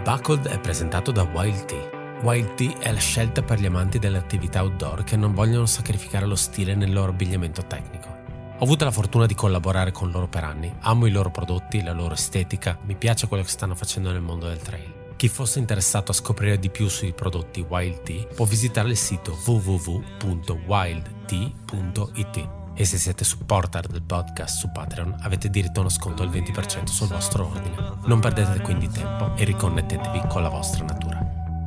Buckled è presentato da Wild Tea. Wild Tea è la scelta per gli amanti delle attività outdoor che non vogliono sacrificare lo stile nel loro abbigliamento tecnico. Ho avuto la fortuna di collaborare con loro per anni, amo i loro prodotti, la loro estetica, mi piace quello che stanno facendo nel mondo del trail. Chi fosse interessato a scoprire di più sui prodotti Wild Tea può visitare il sito www.wildtea.it. E se siete supporter del podcast su Patreon avete diritto a uno sconto del 20% sul vostro ordine. Non perdete quindi tempo e riconnettetevi con la vostra natura.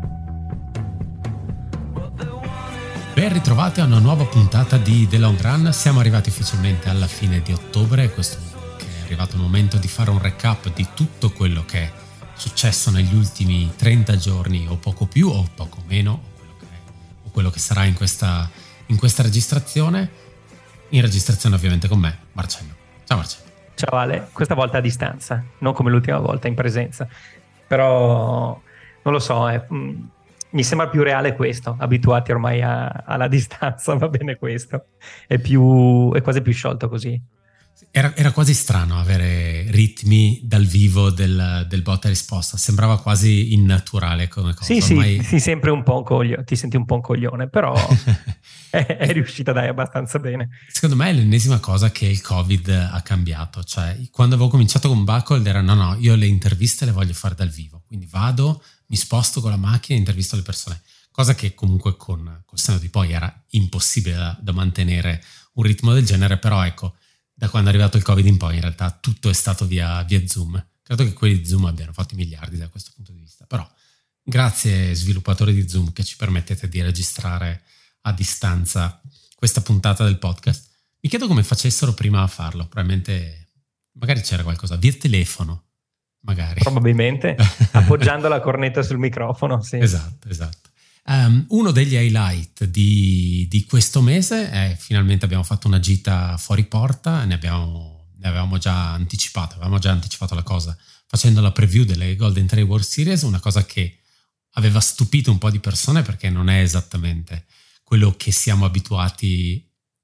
Ben ritrovati a una nuova puntata di The Long Run. Siamo arrivati ufficialmente alla fine di ottobre, questo che è arrivato il momento di fare un recap di tutto quello che è successo negli ultimi 30 giorni o poco più o poco meno o quello che sarà in questa registrazione. In registrazione ovviamente con me, Marcello. Ciao Marcello. Ciao Ale, questa volta a distanza, non come l'ultima volta in presenza, però non lo so, mi sembra più reale questo, abituati ormai alla distanza, va bene questo, è quasi più sciolto così. Era quasi strano avere ritmi dal vivo del botta e risposta, sembrava quasi innaturale come cosa. Sì, ormai... sì, sempre un po' ti senti un po' un coglione, però è riuscita dai abbastanza bene. Secondo me è l'ennesima cosa che il Covid ha cambiato, cioè quando avevo cominciato con Buckled era no, io le interviste le voglio fare dal vivo, quindi vado, mi sposto con la macchina e intervisto le persone, cosa che comunque col senno di poi era impossibile da mantenere un ritmo del genere, però ecco, da quando è arrivato il Covid in poi in realtà tutto è stato via Zoom. Credo che quelli di Zoom abbiano fatto miliardi da questo punto di vista, però grazie sviluppatori di Zoom che ci permettete di registrare a distanza questa puntata del podcast. Mi chiedo come facessero prima a farlo, probabilmente magari c'era qualcosa via telefono, magari. Probabilmente, appoggiando la cornetta sul microfono, sì. Esatto. Uno degli highlight di questo mese è finalmente abbiamo fatto una gita fuori porta, ne avevamo già anticipato la cosa facendo la preview delle Golden Trail World Series, una cosa che aveva stupito un po' di persone perché non è esattamente quello che siamo abituati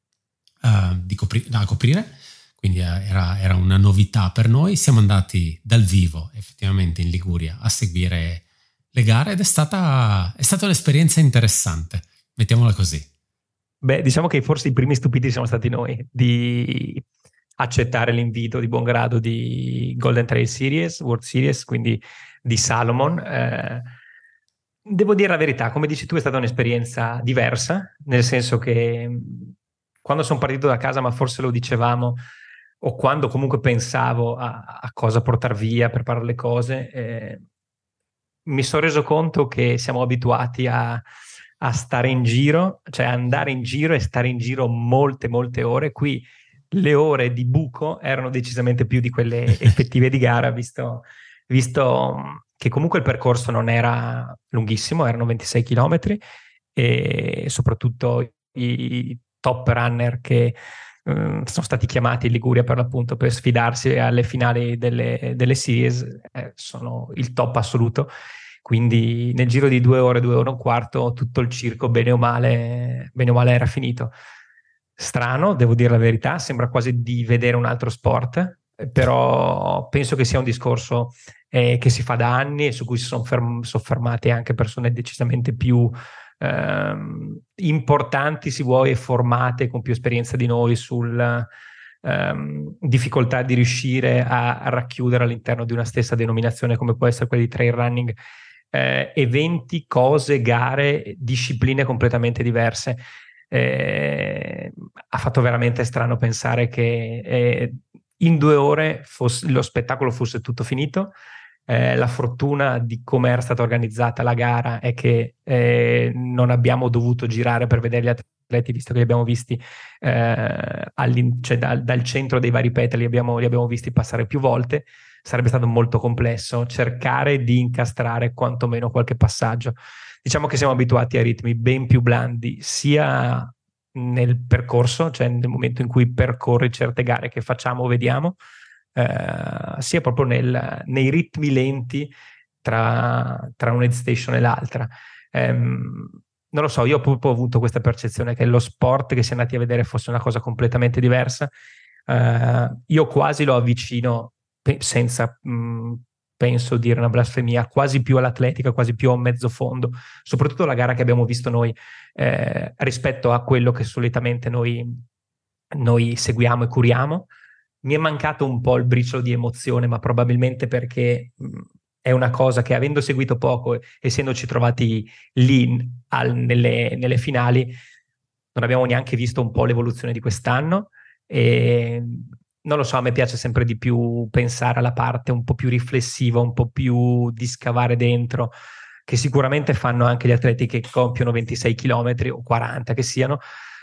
a coprire, quindi era una novità per noi. Siamo andati dal vivo effettivamente in Liguria a seguire le gare ed è stata un'esperienza interessante, mettiamola così. Beh, diciamo che forse i primi stupiti siamo stati noi di accettare l'invito di buon grado di Golden Trail Series, World Series, quindi di Salomon. Devo dire la verità, come dici tu è stata un'esperienza diversa, nel senso che quando sono partito da casa, ma forse lo dicevamo, o quando comunque pensavo a cosa portare via, preparare le cose, mi sono reso conto che siamo abituati a stare in giro, cioè andare in giro e stare in giro molte ore. Qui le ore di buco erano decisamente più di quelle effettive di gara, visto che comunque il percorso non era lunghissimo, erano 26 chilometri e soprattutto i top runner che sono stati chiamati in Liguria per l'appunto per sfidarsi alle finali delle series sono il top assoluto, quindi nel giro di 2 ore e un quarto tutto il circo bene o male era finito. Strano, devo dire la verità, sembra quasi di vedere un altro sport, però penso che sia un discorso che si fa da anni e su cui si sono soffermate anche persone decisamente più importanti, si vuole, e formate con più esperienza di noi sul difficoltà di riuscire a racchiudere all'interno di una stessa denominazione come può essere quella di trail running eventi, cose, gare, discipline completamente diverse. Ha fatto veramente strano pensare che in 2 ore lo spettacolo fosse tutto finito. La fortuna di come era stata organizzata la gara è che non abbiamo dovuto girare per vedere gli atleti, visto che li abbiamo visti cioè dal centro dei vari petali, li abbiamo visti passare più volte. Sarebbe stato molto complesso cercare di incastrare quantomeno qualche passaggio. Diciamo che siamo abituati a ritmi ben più blandi, sia nel percorso, cioè nel momento in cui percorri certe gare che facciamo o vediamo, sia proprio nei ritmi lenti tra un aid station e l'altra. Non lo so, io ho proprio avuto questa percezione che lo sport che si è andati a vedere fosse una cosa completamente diversa. Io quasi lo avvicino senza penso dire una blasfemia, quasi più all'atletica, quasi più a un mezzo fondo, soprattutto la gara che abbiamo visto noi rispetto a quello che solitamente noi seguiamo e curiamo. Mi è mancato un po' il briciolo di emozione, ma probabilmente perché è una cosa che, avendo seguito poco, essendoci trovati lì nelle finali, non abbiamo neanche visto un po' l'evoluzione di quest'anno. E non lo so, a me piace sempre di più pensare alla parte un po' più riflessiva, un po' più di scavare dentro, che sicuramente fanno anche gli atleti che compiono 26 km o 40 che siano.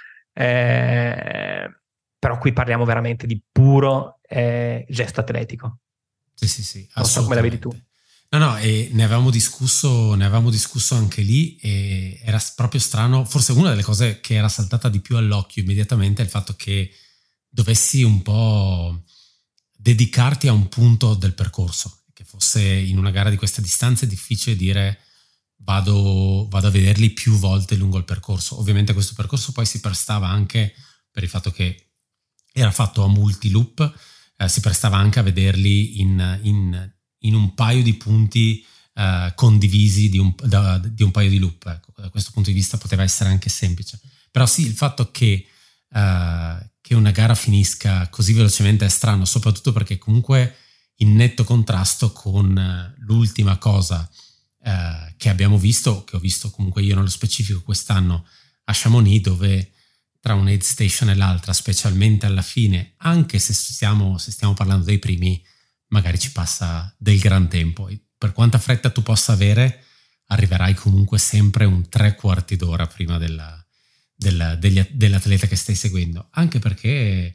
Però qui parliamo veramente di puro gesto atletico. Sì, non so come la vedi tu. No, e ne avevamo discusso anche lì, e era proprio strano. Forse una delle cose che era saltata di più all'occhio immediatamente è il fatto che dovessi un po' dedicarti a un punto del percorso, che fosse in una gara di queste distanze difficile dire vado a vederli più volte lungo il percorso. Ovviamente questo percorso poi si prestava anche, per il fatto che era fatto a multi-loop, si prestava anche a vederli in un paio di punti condivisi di un paio di loop. Ecco, da questo punto di vista poteva essere anche semplice. Però sì, il fatto che una gara finisca così velocemente è strano, soprattutto perché comunque in netto contrasto con l'ultima cosa che abbiamo visto, che ho visto comunque io nello specifico quest'anno a Chamonix, dove tra un aid station e l'altra, specialmente alla fine, anche se stiamo parlando dei primi, magari ci passa del gran tempo. E per quanta fretta tu possa avere, arriverai comunque sempre un 3/4 d'ora prima dell'atleta che stai seguendo, anche perché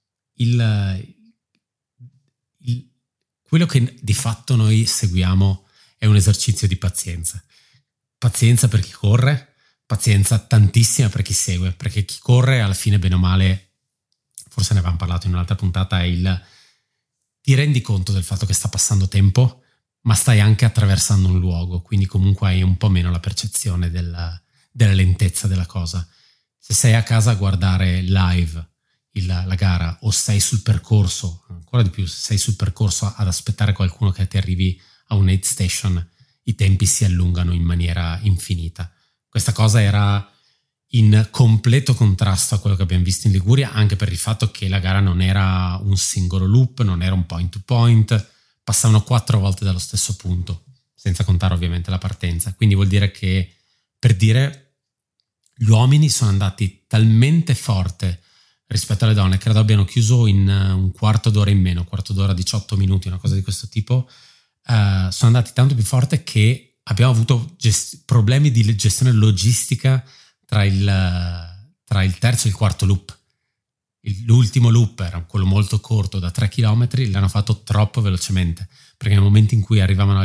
quello che di fatto noi seguiamo è un esercizio di pazienza per chi corre, pazienza tantissima per chi segue, perché chi corre alla fine, bene o male, forse ne avevamo parlato in un'altra puntata, ti rendi conto del fatto che sta passando tempo, ma stai anche attraversando un luogo, quindi comunque hai un po' meno la percezione della lentezza della cosa. Se sei a casa a guardare live la gara, o sei sul percorso, ancora di più, se sei sul percorso ad aspettare qualcuno che ti arrivi a un aid station, i tempi si allungano in maniera infinita. Questa cosa era in completo contrasto a quello che abbiamo visto in Liguria, anche per il fatto che la gara non era un singolo loop, non era un point to point, passavano 4 volte dallo stesso punto, senza contare ovviamente la partenza. Quindi vuol dire che, per dire, gli uomini sono andati talmente forte rispetto alle donne, credo abbiano chiuso in un quarto d'ora in meno, 18 minuti, una cosa di questo tipo. Sono andati tanto più forte che abbiamo avuto problemi di gestione logistica tra il terzo e il quarto loop. L'ultimo loop era quello molto corto da 3 km, l'hanno fatto troppo velocemente, perché nel momento in cui arrivavano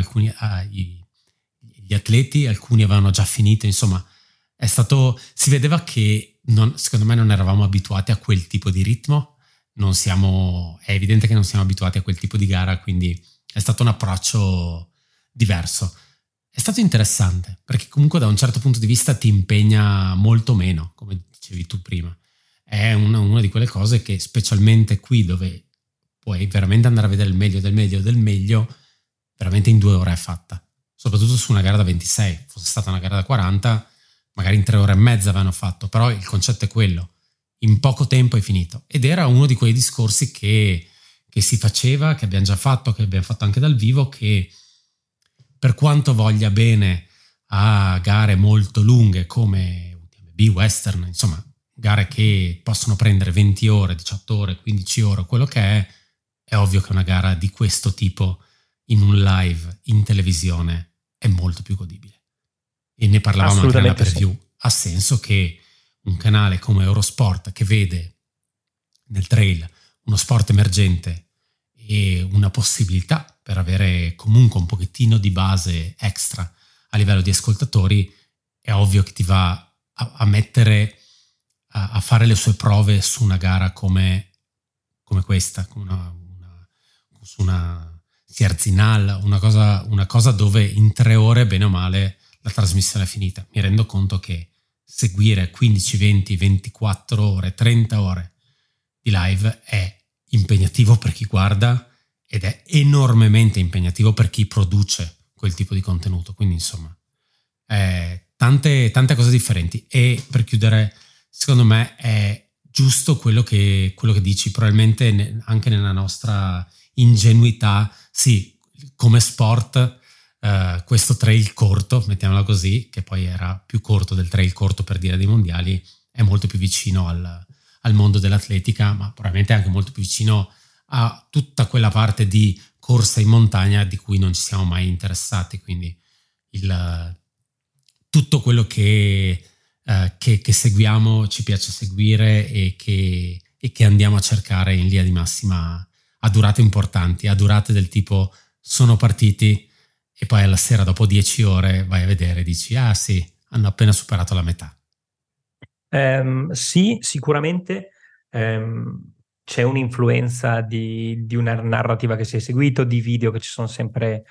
gli atleti, alcuni avevano già finito, insomma si vedeva che secondo me non eravamo abituati a quel tipo di ritmo, è evidente che non siamo abituati a quel tipo di gara, quindi è stato un approccio diverso. È stato interessante, perché comunque da un certo punto di vista ti impegna molto meno, come dicevi tu prima. È una di quelle cose che, specialmente qui, dove puoi veramente andare a vedere il meglio del meglio del meglio, veramente in 2 ore è fatta. Soprattutto su una gara da 26. Fosse stata una gara da 40, magari in 3 ore e mezza avevano fatto, però il concetto è quello. In poco tempo è finito. Ed era uno di quei discorsi che si faceva, che abbiamo già fatto, che abbiamo fatto anche dal vivo, che per quanto voglia bene a gare molto lunghe come UTMB, Western, insomma gare che possono prendere 20 ore, 18 ore, 15 ore, quello che è ovvio che una gara di questo tipo in un live, in televisione, è molto più godibile. E ne parlavamo anche nella preview. Sì. Ha senso che un canale come Eurosport, che vede nel trail uno sport emergente e una possibilità per avere comunque un pochettino di base extra a livello di ascoltatori, è ovvio che ti va a mettere a fare le sue prove su una gara come questa, su una Sierzinal, una cosa dove in 3 ore, bene o male, la trasmissione è finita. Mi rendo conto che seguire 15, 20, 24 ore, 30 ore di live è impegnativo per chi guarda ed è enormemente impegnativo per chi produce quel tipo di contenuto. Quindi insomma, tante cose differenti. E per chiudere, secondo me è giusto quello che dici, probabilmente anche nella nostra ingenuità, sì, come sport, questo trail corto, mettiamola così, che poi era più corto del trail corto per dire dei mondiali, è molto più vicino al mondo dell'atletica, ma probabilmente anche molto più vicino a tutta quella parte di corsa in montagna di cui non ci siamo mai interessati, quindi tutto quello che seguiamo, ci piace seguire e che andiamo a cercare in linea di massima a durate importanti, a durate del tipo sono partiti e poi alla sera dopo 10 ore vai a vedere e dici ah sì, hanno appena superato la metà. Sì, sicuramente c'è un'influenza di una narrativa che si è seguito, di video che ci sono sempre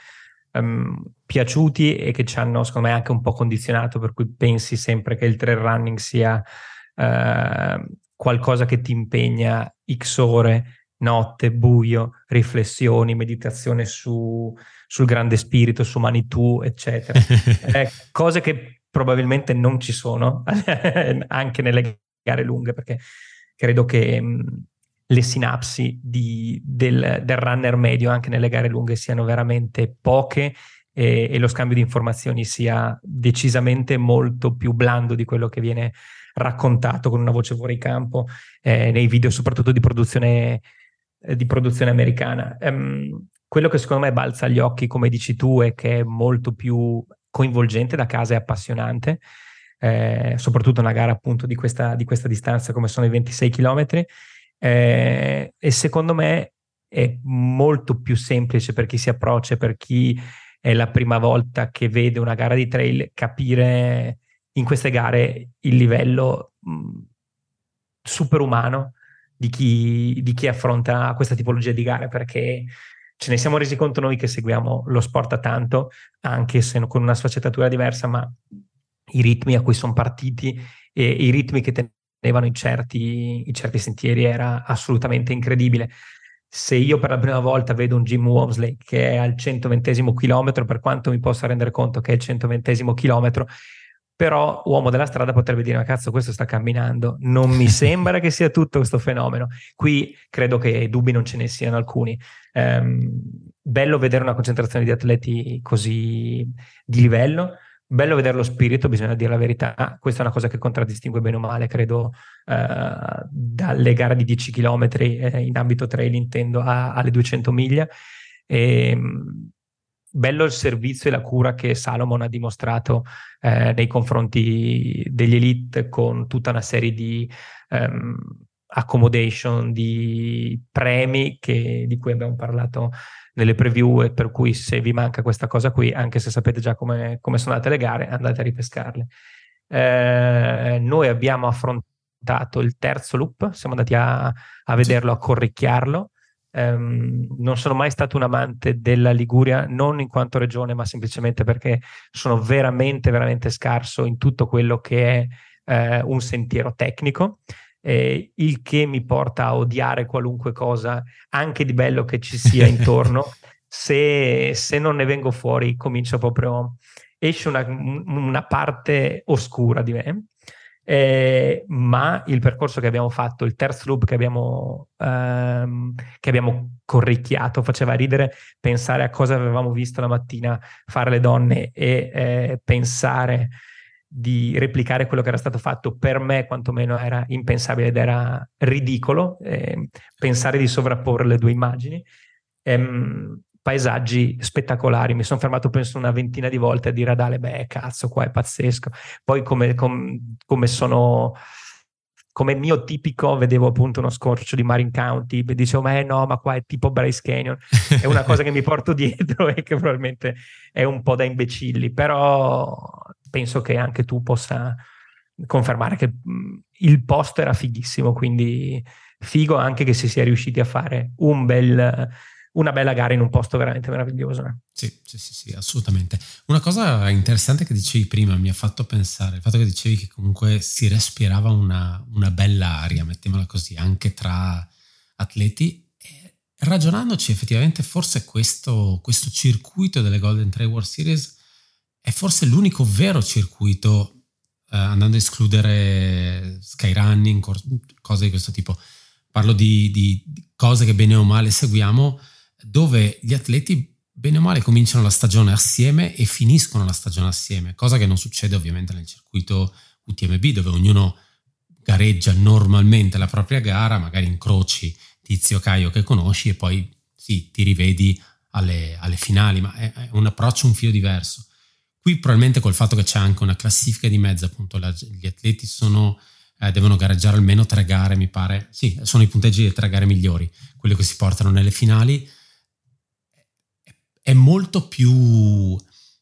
piaciuti e che ci hanno, secondo me, anche un po' condizionato, per cui pensi sempre che il trail running sia qualcosa che ti impegna X ore, notte, buio, riflessioni, meditazione sul grande spirito, su Manitou, eccetera. Cose che probabilmente non ci sono anche nelle gare lunghe, perché credo che le sinapsi del runner medio anche nelle gare lunghe siano veramente poche e lo scambio di informazioni sia decisamente molto più blando di quello che viene raccontato con una voce fuori campo nei video, soprattutto di produzione americana. Quello che secondo me balza agli occhi, come dici tu, è che è molto più coinvolgente da casa e appassionante, soprattutto una gara appunto di questa distanza come sono i 26 chilometri, e secondo me è molto più semplice per chi si approccia, per chi è la prima volta che vede una gara di trail, capire in queste gare il livello superumano di chi affronta questa tipologia di gare, perché ce ne siamo resi conto noi che seguiamo lo sport da tanto, anche se con una sfaccettatura diversa, ma i ritmi a cui sono partiti e i ritmi che tenevano i certi sentieri era assolutamente incredibile. Se io per la prima volta vedo un Jim Walmsley che è al 120° chilometro, per quanto mi possa rendere conto che è il 120° chilometro, però uomo della strada potrebbe dire ma cazzo, questo sta camminando, non mi sembra che sia tutto questo fenomeno. Qui credo che dubbi non ce ne siano alcuni. Bello vedere una concentrazione di atleti così di livello, bello vedere lo spirito, bisogna dire la verità. Questa è una cosa che contraddistingue bene o male, credo, dalle gare di 10 km in ambito trail, intendo, alle 200 miglia. Bello il servizio e la cura che Salomon ha dimostrato nei confronti degli elite, con tutta una serie di accommodation, di premi di cui abbiamo parlato nelle preview, e per cui se vi manca questa cosa qui, anche se sapete già come sono andate le gare, andate a ripescarle. Noi abbiamo affrontato il terzo loop, siamo andati a vederlo, a corricchiarlo. Non sono mai stato un amante della Liguria, non in quanto regione, ma semplicemente perché sono veramente, veramente scarso in tutto quello che è un sentiero tecnico, il che mi porta a odiare qualunque cosa, anche di bello che ci sia intorno. Se non ne vengo fuori, comincio proprio, esce una parte oscura di me. Ma il percorso che abbiamo fatto, il terzo loop che abbiamo corricchiato, faceva ridere pensare a cosa avevamo visto la mattina fare le donne e pensare di replicare quello che era stato fatto. Per me quantomeno era impensabile ed era ridicolo pensare di sovrapporre le due immagini. Paesaggi spettacolari, mi sono fermato penso una ventina di volte a dire a Dale, beh cazzo, qua è pazzesco. Poi come mio tipico vedevo appunto uno scorcio di Marin County e dicevo ma qua è tipo Bryce Canyon. È una cosa che mi porto dietro e che probabilmente è un po' da imbecilli, però penso che anche tu possa confermare che il posto era fighissimo, quindi figo anche che si sia riusciti a fare una bella gara in un posto veramente meraviglioso. Sì, assolutamente. Una cosa interessante che dicevi prima mi ha fatto pensare, il fatto che dicevi che comunque si respirava una bella aria, mettiamola così, anche tra atleti, ragionandoci effettivamente forse questo circuito delle Golden Trail World Series è forse l'unico vero circuito, andando a escludere skyrunning, cose di questo tipo. Parlo di cose che bene o male seguiamo, dove gli atleti bene o male cominciano la stagione assieme e finiscono la stagione assieme, cosa che non succede ovviamente nel circuito UTMB, dove ognuno gareggia normalmente la propria gara, magari incroci Tizio Caio che conosci e poi sì, ti rivedi alle finali, ma è un approccio un filo diverso. Qui probabilmente col fatto che c'è anche una classifica di mezzo, appunto gli atleti devono gareggiare almeno 3 gare, mi pare. Sì, sono i punteggi delle 3 gare migliori, quelli che si portano nelle finali. È molto più...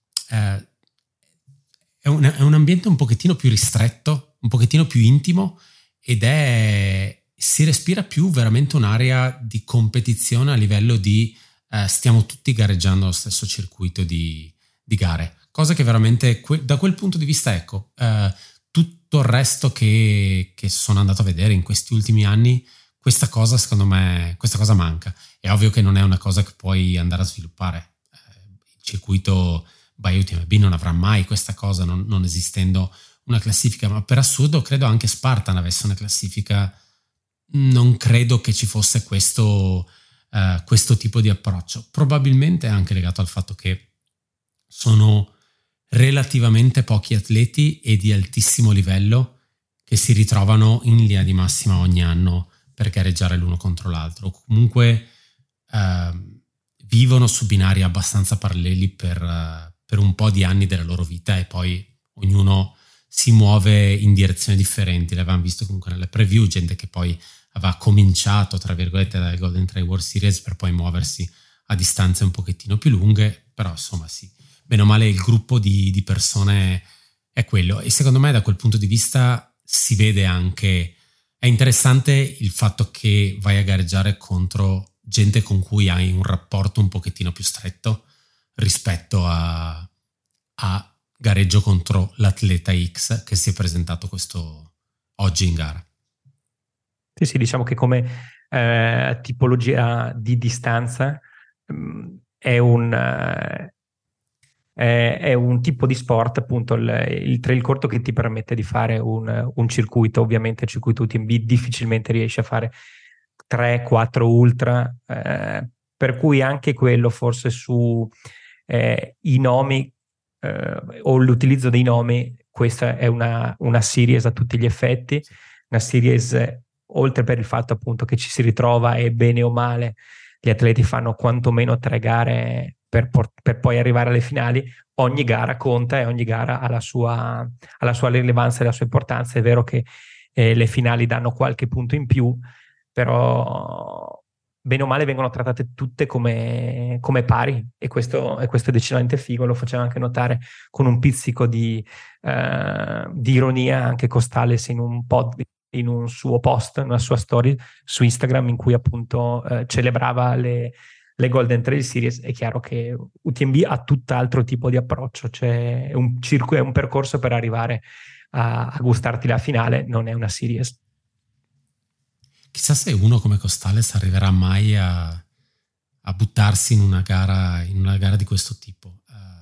è un ambiente un pochettino più ristretto, un pochettino più intimo, ed si respira più veramente un'area di competizione a livello di stiamo tutti gareggiando allo stesso circuito di gare. Cosa che veramente, da quel punto di vista, ecco, tutto il resto che sono andato a vedere in questi ultimi anni, questa cosa secondo me, questa cosa manca. È ovvio che non è una cosa che puoi andare a sviluppare. Il circuito by UTMB non avrà mai questa cosa, non esistendo una classifica, ma per assurdo credo anche Spartan avesse una classifica. Non credo che ci fosse questo tipo di approccio. Probabilmente è anche legato al fatto che sono relativamente pochi atleti e di altissimo livello che si ritrovano in linea di massima ogni anno per gareggiare l'uno contro l'altro. Comunque vivono su binari abbastanza paralleli per un po' di anni della loro vita, e poi ognuno si muove in direzioni differenti. L'avevamo visto comunque nelle preview, gente che poi aveva cominciato tra virgolette dal Golden Trail World Series per poi muoversi a distanze un pochettino più lunghe, però insomma sì, bene o male il gruppo di persone è quello, e secondo me da quel punto di vista si vede anche, è interessante il fatto che vai a gareggiare contro gente con cui hai un rapporto un pochettino più stretto rispetto a gareggio contro l'atleta X che si è presentato oggi in gara. Sì, diciamo che come tipologia di distanza è un tipo di sport, appunto il trail corto, che ti permette di fare un circuito. Ovviamente il circuito UTMB difficilmente riesce a fare 3-4 ultra, per cui anche quello forse su i nomi o l'utilizzo dei nomi, questa è una series a tutti gli effetti, una series oltre per il fatto appunto che ci si ritrova e bene o male gli atleti fanno quantomeno 3 gare per poi arrivare alle finali. Ogni gara conta e ogni gara ha la sua rilevanza e la sua importanza. È vero che le finali danno qualche punto in più, però bene o male vengono trattate tutte come pari, e questo è decisamente figo. Lo faceva anche notare con un pizzico di ironia anche Costales in un suo post, una sua story su Instagram, in cui appunto celebrava le Golden Trail Series. È chiaro che UTMB ha tutt'altro tipo di approccio, cioè è un percorso per arrivare a gustarti la finale, non è una series. Chissà se uno come Costales arriverà mai a buttarsi in una gara di questo tipo.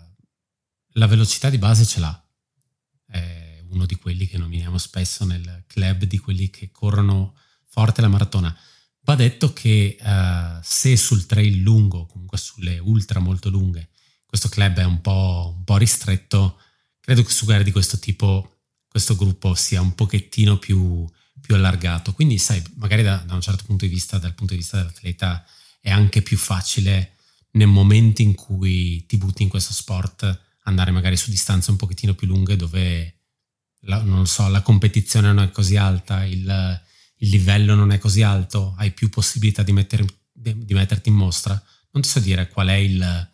La velocità di base ce l'ha, è uno di quelli che nominiamo spesso nel club di quelli che corrono forte la maratona. Va detto che se sul trail lungo, comunque sulle ultra molto lunghe, questo club è un po' ristretto, credo che su gare di questo tipo questo gruppo sia un pochettino più allargato. Quindi sai, magari da un certo punto di vista, dal punto di vista dell'atleta, è anche più facile nel momento in cui ti butti in questo sport andare magari su distanze un pochettino più lunghe, dove non so, la competizione non è così alta, il livello non è così alto, hai più possibilità di metterti in mostra. Non ti so dire qual è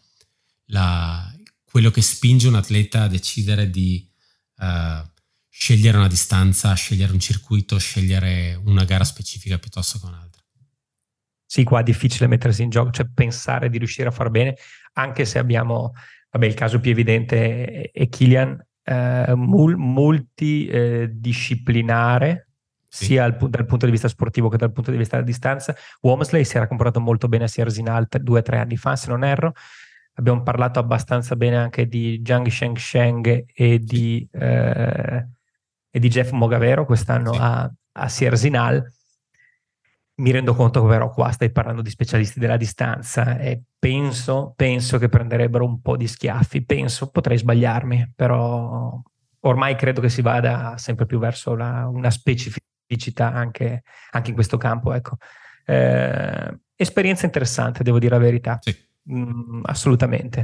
quello che spinge un atleta a decidere di scegliere una distanza, scegliere un circuito, scegliere una gara specifica piuttosto che un'altra. Sì, qua è difficile mettersi in gioco, cioè pensare di riuscire a far bene, anche se abbiamo, il caso più evidente è Kilian, multidisciplinare, Sì. sia dal punto di vista sportivo che dal punto di vista della distanza. Walmsley si era comportato molto bene a Sierzinal 2 o 3 anni fa, se non erro. Abbiamo parlato abbastanza bene anche di Jiang Sheng e di Jeff Mogavero quest'anno Sì. a Sierzinal. Mi rendo conto che però qua stai parlando di specialisti della distanza e penso che prenderebbero un po' di schiaffi. Potrei sbagliarmi, però ormai credo che si vada sempre più verso una specificità anche in questo campo. Ecco. Esperienza interessante, devo dire la verità. Sì. Assolutamente.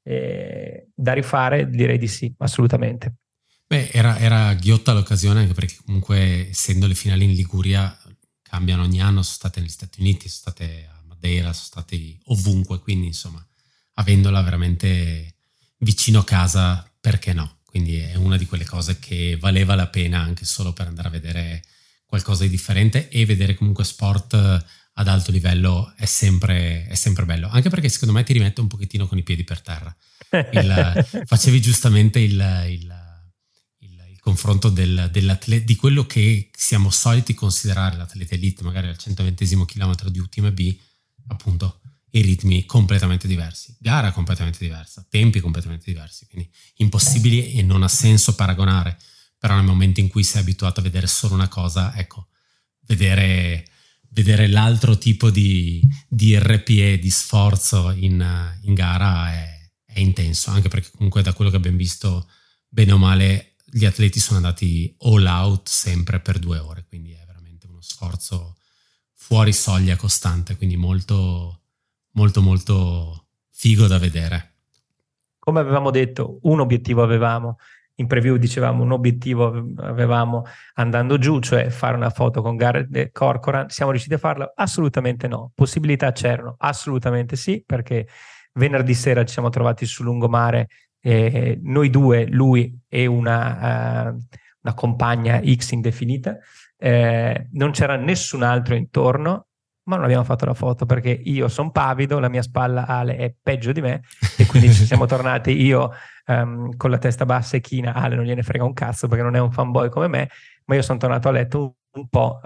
Da rifare direi di sì, assolutamente. Beh, era ghiotta l'occasione, anche perché comunque essendo le finali in Liguria cambiano ogni anno, sono state negli Stati Uniti, sono state a Madeira, sono state ovunque, quindi insomma avendola veramente vicino a casa, perché no? Quindi è una di quelle cose che valeva la pena anche solo per andare a vedere qualcosa di differente, e vedere comunque sport ad alto livello è sempre bello, anche perché secondo me ti rimette un pochettino con i piedi per terra. Facevi giustamente il confronto di quello che siamo soliti considerare l'atleta elite, magari al 120° chilometro di UTMB, appunto i ritmi completamente diversi, gara completamente diversa, tempi completamente diversi, quindi impossibili e non ha senso paragonare. Però nel momento in cui sei abituato a vedere solo una cosa, ecco, vedere l'altro tipo di RPE, di sforzo in gara è intenso, anche perché comunque da quello che abbiamo visto, bene o male, gli atleti sono andati all out sempre per 2 ore, quindi è veramente uno sforzo fuori soglia costante, quindi molto molto molto figo da vedere. Come avevamo detto, un obiettivo avevamo, in preview dicevamo un obiettivo avevamo andando giù, cioè fare una foto con Garrett Corcoran. Siamo riusciti a farlo? Assolutamente no. Possibilità c'erano? Assolutamente sì, perché venerdì sera ci siamo trovati sul lungomare, noi due, lui e una compagna X indefinita, non c'era nessun altro intorno, ma non abbiamo fatto la foto perché io sono pavido, la mia spalla Ale è peggio di me, e quindi ci siamo tornati io con la testa bassa e china. Ale non gliene frega un cazzo perché non è un fanboy come me, ma io sono tornato a letto un po'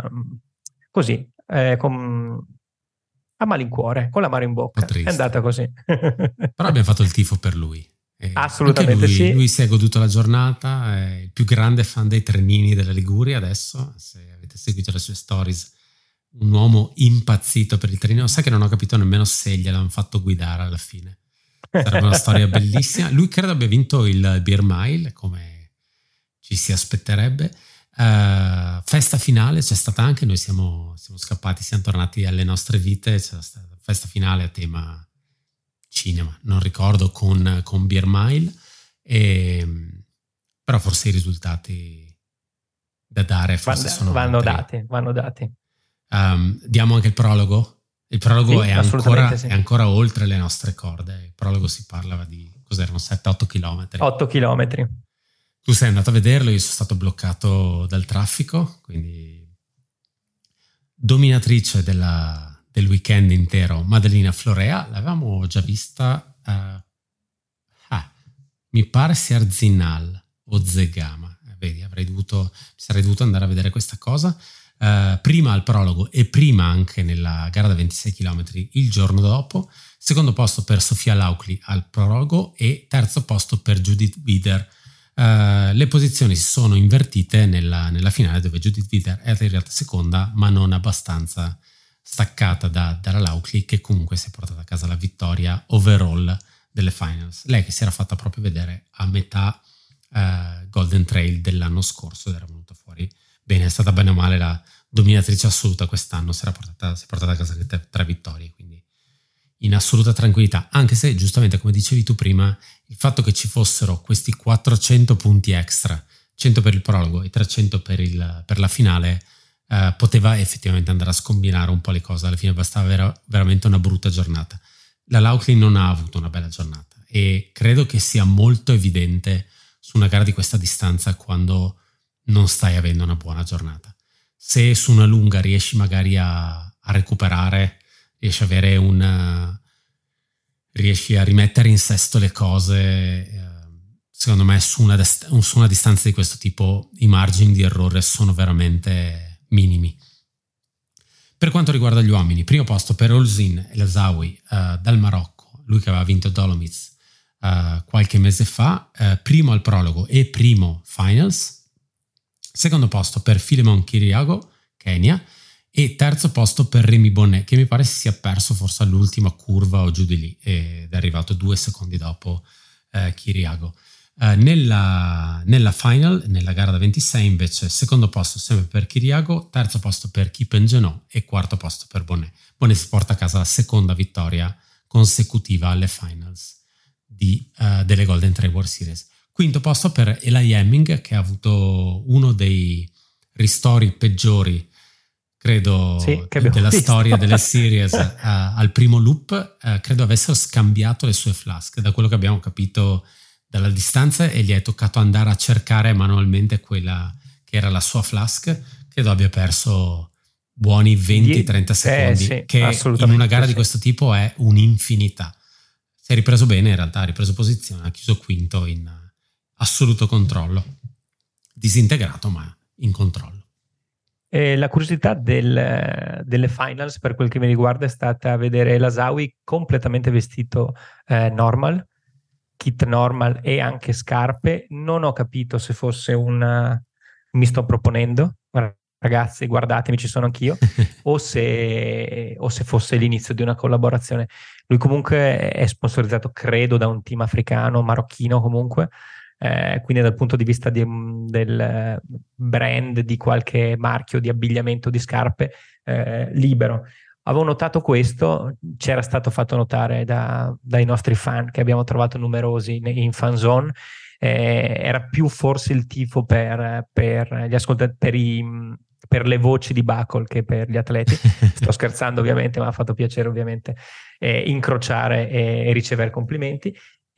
così, a malincuore, con l'amaro in bocca. È andata così. Però abbiamo fatto il tifo per lui. Assolutamente anche sì. Lui si è goduto la giornata, è il più grande fan dei trenini della Liguria adesso. Se avete seguito le sue stories, un uomo impazzito per il trenino. Sai che non ho capito nemmeno se gliel'hanno fatto guidare alla fine. Sarebbe una storia bellissima. Lui credo abbia vinto il Beer Mile, come ci si aspetterebbe. Festa finale c'è stata anche, noi siamo scappati, siamo tornati alle nostre vite. C'è stata festa finale a tema cinema, non ricordo, con Beer Mile, però forse i risultati da dare forse vanno dati. Diamo anche il prologo. Il prologo sì, è ancora oltre le nostre corde. Il prologo si parlava di cos'erano 7-8 chilometri. 8 chilometri. Tu sei andato a vederlo, io sono stato bloccato dal traffico, quindi dominatrice del weekend intero, Maddalena Florea, l'avevamo già vista mi pare sia Arzinal o Zegama, vedi, sarei dovuto andare a vedere questa cosa prima al prologo e prima anche nella gara da 26 km il giorno dopo. Secondo posto per Sofia Laukli al prologo e terzo posto per Judith Wider. Le posizioni si sono invertite nella finale, dove Judith Wider è arrivata seconda, ma non abbastanza staccata dalla Laukli, che comunque si è portata a casa la vittoria overall delle finals. Lei che si era fatta proprio vedere a metà Golden Trail dell'anno scorso ed era venuta fuori bene, è stata bene o male la dominatrice assoluta quest'anno, si è portata a casa 3 vittorie, quindi in assoluta tranquillità, anche se giustamente come dicevi tu prima, il fatto che ci fossero questi 400 punti extra, 100 per il prologo e 300 per la finale, poteva effettivamente andare a scombinare un po' le cose. Alla fine bastava veramente una brutta giornata. La Laukli non ha avuto una bella giornata e credo che sia molto evidente su una gara di questa distanza quando non stai avendo una buona giornata. Se su una lunga riesci magari a recuperare, riesci a rimettere in sesto le cose, secondo me su una distanza di questo tipo i margini di errore sono veramente minimi. Per quanto riguarda gli uomini, primo posto per Olzin El Azawi dal Marocco, lui che aveva vinto Dolomites qualche mese fa, primo al prologo e primo finals. Secondo posto per Philemon Kiriago, Kenya, e terzo posto per Rémy Bonnet, che mi pare si sia perso forse all'ultima curva o giù di lì ed è arrivato 2 secondi dopo Kiriago. Nella final, nella gara da 26 invece, secondo posto sempre per Kiriago, terzo posto per Kippengenot e quarto posto per Bonnet. Bonnet si porta a casa la seconda vittoria consecutiva alle finals delle Golden Trail World Series. Quinto posto per Eli Hemming, che ha avuto uno dei ristori peggiori, credo, della storia delle series al primo loop. Credo avessero scambiato le sue flask, da quello che abbiamo capito dalla distanza, e gli è toccato andare a cercare manualmente quella che era la sua flask. Credo abbia perso buoni 20-30 secondi, sì, che in una gara di questo tipo è un'infinità. Si è ripreso bene, in realtà ha ripreso posizione, ha chiuso quinto in assoluto controllo, disintegrato ma in controllo. La curiosità delle finals per quel che mi riguarda è stata vedere El Azawi completamente vestito normal, kit normal e anche scarpe. Non ho capito se fosse mi sto proponendo, ragazzi guardatemi, ci sono anch'io, o se fosse l'inizio di una collaborazione. Lui comunque è sponsorizzato, credo, da un team africano, marocchino comunque, quindi dal punto di vista del brand di qualche marchio di abbigliamento di scarpe, libero. Avevo notato questo, c'era stato fatto notare dai nostri fan, che abbiamo trovato numerosi in fanzone. Era più forse il tifo per gli ascoltatori, per le voci di Buckle che per gli atleti. Sto scherzando ovviamente, ma ha fatto piacere ovviamente incrociare e ricevere complimenti.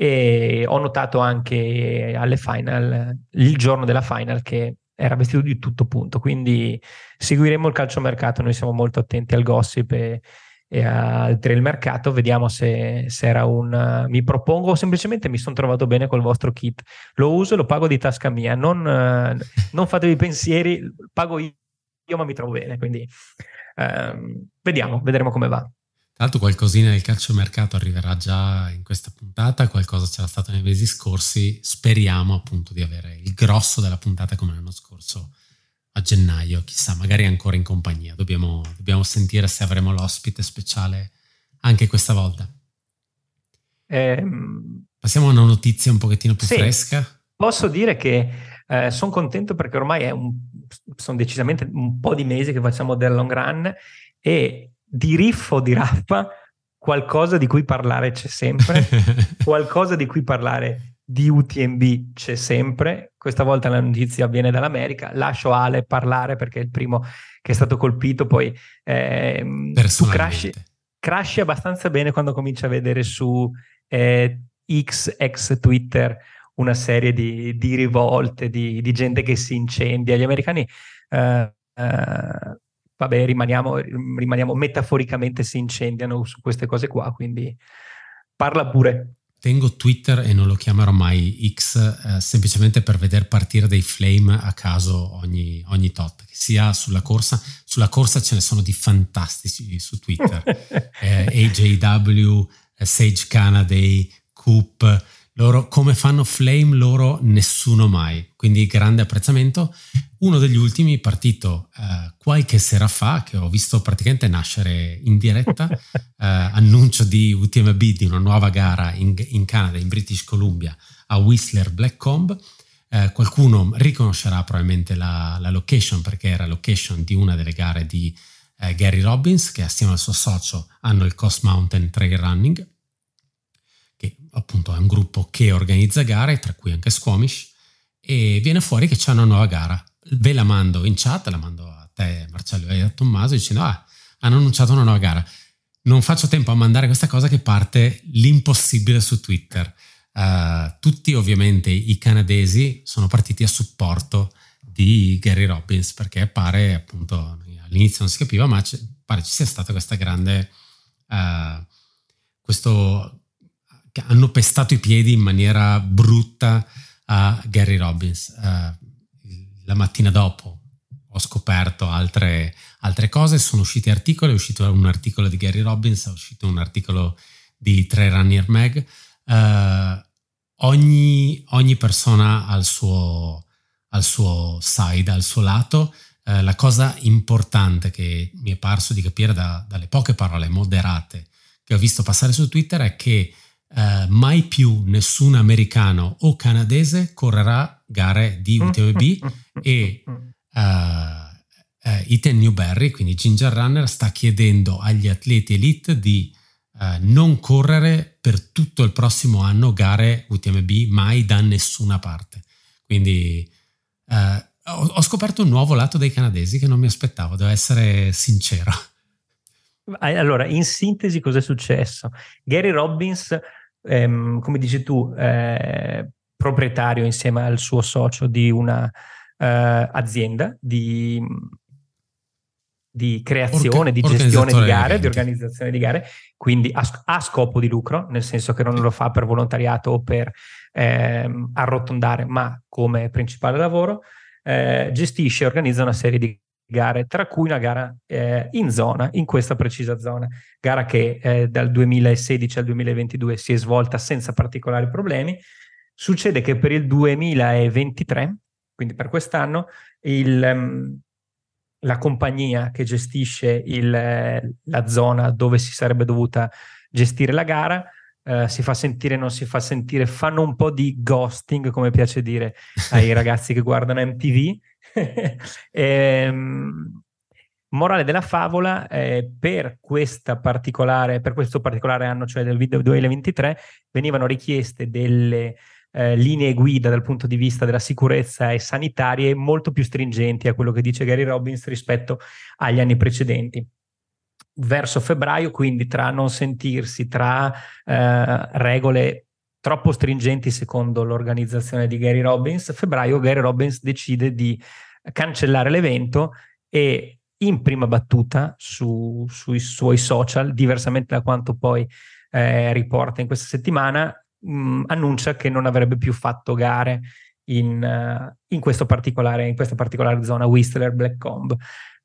E ho notato anche alle final, il giorno della final, che era vestito di tutto punto, quindi seguiremo il calciomercato. Noi siamo molto attenti al gossip e al trail mercato. Vediamo se era mi propongo, o semplicemente mi sono trovato bene col vostro kit, lo uso e lo pago di tasca mia, non fatevi pensieri, pago io ma mi trovo bene, quindi vedremo come va. Tra l'altro qualcosina del calciomercato arriverà già in questa puntata, qualcosa c'era stato nei mesi scorsi, speriamo appunto di avere il grosso della puntata come l'anno scorso a gennaio, chissà, magari ancora in compagnia, dobbiamo sentire se avremo l'ospite speciale anche questa volta. Passiamo a una notizia un pochettino più fresca. Posso dire che sono contento perché ormai sono decisamente un po' di mesi che facciamo del long run, e di riffo di raffa qualcosa di cui parlare c'è sempre, qualcosa di cui parlare di UTMB c'è sempre. Questa volta la notizia viene dall'America, lascio Ale parlare perché è il primo che è stato colpito. Poi tu crashi abbastanza bene quando cominci a vedere su X, ex Twitter, una serie di rivolte, di gente che si incendia. Gli americani vabbè, rimaniamo metaforicamente, si incendiano su queste cose qua, quindi parla pure. Tengo Twitter e non lo chiamerò mai X, semplicemente per veder partire dei flame a caso ogni tot, che sia sulla corsa ce ne sono di fantastici su Twitter. AJW, Sage Canaday, Coop, loro come fanno flame, loro nessuno mai, quindi grande apprezzamento. Uno degli ultimi partito qualche sera fa, che ho visto praticamente nascere in diretta, annuncio di UTMB di una nuova gara in Canada, in British Columbia, a Whistler Blackcomb. Qualcuno riconoscerà probabilmente la location, perché era location di una delle gare di Gary Robbins, che assieme al suo socio hanno il Coast Mountain Trail Running, che appunto è un gruppo che organizza gare, tra cui anche Squamish, e viene fuori che c'è una nuova gara. Ve la mando in chat, la mando a te Marcello e a Tommaso, dicendo hanno annunciato una nuova gara. Non faccio tempo a mandare questa cosa che parte l'impossibile su Twitter. Tutti ovviamente i canadesi sono partiti a supporto di Gary Robbins, perché pare, appunto, all'inizio non si capiva, ma pare ci sia stata questa grande hanno pestato i piedi in maniera brutta a Gary Robbins. La mattina dopo ho scoperto altre cose, sono usciti articoli, è uscito un articolo di Gary Robbins, è uscito un articolo di Trail Runner Mag. Ogni persona ha il suo side, al suo lato. La cosa importante che mi è parso di capire dalle poche parole moderate che ho visto passare su Twitter è che mai più nessun americano o canadese correrà gare di UTMB e Ethan Newberry, quindi Ginger Runner, sta chiedendo agli atleti elite di non correre per tutto il prossimo anno gare UTMB mai da nessuna parte. Quindi ho scoperto un nuovo lato dei canadesi che non mi aspettavo, devo essere sincero. Allora, in sintesi, cos'è successo? Gary Robbins, come dici tu, proprietario insieme al suo socio di una azienda di creazione, di gestione di gare, di organizzazione di gare, quindi a scopo di lucro, nel senso che non lo fa per volontariato o per arrotondare, ma come principale lavoro. Gestisce e organizza una serie di gare, tra cui una gara in questa precisa zona, gara che dal 2016 al 2022 si è svolta senza particolari problemi. Succede che per il 2023, quindi per quest'anno, la compagnia che gestisce la zona dove si sarebbe dovuta gestire la gara si fa sentire, non si fa sentire, fanno un po' di ghosting, come piace dire ai ragazzi che guardano MTV. Morale della favola, per questo particolare anno, cioè del 2023, venivano richieste delle linee guida dal punto di vista della sicurezza e sanitarie molto più stringenti a quello che dice Gary Robbins rispetto agli anni precedenti. Verso febbraio, quindi tra non sentirsi, tra regole troppo stringenti secondo l'organizzazione di Gary Robbins, Gary Robbins decide di cancellare l'evento e in prima battuta sui suoi social, diversamente da quanto poi riporta in questa settimana, annuncia che non avrebbe più fatto gare in questa particolare zona, Whistler Blackcomb.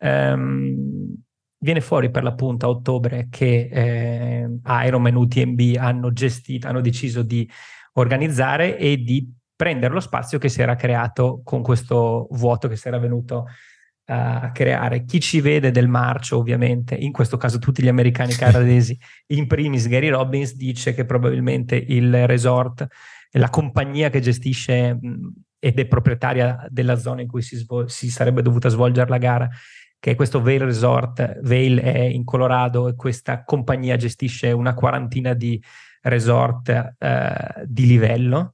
Viene fuori per l'appunto a ottobre che Ironman UTMB hanno deciso di organizzare e di prendere lo spazio che si era creato con questo vuoto che si era venuto a creare. Chi ci vede del marcio, ovviamente, in questo caso tutti gli americani canadesi, in primis Gary Robbins, dice che probabilmente il resort, la compagnia che gestisce ed è proprietaria della zona in cui si sarebbe dovuta svolgere la gara, che è questo Vail Resort. Vail è in Colorado e questa compagnia gestisce una quarantina di resort di livello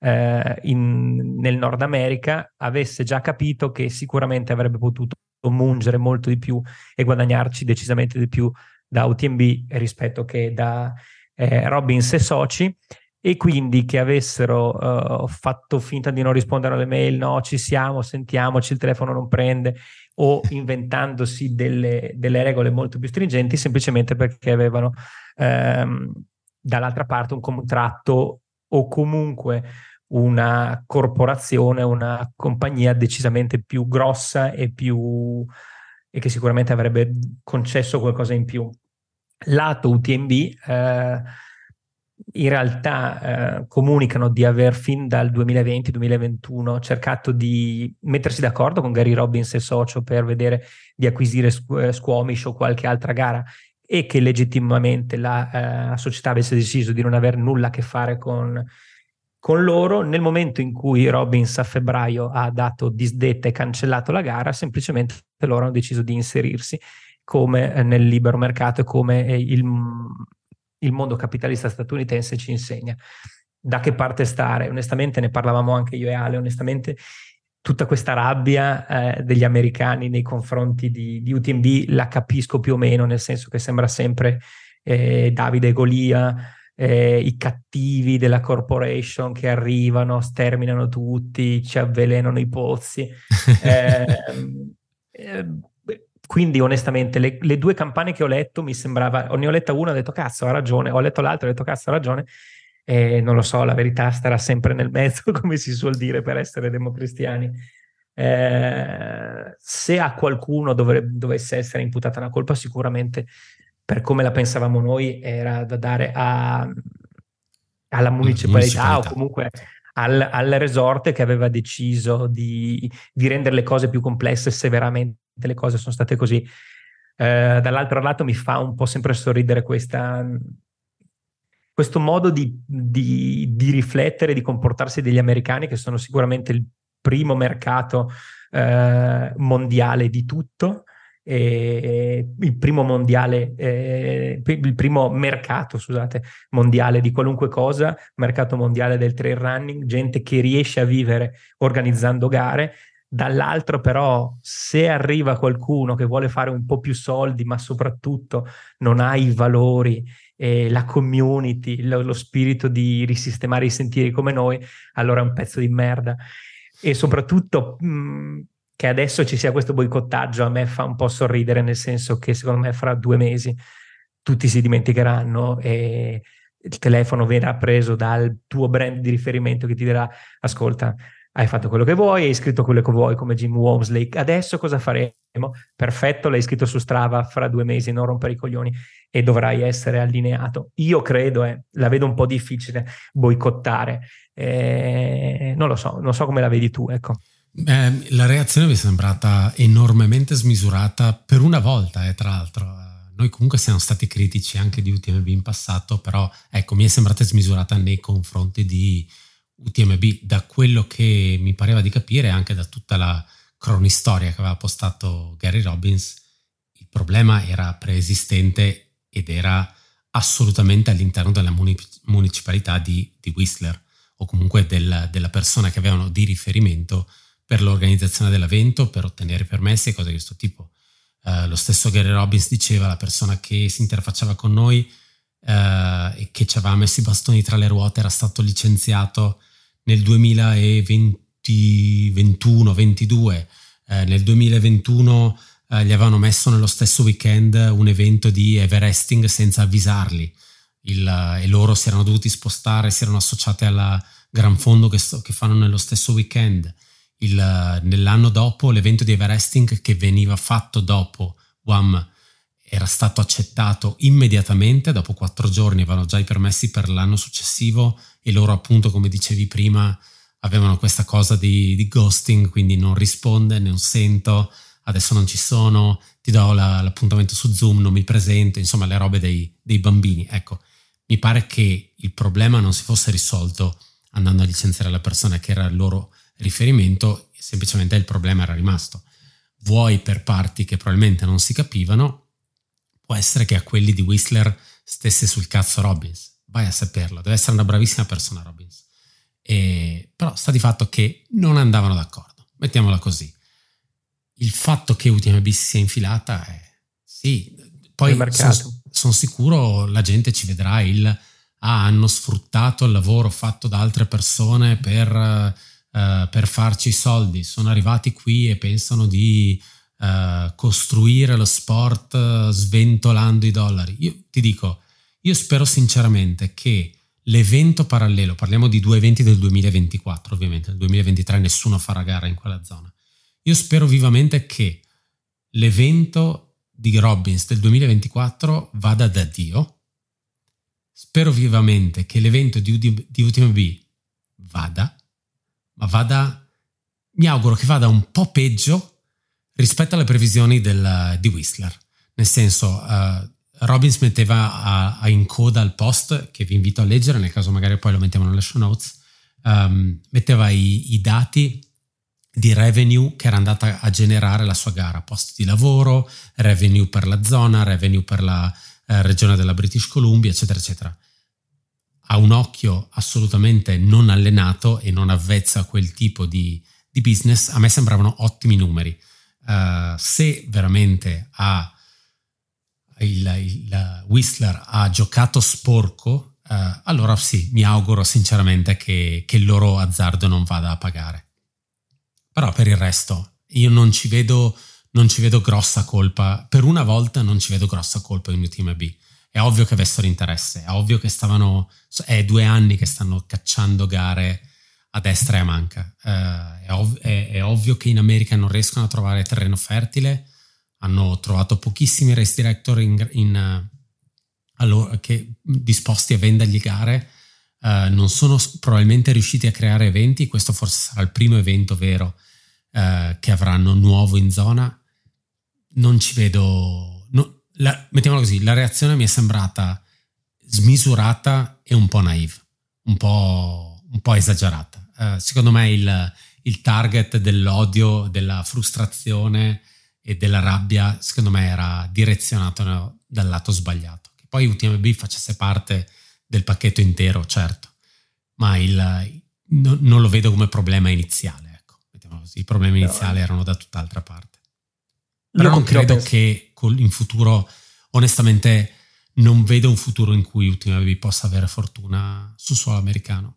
nel Nord America, avesse già capito che sicuramente avrebbe potuto mungere molto di più e guadagnarci decisamente di più da UTMB rispetto che da Robbins e soci, e quindi che avessero fatto finta di non rispondere alle mail, no, ci siamo, sentiamoci, il telefono non prende, o inventandosi delle regole molto più stringenti semplicemente perché avevano dall'altra parte un contratto o comunque una corporazione, una compagnia decisamente più grossa e che sicuramente avrebbe concesso qualcosa in più. Lato UTMB in realtà comunicano di aver fin dal 2020-2021 cercato di mettersi d'accordo con Gary Robbins e socio per vedere di acquisire Squamish o qualche altra gara, e che legittimamente la società avesse deciso di non aver nulla a che fare con loro. Nel momento in cui Robbins a febbraio ha dato disdetta e cancellato la gara, semplicemente loro hanno deciso di inserirsi come nel libero mercato e come il mondo capitalista statunitense ci insegna. Da che parte stare? Onestamente ne parlavamo anche io e Ale, onestamente tutta questa rabbia degli americani nei confronti di UTMB la capisco più o meno, nel senso che sembra sempre Davide e Golia, i cattivi della corporation che arrivano, sterminano tutti, ci avvelenano i pozzi. Quindi onestamente le due campane che ho letto mi sembrava, ne ho letta una, ho detto cazzo ha ragione, ho letto l'altra, ho detto cazzo ha ragione, e non lo so, la verità starà sempre nel mezzo, come si suol dire per essere democristiani. Se a qualcuno dovesse essere imputata una colpa, sicuramente per come la pensavamo noi era da dare alla municipalità o comunque al resort, che aveva deciso di rendere le cose più complesse se veramente le cose sono state così. Dall'altro lato mi fa un po' sempre sorridere questo modo di riflettere, di comportarsi degli americani, che sono sicuramente il primo mercato mondiale di tutto, il primo mercato, scusate, mondiale di qualunque cosa, mercato mondiale del trail running, gente che riesce a vivere organizzando gare. Dall'altro però, se arriva qualcuno che vuole fare un po' più soldi, ma soprattutto non ha i valori, la community, lo spirito di risistemare i sentieri come noi, allora è un pezzo di merda. E soprattutto che adesso ci sia questo boicottaggio a me fa un po' sorridere, nel senso che secondo me fra 2 mesi tutti si dimenticheranno e il telefono verrà preso dal tuo brand di riferimento che ti dirà: ascolta, hai fatto quello che vuoi, hai scritto quello che vuoi come Jim Walmsley, adesso cosa faremo? Perfetto, l'hai scritto su Strava, fra 2 mesi non rompere i coglioni e dovrai essere allineato. Io credo, la vedo un po' difficile boicottare, non lo so, non so come la vedi tu, ecco. La reazione mi è sembrata enormemente smisurata per una volta, tra l'altro. Noi comunque siamo stati critici anche di UTMB in passato, però ecco, mi è sembrata smisurata nei confronti di UTMB, da quello che mi pareva di capire, anche da tutta la cronistoria che aveva postato Gary Robbins. Il problema era preesistente ed era assolutamente all'interno della municipalità di Whistler, o comunque della persona che avevano di riferimento per l'organizzazione dell'evento, per ottenere permessi e cose di questo tipo. Lo stesso Gary Robbins diceva, la persona che si interfacciava con noi e che ci aveva messo i bastoni tra le ruote era stato licenziato nel 2021-22. Nel 2021 gli avevano messo nello stesso weekend un evento di Everesting senza avvisarli, e loro si erano dovuti spostare, si erano associati alla Gran Fondo che fanno nello stesso weekend. Nell'anno dopo l'evento di Everesting, che veniva fatto dopo WAM, era stato accettato immediatamente, dopo 4 giorni avevano già i permessi per l'anno successivo, e loro, appunto, come dicevi prima, avevano questa cosa di ghosting, quindi non risponde, non sento, adesso non ci sono, ti do l'appuntamento su Zoom, non mi presento, insomma le robe dei bambini. Ecco, mi pare che il problema non si fosse risolto andando a licenziare la persona che era il loro riferimento, semplicemente il problema era rimasto. Vuoi per parti che probabilmente non si capivano, può essere che a quelli di Whistler stesse sul cazzo Robbins, vai a saperlo, deve essere una bravissima persona Robbins, però sta di fatto che non andavano d'accordo, mettiamola così. Il fatto che UTMB si sia infilata sì, poi sono sicuro la gente ci vedrà hanno sfruttato il lavoro fatto da altre persone per farci i soldi, sono arrivati qui e pensano di costruire lo sport sventolando i dollari. Io ti dico, io spero sinceramente che l'evento parallelo, parliamo di 2 eventi del 2024, ovviamente nel 2023 nessuno farà gara in quella zona, io spero vivamente che l'evento di Robbins del 2024 vada da Dio, spero vivamente che l'evento di UTMB mi auguro che vada un po' peggio rispetto alle previsioni di Whistler. Nel senso, Robbins metteva in coda al post, che vi invito a leggere, nel caso magari poi lo mettiamo nelle show notes, metteva i dati di revenue che era andata a generare la sua gara, posti di lavoro, revenue per la zona, revenue per la regione della British Columbia, eccetera, eccetera. A un occhio assolutamente non allenato e non avvezzo a quel tipo di business, a me sembravano ottimi numeri. Se veramente il Whistler ha giocato sporco, allora sì, mi auguro sinceramente che il loro azzardo non vada a pagare. Però per il resto io non ci vedo grossa colpa, per una volta non ci vedo grossa colpa in UTMB. è ovvio che avessero interesse, è ovvio che è 2 anni che stanno cacciando gare a destra e a manca. È ovvio che in America non riescono a trovare terreno fertile, hanno trovato pochissimi race director che disposti a vendergli gare, non sono probabilmente riusciti a creare eventi. Questo forse sarà il primo evento vero che avranno nuovo in zona. Non ci vedo, mettiamolo così, la reazione mi è sembrata smisurata e un po' naive, un po' esagerata. Secondo me il target dell'odio, della frustrazione e della rabbia, secondo me era direzionato dal lato sbagliato. Che poi UTMB facesse parte del pacchetto intero, certo, ma non lo vedo come problema iniziale, ecco. Mettiamolo così, i problemi iniziali erano da tutt'altra parte. Però non credo che in futuro, onestamente, non vedo un futuro in cui UTMB possa avere fortuna sul suolo americano.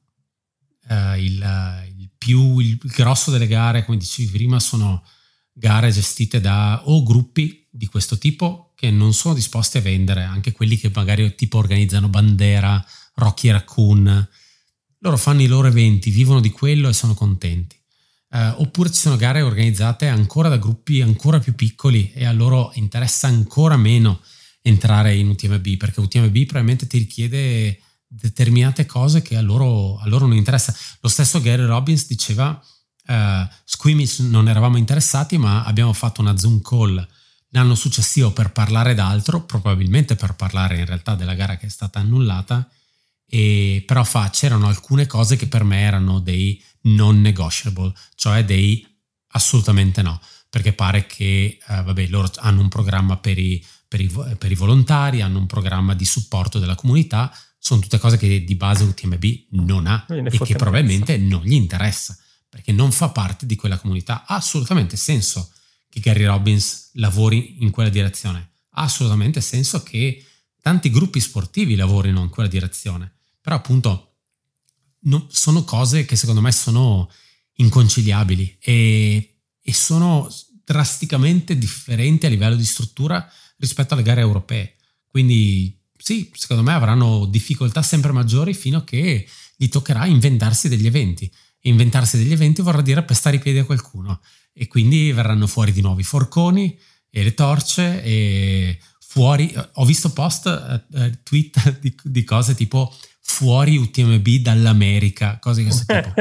Il grosso delle gare, come dicevi prima, sono gare gestite da o gruppi di questo tipo che non sono disposti a vendere, anche quelli che magari tipo organizzano Bandera, Rocky Raccoon. Loro fanno i loro eventi, vivono di quello e sono contenti. Oppure ci sono gare organizzate ancora da gruppi ancora più piccoli e a loro interessa ancora meno entrare in UTMB, perché UTMB probabilmente ti richiede determinate cose che a loro non interessa. Lo stesso Gary Robbins diceva Squeamish non eravamo interessati, ma abbiamo fatto una Zoom call l'anno successivo per parlare d'altro, probabilmente per parlare in realtà della gara che è stata annullata, e però c'erano alcune cose che per me erano dei non negotiable, cioè dei assolutamente no, perché pare che loro hanno un programma per i volontari, hanno un programma di supporto della comunità, sono tutte cose che di base UTMB non ha e che probabilmente non gli interessa, perché non fa parte di quella comunità. Ha assolutamente senso che Gary Robbins lavori in quella direzione, ha assolutamente senso che tanti gruppi sportivi lavorino in quella direzione, però appunto sono cose che secondo me sono inconciliabili e sono drasticamente differenti a livello di struttura rispetto alle gare europee. Quindi sì, secondo me avranno difficoltà sempre maggiori fino a che gli toccherà inventarsi degli eventi. E inventarsi degli eventi vorrà dire pestare i piedi a qualcuno, e quindi verranno fuori di nuovo i forconi e le torce e fuori. Ho visto tweet di cose tipo fuori UTMB dall'America, cose di questo tipo.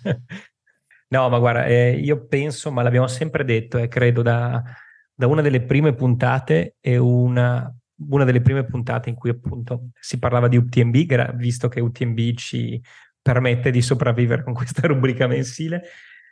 No, ma guarda, io penso, ma l'abbiamo sempre detto, credo da una delle prime puntate, e una delle prime puntate in cui appunto si parlava di UTMB, visto che UTMB ci permette di sopravvivere con questa rubrica mensile.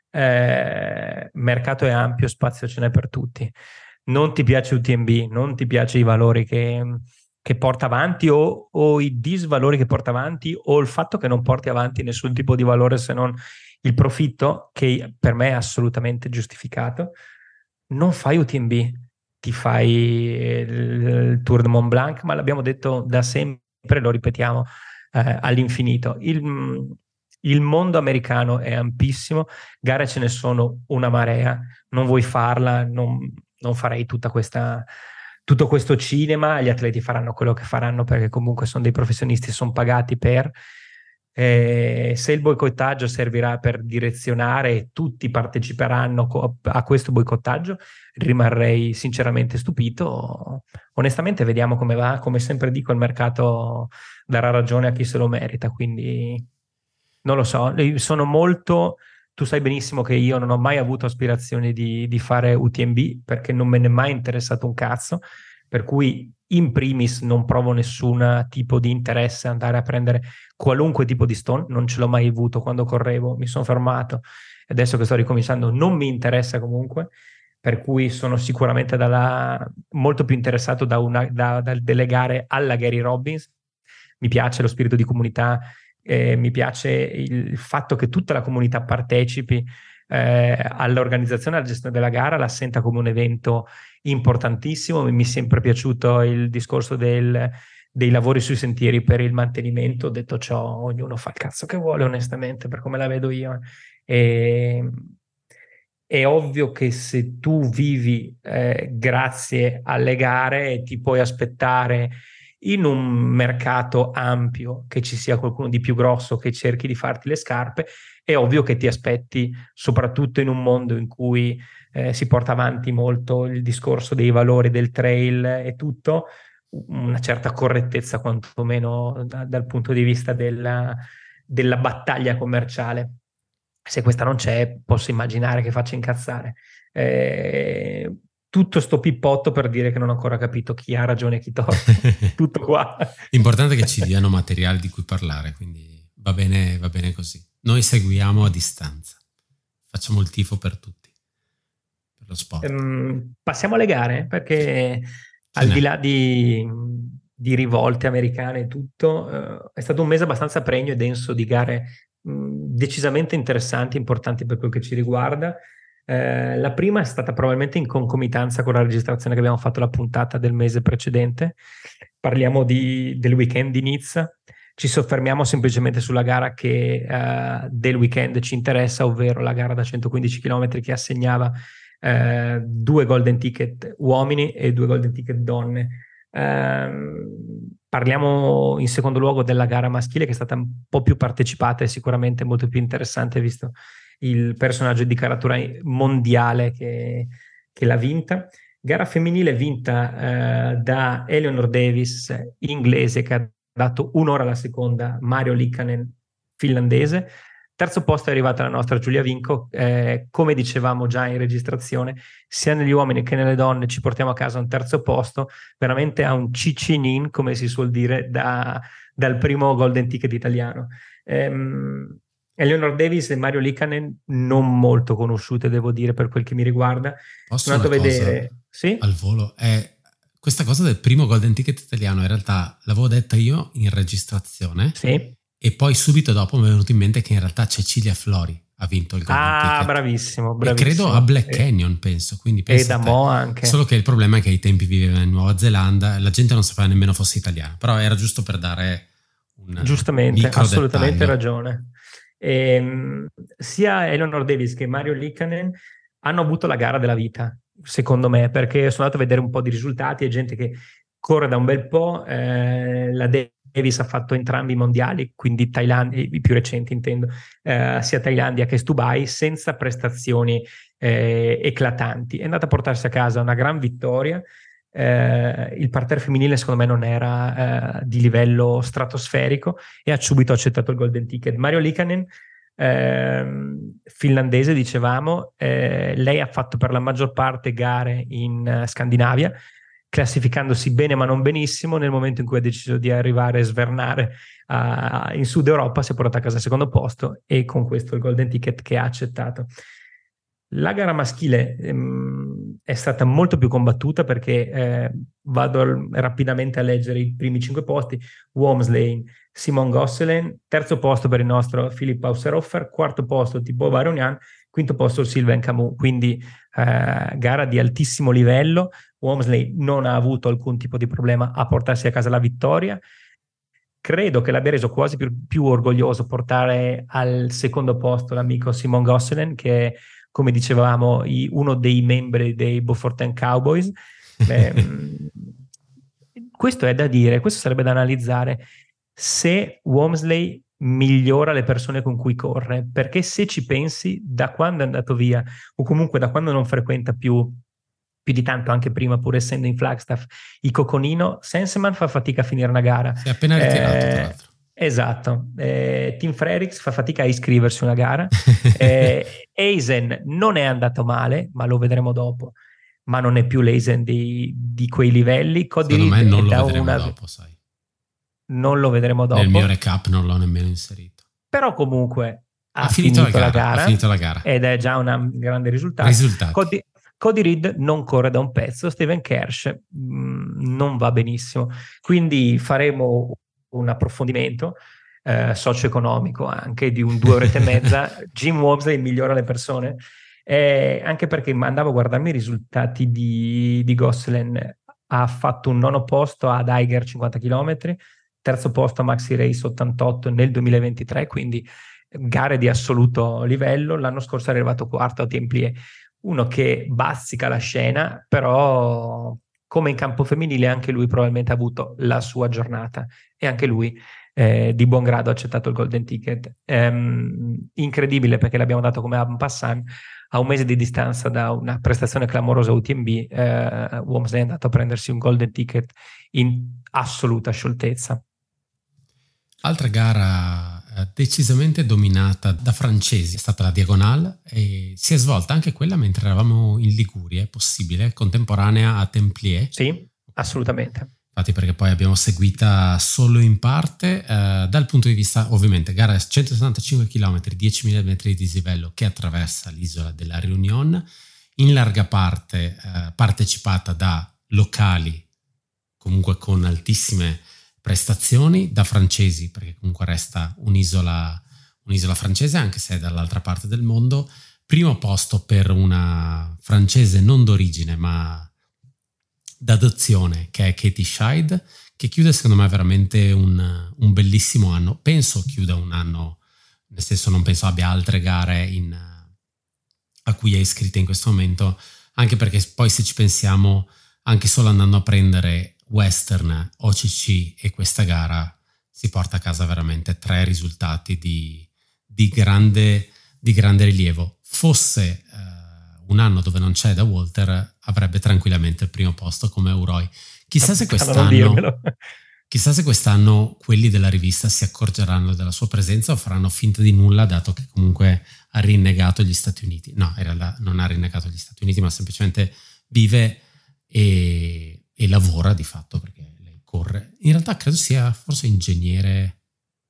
Mercato è ampio, spazio ce n'è per tutti. Non ti piace UTMB, non ti piace i valori che porta avanti o i disvalori che porta avanti, o il fatto che non porti avanti nessun tipo di valore se non il profitto, che per me è assolutamente giustificato, non fai UTMB, ti fai il Tour de Mont Blanc, ma l'abbiamo detto da sempre, lo ripetiamo all'infinito. Il mondo americano è ampissimo, gare ce ne sono una marea, non vuoi farla, non farei tutto questo cinema, gli atleti faranno quello che faranno perché comunque sono dei professionisti, sono pagati per. Se il boicottaggio servirà per direzionare e tutti parteciperanno a questo boicottaggio, rimarrei sinceramente stupito. Onestamente vediamo come va. Come sempre dico, il mercato darà ragione a chi se lo merita, quindi non lo so. Sono molto... Tu sai benissimo che io non ho mai avuto aspirazioni di fare UTMB perché non me ne è mai interessato un cazzo, per cui in primis non provo nessun tipo di interesse ad andare a prendere qualunque tipo di stone, non ce l'ho mai avuto quando correvo, mi sono fermato, e adesso che sto ricominciando non mi interessa comunque, per cui sono sicuramente molto più interessato dal delegare alla Gary Robbins. Mi piace lo spirito di comunità, mi piace il fatto che tutta la comunità partecipi all'organizzazione e alla gestione della gara, la senta come un evento importantissimo. Mi è sempre piaciuto il discorso dei lavori sui sentieri per il mantenimento. Detto ciò, ognuno fa il cazzo che vuole, onestamente, per come la vedo io. È ovvio che se tu vivi grazie alle gare, ti puoi aspettare in un mercato ampio, che ci sia qualcuno di più grosso che cerchi di farti le scarpe, è ovvio che ti aspetti, soprattutto in un mondo in cui si porta avanti molto il discorso dei valori del trail e tutto, una certa correttezza quantomeno dal punto di vista della battaglia commerciale. Se questa non c'è, posso immaginare che faccia incazzare. Tutto sto pippotto per dire che non ho ancora capito chi ha ragione e chi torto. Tutto qua. L'importante è che ci diano materiale di cui parlare, quindi va bene così. Noi seguiamo a distanza, facciamo il tifo per tutti, per lo sport. Passiamo alle gare, perché al di là di rivolte americane e tutto, è stato un mese abbastanza pregno e denso di gare decisamente interessanti, importanti per quel che ci riguarda. La prima è stata probabilmente in concomitanza con la registrazione che abbiamo fatto la puntata del mese precedente. Parliamo del weekend di Nizza. Ci soffermiamo semplicemente sulla gara che del weekend ci interessa, ovvero la gara da 115 km che assegnava 2 golden ticket uomini e 2 golden ticket donne. Parliamo in secondo luogo della gara maschile, che è stata un po' più partecipata e sicuramente molto più interessante, visto il personaggio di caratura mondiale che l'ha vinta. Gara femminile vinta da Eleanor Davis, inglese, che ha dato un'ora alla seconda, Mario Liikanen, finlandese. Terzo posto è arrivata la nostra Giulia Vinco. Come dicevamo già in registrazione, sia negli uomini che nelle donne ci portiamo a casa un terzo posto, veramente a un cicinin, come si suol dire, dal primo golden ticket italiano. Eleanor Davis e Mario Liikanen non molto conosciute, devo dire, per quel che mi riguarda. Posso sono andato a vedere, sì? Al volo, questa cosa del primo golden ticket italiano in realtà l'avevo detta io in registrazione, sì. E poi subito dopo mi è venuto in mente che in realtà Cecilia Flori ha vinto il golden ticket. Bravissimo. E credo a Black Canyon, penso. Quindi penso e da Mo anche. Solo che il problema è che ai tempi viveva in Nuova Zelanda, la gente non sapeva nemmeno fosse italiana, però era giusto per dare un giustamente, micro assolutamente dettaglio. Ragione. Sia Eleanor Davis che Mario Liikanen hanno avuto la gara della vita, secondo me, perché sono andato a vedere un po' di risultati e gente che corre da un bel po'. La Davis ha fatto entrambi i mondiali, quindi Thailandia, i più recenti intendo, sia Thailandia che Dubai, senza prestazioni eclatanti. È andata a portarsi a casa una gran vittoria. Il parterre femminile secondo me non era di livello stratosferico e ha subito accettato il golden ticket. Mario Liikanen, finlandese, dicevamo, lei ha fatto per la maggior parte gare in Scandinavia, classificandosi bene ma non benissimo. Nel momento in cui ha deciso di arrivare e svernare in Sud Europa, si è portata a casa al secondo posto e con questo il golden ticket che ha accettato. La gara maschile è stata molto più combattuta, perché vado rapidamente a leggere i primi 5 posti. Wormsley, Simon Gosselin, terzo posto per il nostro Philipp Hausserhofer, quarto posto Thibaut Varonian, quinto posto Sylvain Camus. Quindi gara di altissimo livello. Wormsley non ha avuto alcun tipo di problema a portarsi a casa la vittoria. Credo che l'abbia reso quasi più orgoglioso portare al secondo posto l'amico Simon Gosselin, che è, come dicevamo, uno dei membri dei Beaufortain Cowboys. Questo è da dire, questo sarebbe da analizzare, se Wormsley migliora le persone con cui corre, perché se ci pensi, da quando è andato via, o comunque da quando non frequenta più di tanto, anche prima, pur essendo in Flagstaff, i Coconino, Senseman fa fatica a finire una gara. Si è appena ritirato, tra l'altro. Esatto. Tim Frerichs fa fatica a iscriversi a una gara. Eisen non è andato male, ma lo vedremo dopo, ma non è più l'Eisen di quei livelli. Cody Secondo me Reed non lo vedremo dopo, sai. Non lo vedremo dopo. Nel mio recap non l'ho nemmeno inserito. Però comunque ha finito la gara. Ha finito la gara. Ed è già un grande risultato. Cody Reed non corre da un pezzo, Steven Kersh non va benissimo. Quindi faremo un approfondimento socio-economico anche di 2 ore e mezza. Jim Wormsley migliora le persone, anche perché andavo a guardarmi i risultati di Gosselin. Ha fatto un 9° posto ad Eiger 50 km, terzo posto a Maxi Race 88 nel 2023, quindi gare di assoluto livello. L'anno scorso è arrivato quarto a Templier, uno che bazzica la scena, però come in campo femminile anche lui probabilmente ha avuto la sua giornata e anche lui di buon grado ha accettato il golden ticket. Incredibile, perché l'abbiamo dato come en passant. A un mese di distanza da una prestazione clamorosa UTMB, Walmsley è andato a prendersi un golden ticket in assoluta scioltezza. Altra gara decisamente dominata da francesi è stata la Diagonale, e si è svolta anche quella mentre eravamo in Liguria, è possibile, contemporanea a Templiers. Sì, assolutamente. Infatti, perché poi abbiamo seguita solo in parte, dal punto di vista, ovviamente, gara 175 km, 10.000 metri di dislivello che attraversa l'isola della Réunion, in larga parte partecipata da locali, comunque con altissime prestazioni, da francesi, perché comunque resta un'isola francese, anche se è dall'altra parte del mondo. Primo posto per una francese non d'origine, ma d'adozione, che è Katie Scheid, che chiude secondo me veramente un bellissimo anno. Penso chiuda un anno, nel senso non penso abbia altre gare a cui è iscritta in questo momento, anche perché poi, se ci pensiamo, anche solo andando a prendere Western, OCC e questa gara, si porta a casa veramente 3 risultati di grande rilievo. Fosse un anno dove non c'è da Walter, avrebbe tranquillamente il primo posto come Euroi. Chissà se quest'anno quelli della rivista si accorgeranno della sua presenza o faranno finta di nulla, dato che comunque ha rinnegato gli Stati Uniti. No, in realtà non ha rinnegato gli Stati Uniti, ma semplicemente vive e lavora di fatto, perché lei corre. In realtà credo sia forse ingegnere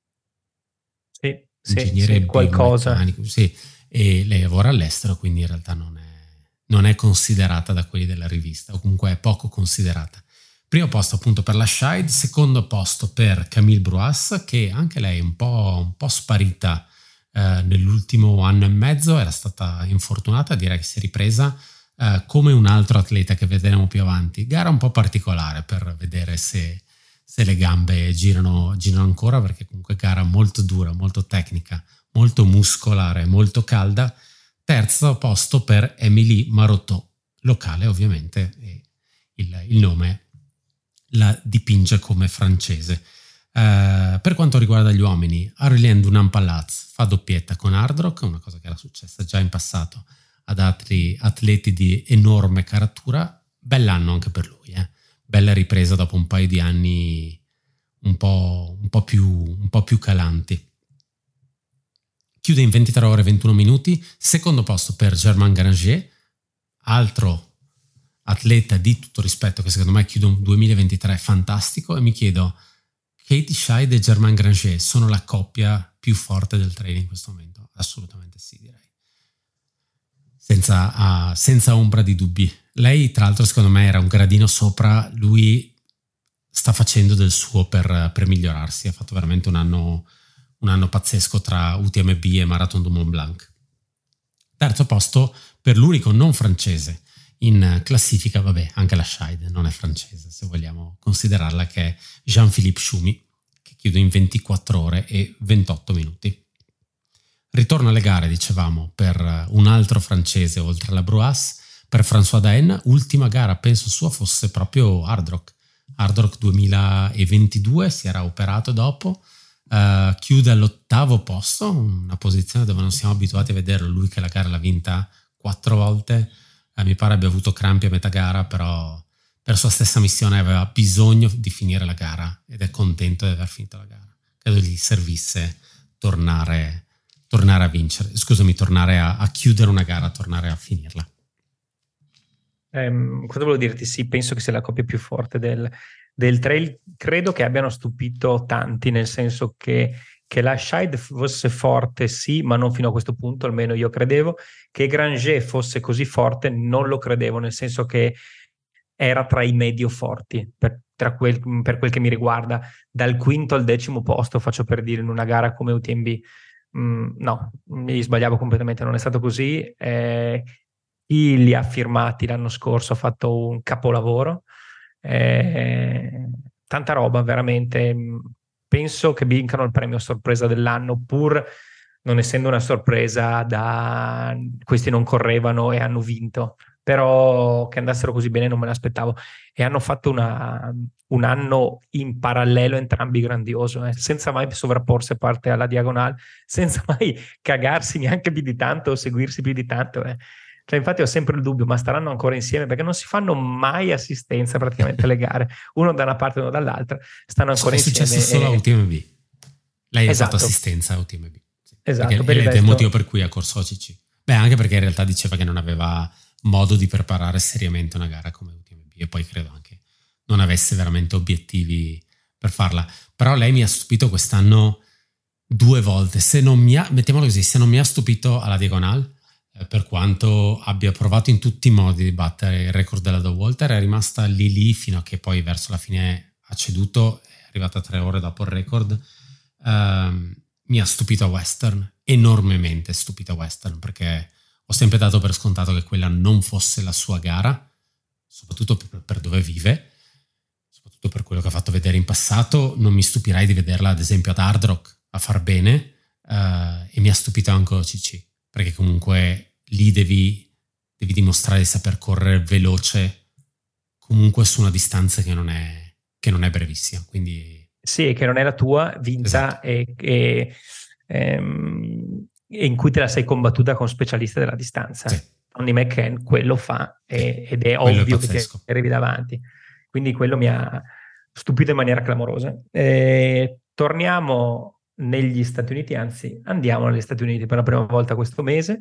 qualcosa. Sì, e lei lavora all'estero, quindi in realtà non è considerata da quelli della rivista, o comunque è poco considerata. Primo posto appunto per la Scheid, secondo posto per Camille Bruas, che anche lei è un po' sparita nell'ultimo anno e mezzo, era stata infortunata, direi che si è ripresa come un altro atleta che vedremo più avanti. Gara un po' particolare per vedere se le gambe girano ancora, perché comunque gara molto dura, molto tecnica, molto muscolare, molto calda. Terzo posto per Émilie Maroteau, locale ovviamente, e il nome la dipinge come francese. Per quanto riguarda gli uomini, Aurélien Dunham-Palaz fa doppietta con Hardrock, una cosa che era successa già in passato ad altri atleti di enorme caratura. Bell'anno anche per lui, bella ripresa dopo un paio di anni un po' più calanti. Chiude in 23 ore e 21 minuti, secondo posto per Germain Granger, altro atleta di tutto rispetto che secondo me chiude un 2023 fantastico, e mi chiedo, Katie Scheid e Germain Granger sono la coppia più forte del trail in questo momento? Assolutamente sì, direi. Senza ombra di dubbi. Lei tra l'altro secondo me era un gradino sopra, lui sta facendo del suo per migliorarsi, ha fatto veramente un anno pazzesco tra UTMB e Marathon du Mont Blanc. Terzo posto per l'unico non francese in classifica, vabbè, anche la Scheid non è francese se vogliamo considerarla, che è Jean-Philippe Choumi, che chiude in 24 ore e 28 minuti. Ritorno alle gare, dicevamo, per un altro francese oltre alla Bruas, per François Daen. Ultima gara, penso sua, fosse proprio Hardrock 2022, si era operato dopo, chiude all'8° posto, una posizione dove non siamo abituati a vederlo, lui che la gara l'ha vinta 4 volte, mi pare abbia avuto crampi a metà gara, però per sua stessa missione aveva bisogno di finire la gara ed è contento di aver finito la gara. Credo gli servisse tornare a vincere, tornare a chiudere una gara, tornare a finirla. Cosa volevo dirti? Sì, penso che sia la coppia più forte del trail. Credo che abbiano stupito tanti, nel senso che la Scheid fosse forte, sì, ma non fino a questo punto, almeno io credevo. Che Granger fosse così forte non lo credevo, nel senso che era tra i medio forti, per quel che mi riguarda. Dal 5° al 10° posto, faccio per dire, in una gara come UTMB. No, mi sbagliavo completamente, non è stato così. Chi li ha firmati l'anno scorso ha fatto un capolavoro, tanta roba veramente. Penso che vincano il premio sorpresa dell'anno, pur non essendo una sorpresa da questi non correvano e hanno vinto, però che andassero così bene non me l'aspettavo. E hanno fatto un anno in parallelo entrambi grandioso, senza mai sovrapporsi a parte alla diagonale, senza mai cagarsi neanche più di tanto o seguirsi più di tanto. Cioè, infatti ho sempre il dubbio, ma staranno ancora insieme? Perché non si fanno mai assistenza praticamente alle gare, uno da una parte e uno dall'altra, stanno ancora È insieme. successo solo a UTMB. Lei ha fatto Esatto. assistenza a UTMB. Esatto, Perché è il motivo per cui ha corso OCC. Beh, anche perché in realtà diceva che non aveva modo di preparare seriamente una gara come UTMB e poi credo anche non avesse veramente obiettivi per farla. Però lei mi ha stupito quest'anno 2 volte. Mettiamolo così, se non mi ha stupito alla diagonale, per quanto abbia provato in tutti i modi di battere il record della The Walter, è rimasta lì fino a che poi verso la fine ha ceduto, è arrivata 3 ore dopo il record. Mi ha stupito a Western, enormemente stupito a Western, perché ho sempre dato per scontato che quella non fosse la sua gara, soprattutto per dove vive, soprattutto per quello che ha fatto vedere in passato. Non mi stupirei di vederla ad esempio ad Hard Rock a far bene, e mi ha stupito anche OCC, perché comunque lì devi dimostrare di saper correre veloce comunque su una distanza che non è brevissima, quindi sì, che non è la tua, vinta, esatto. e in cui te la sei combattuta con specialisti della distanza. Sì. Tony McCann quello fa, ed è Quello ovvio è che ti pazzesco. arrivi davanti. Quindi quello mi ha stupito in maniera clamorosa. Torniamo negli Stati Uniti, anzi andiamo negli Stati Uniti per la prima volta questo mese.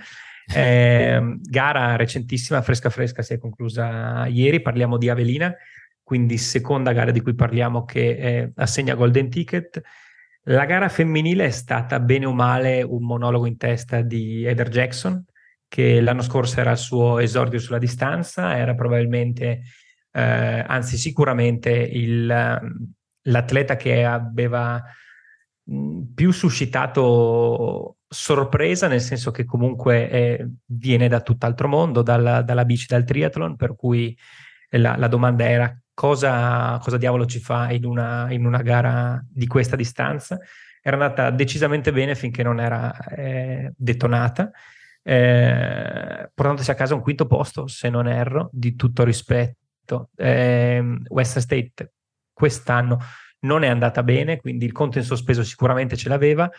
Gara recentissima, fresca, si è conclusa ieri. Parliamo di Avelina, quindi seconda gara di cui parliamo che assegna Golden Ticket. La gara femminile è stata bene o male un monologo in testa di Heather Jackson, che l'anno scorso era il suo esordio sulla distanza, era probabilmente, anzi sicuramente l'atleta che aveva più suscitato sorpresa, nel senso che comunque viene da tutt'altro mondo, dalla bici, dal triathlon, per cui la domanda era cosa diavolo ci fa in una gara di questa distanza. Era andata decisamente bene finché non era detonata, portandosi a casa un quinto posto, se non erro, di tutto rispetto. Western State quest'anno non è andata bene, quindi il conto in sospeso sicuramente ce l'aveva.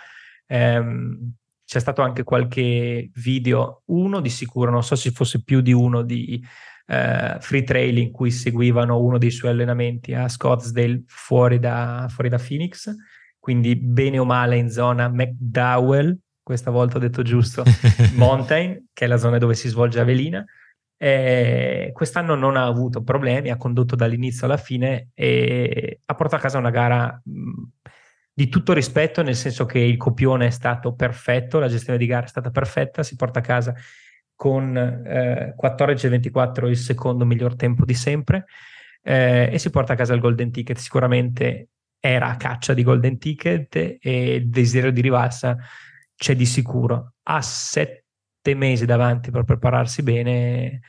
C'è stato anche qualche video, uno di sicuro, non so se fosse più di uno, di free trail in cui seguivano uno dei suoi allenamenti a Scottsdale fuori da Phoenix, quindi bene o male in zona McDowell, questa volta ho detto giusto, Mountain, che è la zona dove si svolge Avelina. Quest'anno non ha avuto problemi, ha condotto dall'inizio alla fine e ha portato a casa una gara di tutto rispetto, nel senso che il copione è stato perfetto, la gestione di gara è stata perfetta, si porta a casa con 14,24 il secondo miglior tempo di sempre, e si porta a casa il Golden Ticket. Sicuramente era a caccia di Golden Ticket e il desiderio di rivalsa c'è di sicuro. Ha 7 mesi davanti per prepararsi bene.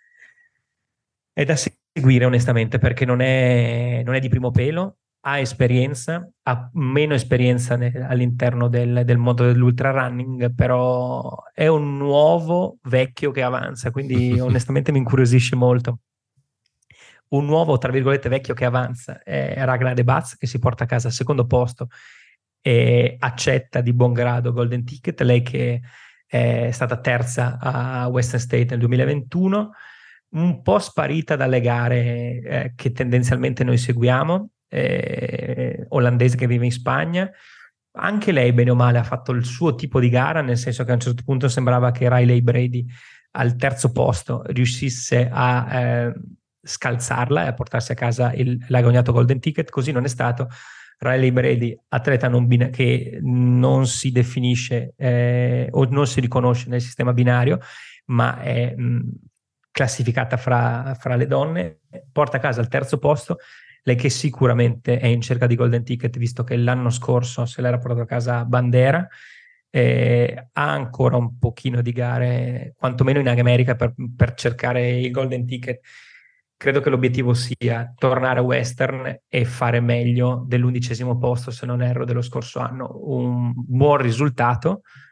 È da seguire onestamente, perché non è di primo pelo, ha esperienza, ha meno esperienza all'interno del mondo dell'ultra running, però è un nuovo vecchio che avanza, quindi onestamente mi incuriosisce molto. Un nuovo, tra virgolette, vecchio che avanza è Ragnar De Baz, che si porta a casa al secondo posto e accetta di buon grado Golden Ticket, lei che è stata terza a Western State nel 2021, un po' sparita dalle gare che tendenzialmente noi seguiamo, olandese che vive in Spagna. Anche lei bene o male ha fatto il suo tipo di gara, nel senso che a un certo punto sembrava che Riley Brady al terzo posto riuscisse a scalzarla e a portarsi a casa l'agognato Golden Ticket. Così non è stato. Riley Brady, atleta che non si definisce o non si riconosce nel sistema binario, ma è classificata fra le donne, porta a casa il terzo posto. Lei che sicuramente è in cerca di Golden Ticket, visto che l'anno scorso se l'era portato a casa a Bandera, ha ancora un pochino di gare, quantomeno in America, per cercare il Golden Ticket. Credo che l'obiettivo sia tornare a Western e fare meglio dell'11° posto, se non erro, dello scorso anno. Un buon risultato,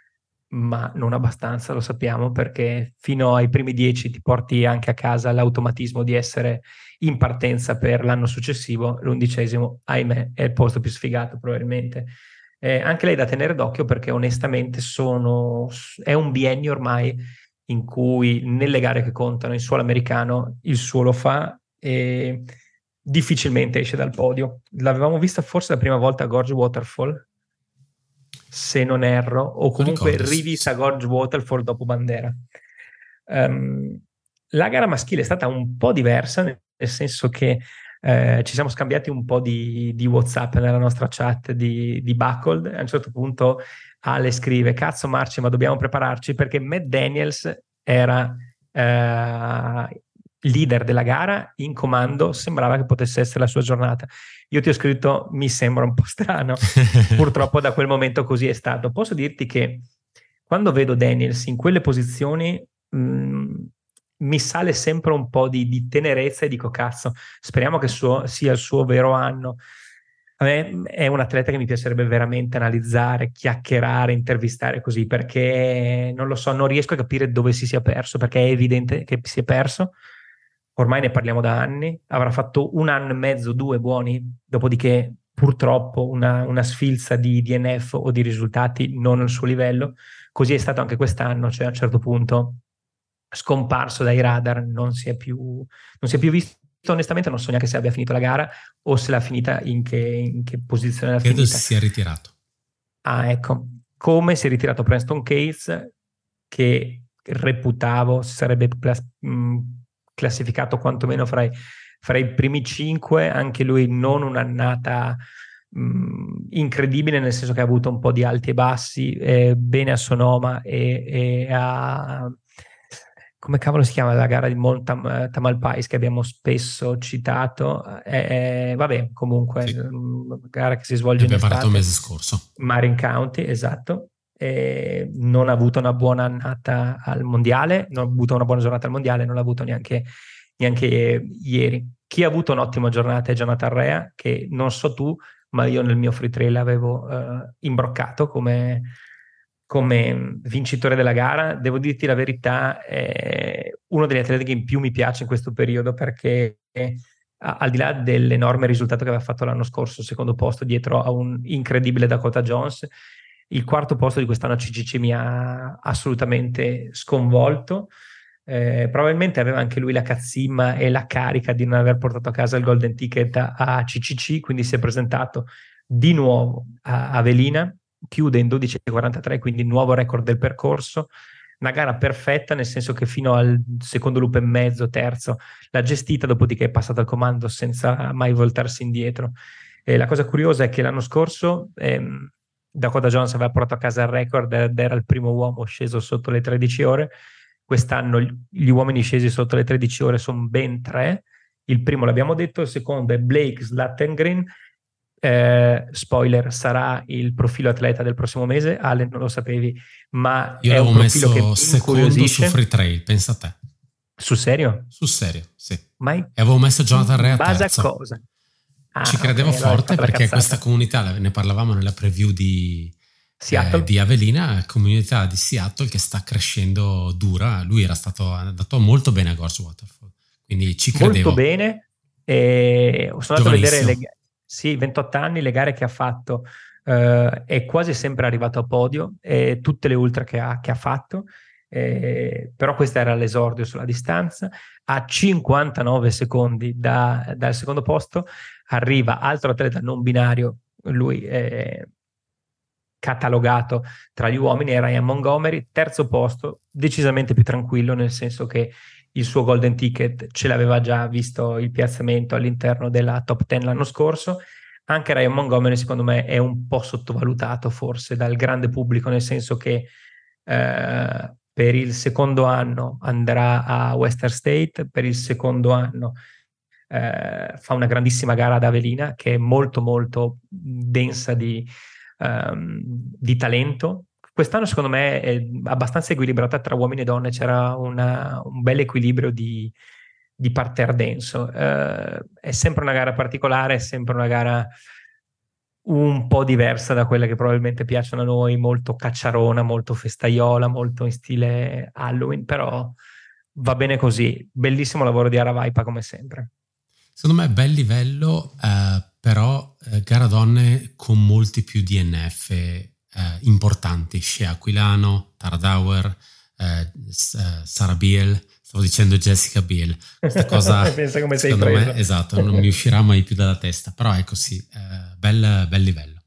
ma non abbastanza, lo sappiamo, perché fino ai primi 10 ti porti anche a casa l'automatismo di essere in partenza per l'anno successivo, l'11°, ahimè, è il posto più sfigato probabilmente. Anche lei da tenere d'occhio perché onestamente è un biennio ormai in cui nelle gare che contano il suolo americano il suo lo fa e difficilmente esce dal podio. L'avevamo vista forse la prima volta a Gorge Waterfall, se non erro, o Non comunque ricordo. rivista Gorge Waterfall dopo Bandera. Um, la gara maschile è stata un po' diversa, nel senso che ci siamo scambiati un po' di WhatsApp nella nostra chat di Buckled. A un certo punto Ale scrive: cazzo Marci, ma dobbiamo prepararci perché Matt Daniels era leader della gara, in comando, sembrava che potesse essere la sua giornata. Io ti ho scritto: mi sembra un po' strano. Purtroppo da quel momento così è stato. Posso dirti che quando vedo Daniels in quelle posizioni mi sale sempre un po' di tenerezza e dico cazzo, speriamo che sia il suo vero anno. A me è un atleta che mi piacerebbe veramente analizzare, chiacchierare, intervistare così, perché non lo so, non riesco a capire dove si sia perso, perché è evidente che si è perso. Ormai ne parliamo da anni, avrà fatto un anno e mezzo, due buoni, dopodiché purtroppo una sfilza di DNF o di risultati non al suo livello. Così è stato anche quest'anno, cioè a un certo punto scomparso dai radar, non si è più visto. Onestamente non so neanche se abbia finito la gara o se l'ha finita, in che posizione l'ha Credo si finita. sia ritirato. Ah, ecco, come si è ritirato Preston Case, che reputavo si sarebbe classificato quantomeno fra i primi 5, anche lui non un'annata incredibile, nel senso che ha avuto un po' di alti e bassi, bene a Sonoma e a... Come cavolo si chiama la gara di Tamalpais che abbiamo spesso citato? Vabbè, comunque, Sì, gara che si ne svolge in abbiamo parlato il estate, mese scorso. Marin County, esatto. Non ha avuto una buona annata al mondiale, non ha avuto una buona giornata al mondiale, non l'ha avuto neanche ieri. Chi ha avuto un'ottima giornata è Jonathan Rea, che non so tu, ma io nel mio free trail l'avevo imbroccato come vincitore della gara. Devo dirti la verità, è uno degli atleti che in più mi piace in questo periodo perché al di là dell'enorme risultato che aveva fatto l'anno scorso, secondo posto dietro a un incredibile Dakota Jones, il quarto posto di quest'anno a CCC mi ha assolutamente sconvolto. Probabilmente aveva anche lui la cazzimma e la carica di non aver portato a casa il golden ticket a CCC, quindi si è presentato di nuovo a Avelina, chiude in 12:43, quindi nuovo record del percorso. Una gara perfetta, nel senso che fino al secondo loop e mezzo, terzo, l'ha gestita, dopodiché è passato al comando senza mai voltarsi indietro. E la cosa curiosa è che l'anno scorso Dakota Jones aveva portato a casa il record ed era il primo uomo sceso sotto le 13 ore. Quest'anno gli uomini scesi sotto le 13 ore sono ben tre. Il primo l'abbiamo detto, il secondo è Blake Slattengren. Spoiler, sarà il profilo atleta del prossimo mese. Ale, non lo sapevi, ma Io è un l'avevo profilo che messo mi secondo su incuriosisce. Free Trail, pensa a te. Sul serio? Sul serio, sì. Mai? E avevo messo Jonathan Rea In base a terzo. cosa? Ci Ah, ok, credevo allora hai forte fatto la perché questa cazzata. comunità, ne parlavamo nella preview Seattle? di Avelina, comunità di Seattle che sta crescendo dura. Lui era andato molto bene a Gorge Waterfall, quindi ci Molto credevo. bene. E sono andato a vedere Giovanissimo. sì, 28 anni, le gare che ha fatto, è quasi sempre arrivato a podio, tutte le ultra che ha fatto, però questa era l'esordio sulla distanza. A 59 secondi dal secondo posto arriva altro atleta non binario, lui è catalogato tra gli uomini, è Ryan Montgomery, terzo posto, decisamente più tranquillo, nel senso che il suo golden ticket ce l'aveva già, visto il piazzamento all'interno della top 10 l'anno scorso. Anche Ryan Montgomery secondo me è un po' sottovalutato forse dal grande pubblico, nel senso che per il secondo anno andrà a Western State, per il secondo anno fa una grandissima gara ad Avelina che è molto molto densa di talento. Quest'anno secondo me è abbastanza equilibrata tra uomini e donne, c'era un bel equilibrio di parterre denso. È sempre una gara particolare, è sempre una gara un po' diversa da quelle che probabilmente piacciono a noi, molto cacciarona, molto festaiola, molto in stile Halloween, però va bene così. Bellissimo lavoro di Aravaipa come sempre. Secondo me bel livello, però gara donne con molti più DNF importanti. Shea Aquilano, Tara Dauer, Sara Biel, stavo dicendo Jessica Biel. Questa cosa Pensa come sei secondo preso. me, esatto, non mi uscirà mai più dalla testa, però ecco sì, bel livello.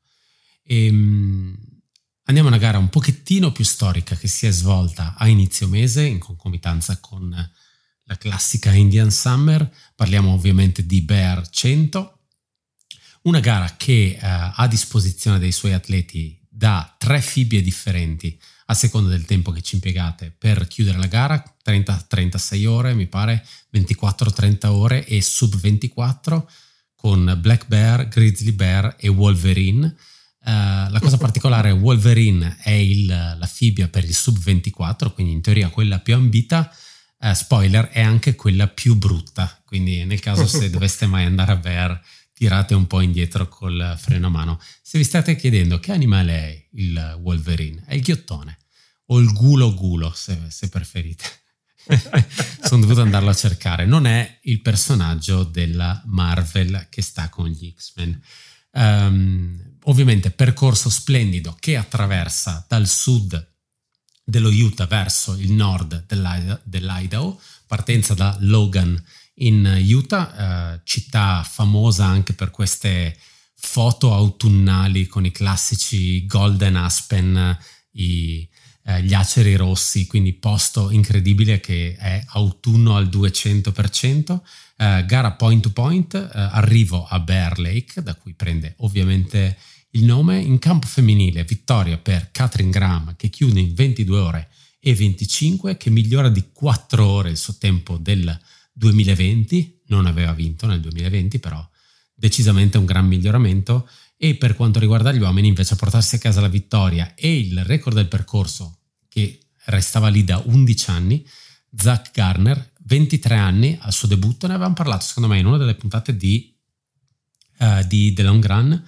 Andiamo a una gara un pochettino più storica che si è svolta a inizio mese in concomitanza con la classica Indian Summer. Parliamo ovviamente di Bear 100, una gara che ha a disposizione dei suoi atleti da 3 fibbie differenti a seconda del tempo che ci impiegate per chiudere la gara, 30-36 ore mi pare, 24-30 ore e sub 24 con Black Bear, Grizzly Bear e Wolverine. La cosa particolare, Wolverine è la fibbia per il sub 24, quindi in teoria quella più ambita. Spoiler, è anche quella più brutta, quindi nel caso se doveste mai andare a Bear tirate un po' indietro col freno a mano. Se vi state chiedendo che animale è il Wolverine, è il ghiottone o il gulo se preferite. Sono dovuto andarlo a cercare. Non è il personaggio della Marvel che sta con gli X-Men. Ovviamente percorso splendido che attraversa dal sud dello Utah verso il nord dell'Idaho, partenza da Logan in Utah, città famosa anche per queste foto autunnali con i classici golden aspen, gli aceri rossi, quindi posto incredibile che è autunno al 200%. Gara point to point, arrivo a Bear Lake, da cui prende ovviamente il nome. In campo femminile vittoria per Katrin Graham, che chiude in 22 ore e 25, che migliora di 4 ore il suo tempo del 2020, non aveva vinto nel 2020, però decisamente un gran miglioramento. E per quanto riguarda gli uomini, invece, a portarsi a casa la vittoria e il record del percorso che restava lì da 11 anni, Zach Garner, 23 anni al suo debutto. Ne avevamo parlato secondo me in una delle puntate di The Long Run.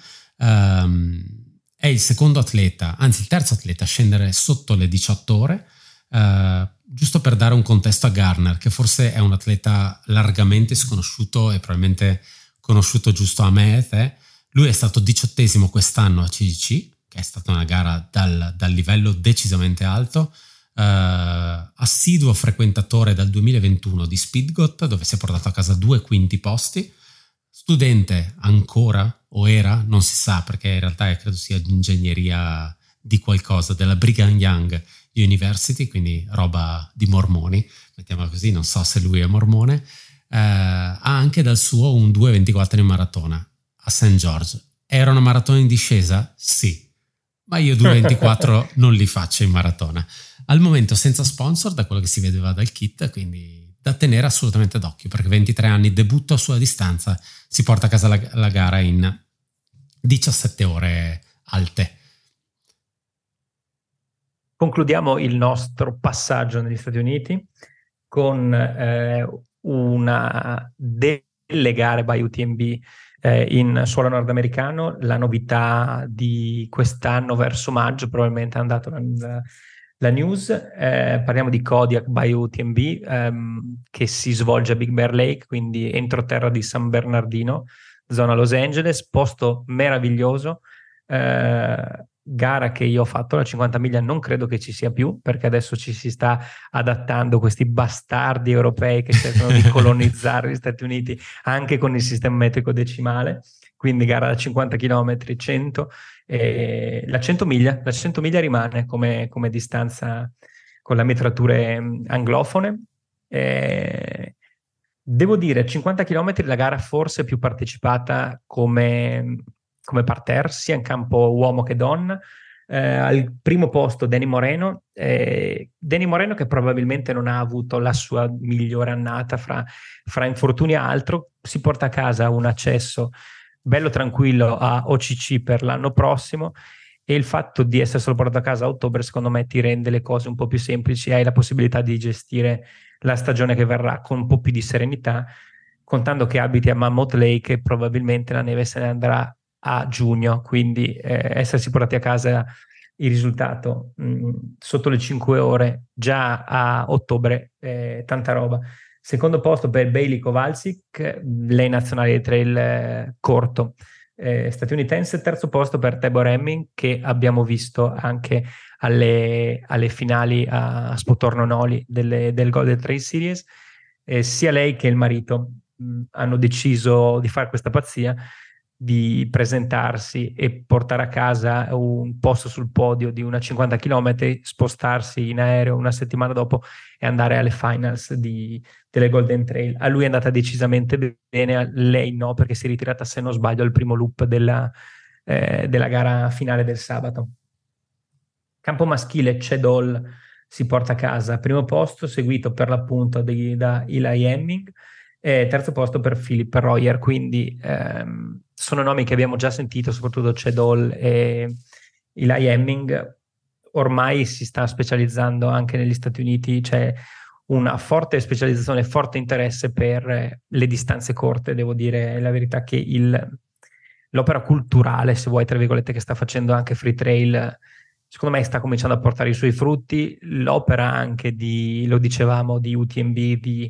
È il secondo atleta, anzi il terzo atleta a scendere sotto le 18 ore, giusto per dare un contesto a Garner, che forse è un atleta largamente sconosciuto e probabilmente conosciuto giusto a me e te. Lui è stato 18esimo quest'anno a CGC, che è stata una gara dal livello decisamente alto, assiduo frequentatore dal 2021 di Speedgot, dove si è portato a casa 2 quinti posti. Studente ancora, o era, non si sa, perché in realtà credo sia di ingegneria di qualcosa, della Brigham Young University, quindi roba di mormoni, mettiamola così, non so se lui è mormone. Ha anche dal suo un 2:24 in maratona a St. George. Era una maratona in discesa? Sì, ma io 2:24 non li faccio in maratona. Al momento senza sponsor, da quello che si vedeva dal kit, quindi da tenere assolutamente d'occhio, perché 23 anni, debutto a sua distanza, si porta a casa la gara in 17 ore alte. Concludiamo il nostro passaggio negli Stati Uniti con una delle gare by UTMB in suolo nordamericano. La novità di quest'anno verso maggio, probabilmente è andato la news, parliamo di Kodiak by UTMB, che si svolge a Big Bear Lake, quindi entroterra di San Bernardino, zona Los Angeles, posto meraviglioso. Gara che io ho fatto, la 50 miglia non credo che ci sia più, perché adesso ci si sta adattando questi bastardi europei che cercano di colonizzare gli Stati Uniti anche con il sistema metrico decimale, quindi gara da 50 km, 100, la 100 miglia rimane come distanza con le metrature anglofone. Devo dire, 50 km la gara forse più partecipata come parterre, sia in campo uomo che donna. Al primo posto Dani Moreno che probabilmente non ha avuto la sua migliore annata fra infortuni e altro, si porta a casa un accesso bello tranquillo a OCC per l'anno prossimo, e il fatto di essere solo portato a casa a ottobre secondo me ti rende le cose un po' più semplici, hai la possibilità di gestire la stagione che verrà con un po' più di serenità, contando che abiti a Mammoth Lake e probabilmente la neve se ne andrà a giugno, quindi essersi portati a casa il risultato sotto le 5 ore già a ottobre, tanta roba. Secondo posto per Bailey Kowalczyk, lei nazionale di trail corto statunitense. Terzo posto per Tabor Hemming, che abbiamo visto anche alle finali a Spotorno Noli del Golden Trail Series. Sia lei che il marito hanno deciso di fare questa pazzia, di presentarsi e portare a casa un posto sul podio di una 50 km, spostarsi in aereo una settimana dopo e andare alle finals delle Golden Trail. A lui è andata decisamente bene, a lei no, perché si è ritirata, se non sbaglio, al primo loop della gara finale del sabato. Campo maschile, Chad Hall si porta a casa primo posto, seguito per l'appunto da Eli Hemming, e terzo posto per Philip Royer. Quindi sono nomi che abbiamo già sentito, soprattutto Chad Hall e Eli Hemming. Ormai si sta specializzando anche negli Stati Uniti, c'è una forte specializzazione, forte interesse per le distanze corte. Devo dire la verità che l'opera culturale, se vuoi, tra virgolette, che sta facendo anche Free Trail, secondo me sta cominciando a portare i suoi frutti. L'opera anche lo dicevamo, di UTMB, di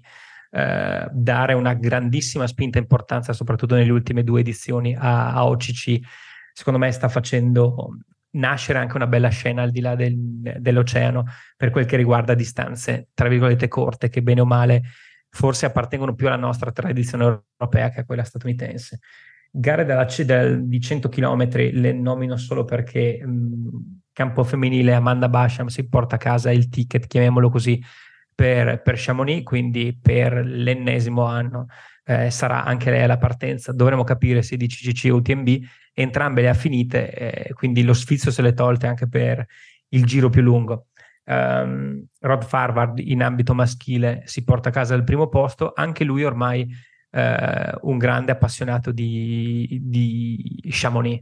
dare una grandissima spinta e importanza, soprattutto nelle ultime 2 edizioni a OCC, secondo me sta facendo nascere anche una bella scena al di là dell'oceano per quel che riguarda distanze, tra virgolette, corte, che bene o male forse appartengono più alla nostra tradizione europea che a quella statunitense. Gare di 100 km le nomino solo perché campo femminile, Amanda Basham si porta a casa il ticket, chiamiamolo così, per Chamonix, quindi per l'ennesimo anno sarà anche lei alla partenza. Dovremo capire se di CCC o UTMB, entrambe le ha finite, quindi lo sfizio se l'è tolte anche per il giro più lungo. Rod Farvard in ambito maschile si porta a casa il primo posto, anche lui ormai un grande appassionato di Chamonix,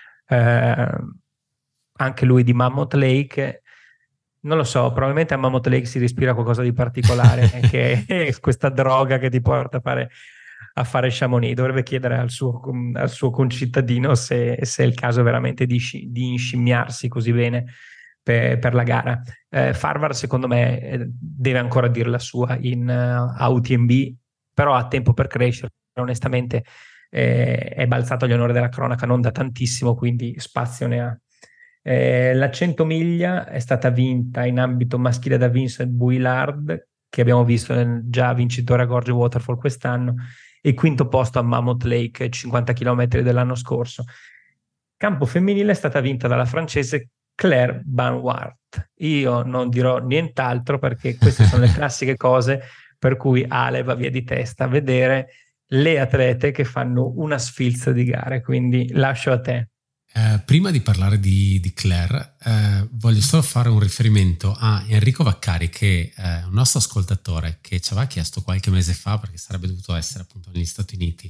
anche lui di Mammoth Lake. Non lo so, probabilmente a Mammoth Lake si respira qualcosa di particolare, che è questa droga che ti porta a fare Chamonix. Dovrebbe chiedere al suo concittadino se è il caso veramente di inscimmiarsi così bene per la gara. Farvar, secondo me, deve ancora dire la sua a UTMB, però ha tempo per crescere. Onestamente è balzato agli onori della cronaca non da tantissimo, quindi spazio ne ha. La 100 miglia è stata vinta in ambito maschile da Vincent Bouillard, che abbiamo visto già vincitore a Gorge Waterfall quest'anno, e quinto posto a Mammoth Lake, 50 km dell'anno scorso. Campo femminile è stata vinta dalla francese Claire Banwart. Io non dirò nient'altro, perché queste sono le classiche cose per cui Ale va via di testa a vedere le atlete che fanno una sfilza di gare, quindi lascio a te. Prima di parlare di Claire, voglio solo fare un riferimento a Enrico Vaccari, che è un nostro ascoltatore che ci aveva chiesto qualche mese fa, perché sarebbe dovuto essere appunto negli Stati Uniti,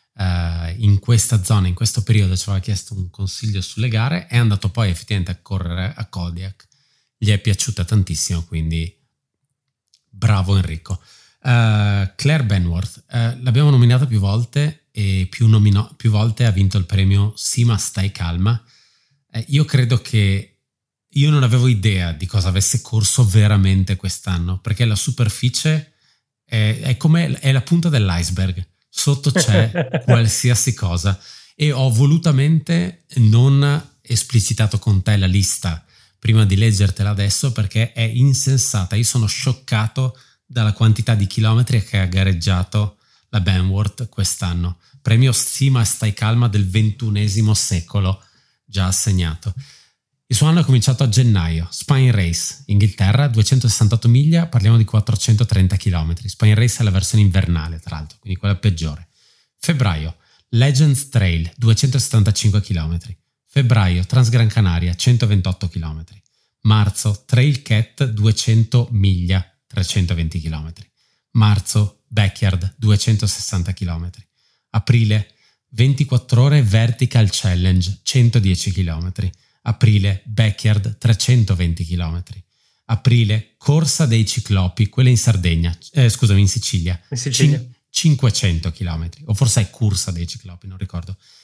in questa zona, in questo periodo, ci aveva chiesto un consiglio sulle gare. È andato poi effettivamente a correre a Kodiak, gli è piaciuta tantissimo, quindi bravo Enrico. Claire Banwart, l'abbiamo nominata più volte e più volte ha vinto il premio Sima Stai Calma. Io credo che io non avevo idea di cosa avesse corso veramente quest'anno, perché la superficie è la punta dell'iceberg, sotto c'è qualsiasi cosa, e ho volutamente non esplicitato con te la lista prima di leggertela adesso, perché è insensata. Io sono scioccato dalla quantità di chilometri che ha gareggiato la Banwart quest'anno. Premio Sima Stai Calma del XXI secolo già assegnato. Il suo anno è cominciato a gennaio. Spine Race, Inghilterra, 268 miglia, parliamo di 430 km. Spine Race è la versione invernale, tra l'altro, quindi quella peggiore. Febbraio, Legends Trail, 275 km. Febbraio, Transgran Canaria, 128 km. Marzo, Trail Cat, 200 miglia, 320 km. Marzo, Backyard, 260 km. Aprile, 24 ore Vertical Challenge, 110 km. Aprile, Backyard, 320 km. Aprile, Corsa dei Ciclopi, quella in Sardegna, in Sicilia. 500 km, o forse è Corsa dei Ciclopi, non ricordo.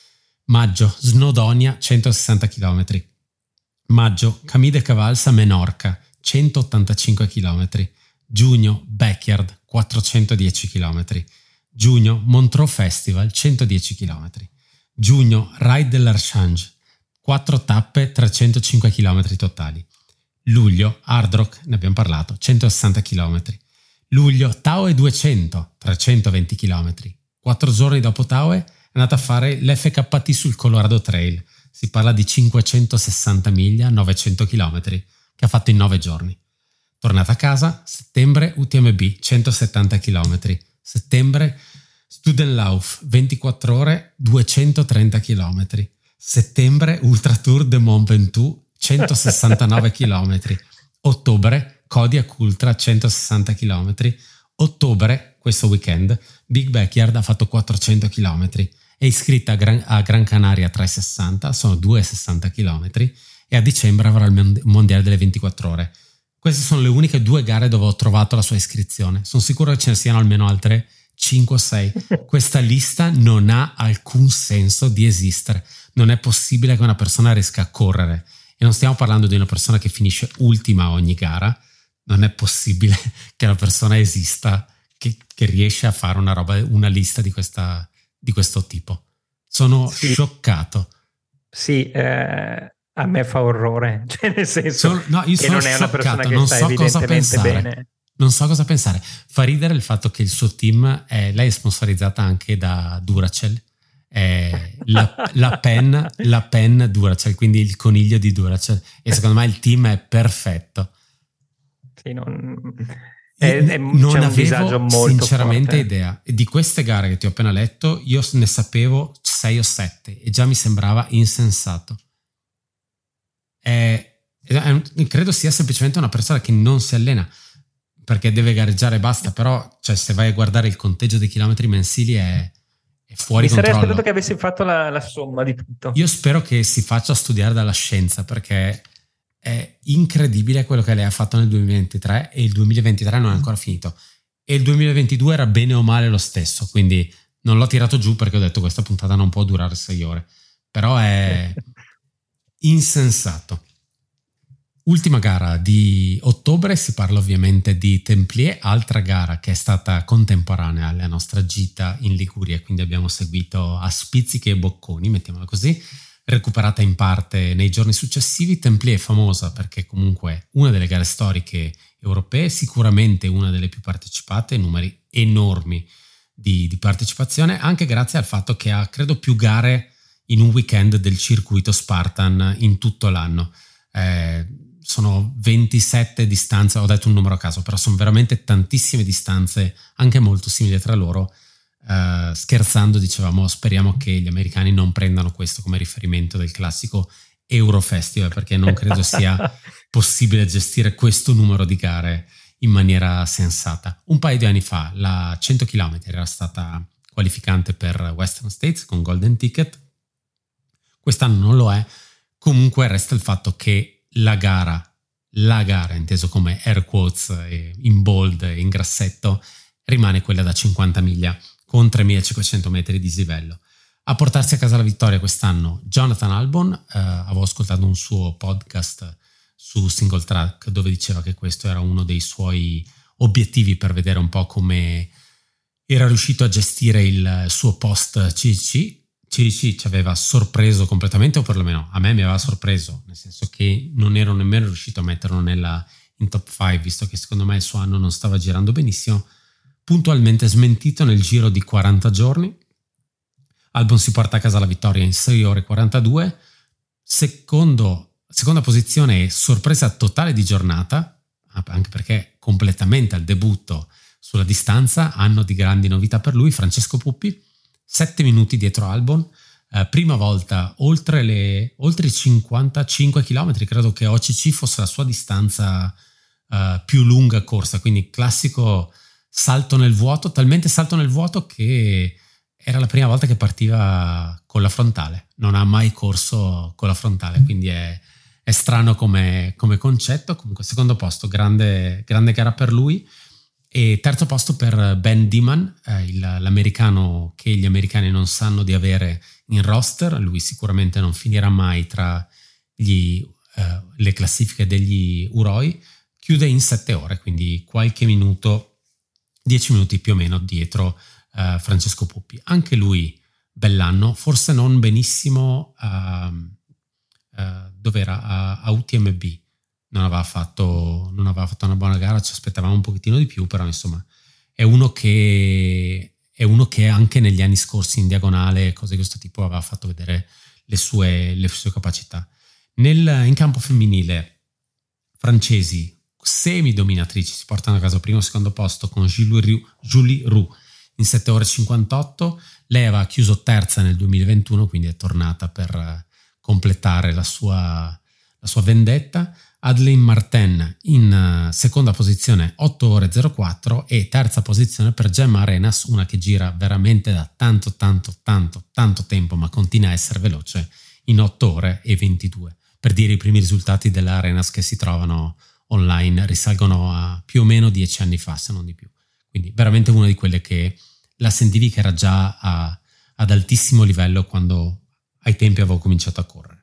Maggio, Snowdonia, 160 km. Maggio, Camide Cavalsa, Menorca, 185 km. Giugno, Backyard, 410 km. Giugno, Montreux Festival, 110 km. Giugno, Ride de l'Archange, 4 tappe, 305 km totali. Luglio, Hard Rock, ne abbiamo parlato, 160 km. Luglio, Taue 200, 320 km. 4 giorni dopo Taue è andata a fare l'FKT sul Colorado Trail. Si parla di 560 miglia, 900 km, che ha fatto in 9 giorni. Tornata a casa, settembre, UTMB, 170 km. Settembre, Studenlauf, 24 ore, 230 km. Settembre, Ultra Tour de Mont Ventoux, 169 km. Ottobre, Kodiak Ultra, 160 km. Ottobre, questo weekend, Big Backyard ha fatto 400 km. È iscritta a Gran Canaria 360, sono 260 km. E a dicembre avrà il mondiale delle 24 ore. Queste sono le uniche 2 gare dove ho trovato la sua iscrizione. Sono sicuro che ce ne siano almeno altre 5 o 6. Questa lista non ha alcun senso di esistere. Non è possibile che una persona riesca a correre. E non stiamo parlando di una persona che finisce ultima a ogni gara. Non è possibile che la persona esista che riesce a fare una lista di questo tipo. Sono scioccato. Sì, a me fa orrore, cioè nel senso io che sono non è una persona che non sta so cosa evidentemente pensare. bene. Non so cosa pensare. Fa ridere il fatto che il suo team lei è sponsorizzata anche da Duracell, la pen Duracell, quindi il coniglio di Duracell, e secondo me il team è perfetto. Sì, non Non avevo molto sinceramente forte. idea. E di queste gare che ti ho appena letto, io ne sapevo 6 o 7 e già mi sembrava insensato. Credo sia semplicemente una persona che non si allena perché deve gareggiare e basta, però cioè, se vai a guardare il conteggio dei chilometri mensili è fuori controllo. Mi sarei aspettato che avessi fatto la somma di tutto. Io spero che si faccia studiare dalla scienza, perché è incredibile quello che lei ha fatto nel 2023 e il 2023 non è ancora finito. E il 2022 era bene o male lo stesso, quindi non l'ho tirato giù perché ho detto questa puntata non può durare 6 ore. Però è insensato. Ultima gara di ottobre, si parla ovviamente di Templier, altra gara che è stata contemporanea alla nostra gita in Liguria, quindi abbiamo seguito a spizzichi e bocconi, mettiamola così, recuperata in parte nei giorni successivi. Templier è famosa perché comunque una delle gare storiche europee, sicuramente una delle più partecipate, numeri enormi di partecipazione, anche grazie al fatto che ha credo più gare in un weekend del circuito Spartan in tutto l'anno. Sono 27 distanze, ho detto un numero a caso, però sono veramente tantissime distanze, anche molto simili tra loro. Scherzando dicevamo, speriamo che gli americani non prendano questo come riferimento del classico Eurofestival, perché non credo sia possibile gestire questo numero di gare in maniera sensata. Un paio di anni fa la 100 km era stata qualificante per Western States con Golden Ticket, quest'anno non lo è. Comunque resta il fatto che la gara inteso come air quotes in bold e in grassetto, rimane quella da 50 miglia con 3.500 metri di dislivello. A portarsi a casa la vittoria quest'anno Jonathan Albon. Avevo ascoltato un suo podcast su Single Track dove diceva che questo era uno dei suoi obiettivi per vedere un po' come era riuscito a gestire il suo post CC. CDC ci aveva sorpreso completamente, o perlomeno a me mi aveva sorpreso, nel senso che non ero nemmeno riuscito a metterlo in top 5, visto che secondo me il suo anno non stava girando benissimo. Puntualmente smentito nel giro di 40 giorni. Albon si porta a casa la vittoria in 6 ore e 42. Seconda posizione e sorpresa totale di giornata, anche perché completamente al debutto sulla distanza, anno di grandi novità per lui, Francesco Puppi. 7 minuti dietro Albon, prima volta oltre i 55 km, credo che OCC fosse la sua distanza più lunga corsa, quindi classico salto nel vuoto, talmente salto nel vuoto che era la prima volta che partiva con la frontale, non ha mai corso con la frontale, quindi è strano come concetto. Comunque secondo posto, grande gara per lui. E terzo posto per Ben Diman, l'americano che gli americani non sanno di avere in roster. Lui sicuramente non finirà mai tra le classifiche degli Uroi. Chiude in 7 ore, quindi qualche minuto, 10 minuti più o meno dietro Francesco Puppi. Anche lui bell'anno, forse non benissimo dov'era a UTMB. Non aveva fatto una buona gara, ci aspettavamo un pochettino di più, però insomma è uno che anche negli anni scorsi in diagonale, cose di questo tipo, aveva fatto vedere le sue capacità. In campo femminile, francesi semi-dominatrici si portano a casa primo e secondo posto con Julie Roux in 7 ore 58. Lei aveva chiuso terza nel 2021, quindi è tornata per completare la sua vendetta. Adeline Martin in seconda posizione 8 ore 04 e terza posizione per Gemma Arenas, una che gira veramente da tanto tempo ma continua a essere veloce, in 8 ore e 22. Per dire, i primi risultati della Arenas che si trovano online risalgono a più o meno 10 anni fa, se non di più. Quindi veramente una di quelle che la sentivi che era già ad altissimo livello quando ai tempi avevo cominciato a correre.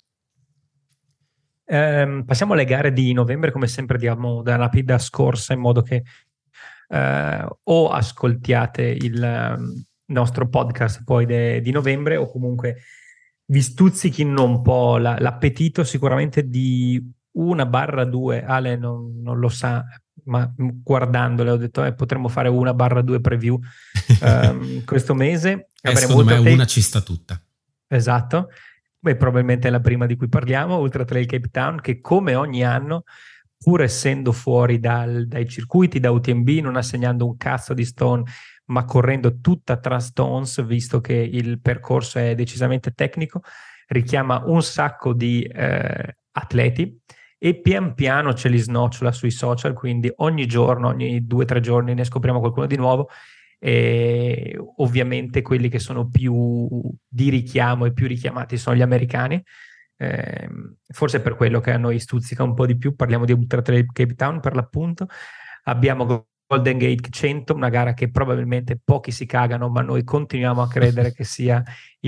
Passiamo alle gare di novembre, come sempre diamo una rapida scorsa in modo che o ascoltiate il nostro podcast poi di novembre o comunque vi stuzzichino un po' l'appetito sicuramente di 1/2. Ale non lo sa, ma guardandole ho detto potremmo fare 1/2 preview questo mese. Secondo me una ci sta tutta. Esatto. Beh, probabilmente è la prima di cui parliamo, Ultra Trail Cape Town, che come ogni anno, pur essendo fuori dai circuiti, da UTMB, non assegnando un cazzo di stone, ma correndo tutta tra stones, visto che il percorso è decisamente tecnico, richiama un sacco di atleti e pian piano ce li snocciola sui social, quindi ogni giorno, ogni 2-3 giorni ne scopriamo qualcuno di nuovo. E ovviamente quelli che sono più di richiamo e più richiamati sono gli americani, forse per quello che a noi stuzzica un po' di più. Parliamo di Ultra Trail Cape Town per l'appunto. Abbiamo Golden Gate 100, una gara che probabilmente pochi si cagano, ma noi continuiamo a credere che sia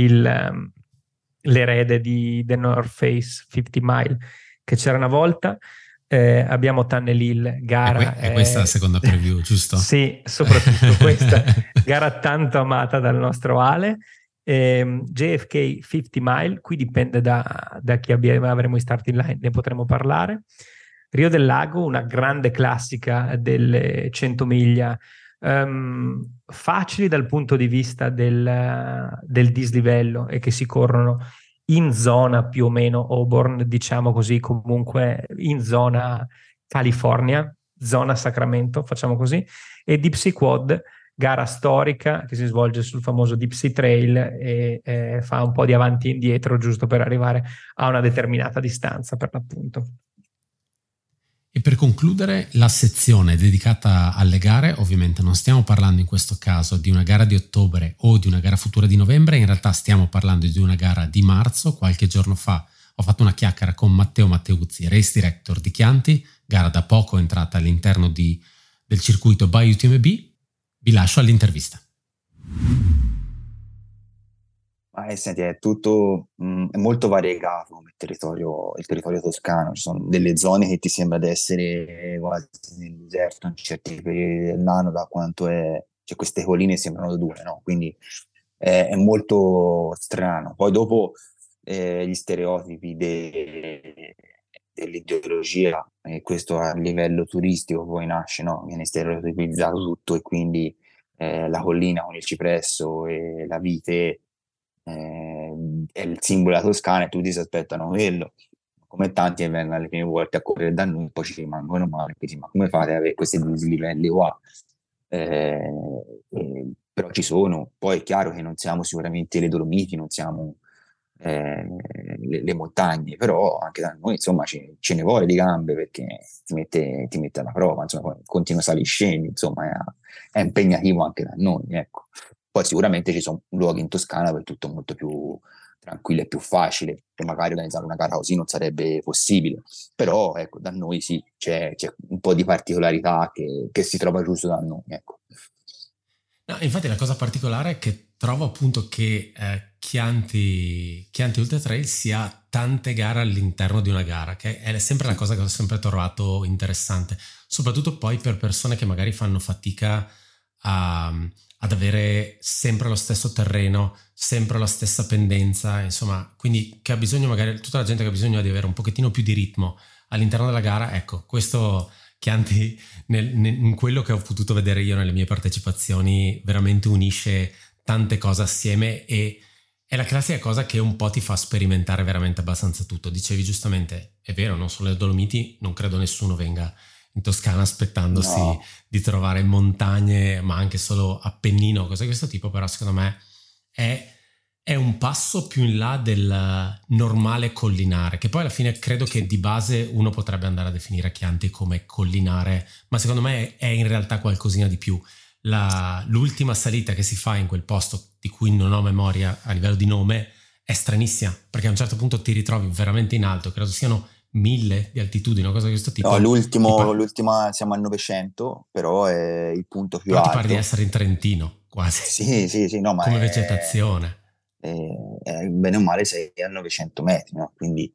l'erede di The North Face 50 Mile che c'era una volta. Abbiamo Tunnel Hill, gara... È questa la seconda preview, giusto? Sì, soprattutto questa gara tanto amata dal nostro Ale. JFK 50 Mile, qui dipende da chi avremo in starting line, ne potremo parlare. Rio del Lago, una grande classica delle 100 miglia, facili dal punto di vista del dislivello e che si corrono in zona più o meno Auburn, diciamo così, comunque in zona California, zona Sacramento, facciamo così, e Deep Sea Quad, gara storica che si svolge sul famoso Deep Sea Trail e fa un po' di avanti e indietro giusto per arrivare a una determinata distanza, per l'appunto. E per concludere la sezione dedicata alle gare, ovviamente non stiamo parlando in questo caso di una gara di ottobre o di una gara futura di novembre, in realtà stiamo parlando di una gara di marzo. Qualche giorno fa ho fatto una chiacchiera con Matteo Matteuzzi, race director di Chianti, gara da poco entrata all'interno del circuito by UTMB. Vi lascio all'intervista. Senti, è tutto è molto variegato come il territorio toscano. Ci sono delle zone che ti sembra di essere quasi nel deserto in certi periodi dell'anno, da quanto cioè queste colline sembrano dure, no? Quindi è molto strano. Poi dopo gli stereotipi dell'ideologia, e questo a livello turistico poi nasce, no? Viene stereotipizzato tutto e quindi la collina con il cipresso e la vite è il simbolo della Toscana e tutti si aspettano quello, come tanti che vengono le prime volte a correre da noi, poi ci rimangono male, quindi, ma come fate ad avere questi dislivelli qua? Però ci sono. Poi è chiaro che non siamo sicuramente le Dolomiti, non siamo le montagne, però anche da noi insomma ce ne vuole di gambe, perché ti mette alla prova, insomma, continua sali scendi, insomma è impegnativo anche da noi, ecco. Poi sicuramente ci sono luoghi in Toscana dove è tutto molto più tranquillo e più facile, che magari organizzare una gara così non sarebbe possibile, però ecco, da noi sì, c'è un po' di particolarità che si trova giusto da noi, ecco. No, infatti la cosa particolare è che trovo appunto che Chianti Ultra Trail sia tante gare all'interno di una gara, che è sempre la cosa che ho sempre trovato interessante, soprattutto poi per persone che magari fanno fatica ad avere sempre lo stesso terreno, sempre la stessa pendenza, insomma, quindi che ha bisogno magari, tutta la gente che ha bisogno di avere un pochettino più di ritmo all'interno della gara, ecco, questo Chianti in quello che ho potuto vedere io nelle mie partecipazioni veramente unisce tante cose assieme e è la classica cosa che un po' ti fa sperimentare veramente abbastanza tutto. Dicevi giustamente, è vero, non solo le Dolomiti, non credo nessuno venga in Toscana aspettandosi No. di trovare montagne, ma anche solo Appennino, cose di questo tipo, però secondo me è un passo più in là del normale collinare, che poi alla fine credo che di base uno potrebbe andare a definire Chianti come collinare, ma secondo me è in realtà qualcosina di più. L'ultima salita che si fa in quel posto, di cui non ho memoria a livello di nome, è stranissima, perché a un certo punto ti ritrovi veramente in alto, credo siano 1000 di altitudine o cosa di questo tipo. No, l'ultima siamo al 900, però è il punto più Però ti pare di alto. essere in Trentino, quasi, Sì, no, ma come vegetazione. bene o male sei a 900 metri, no? Quindi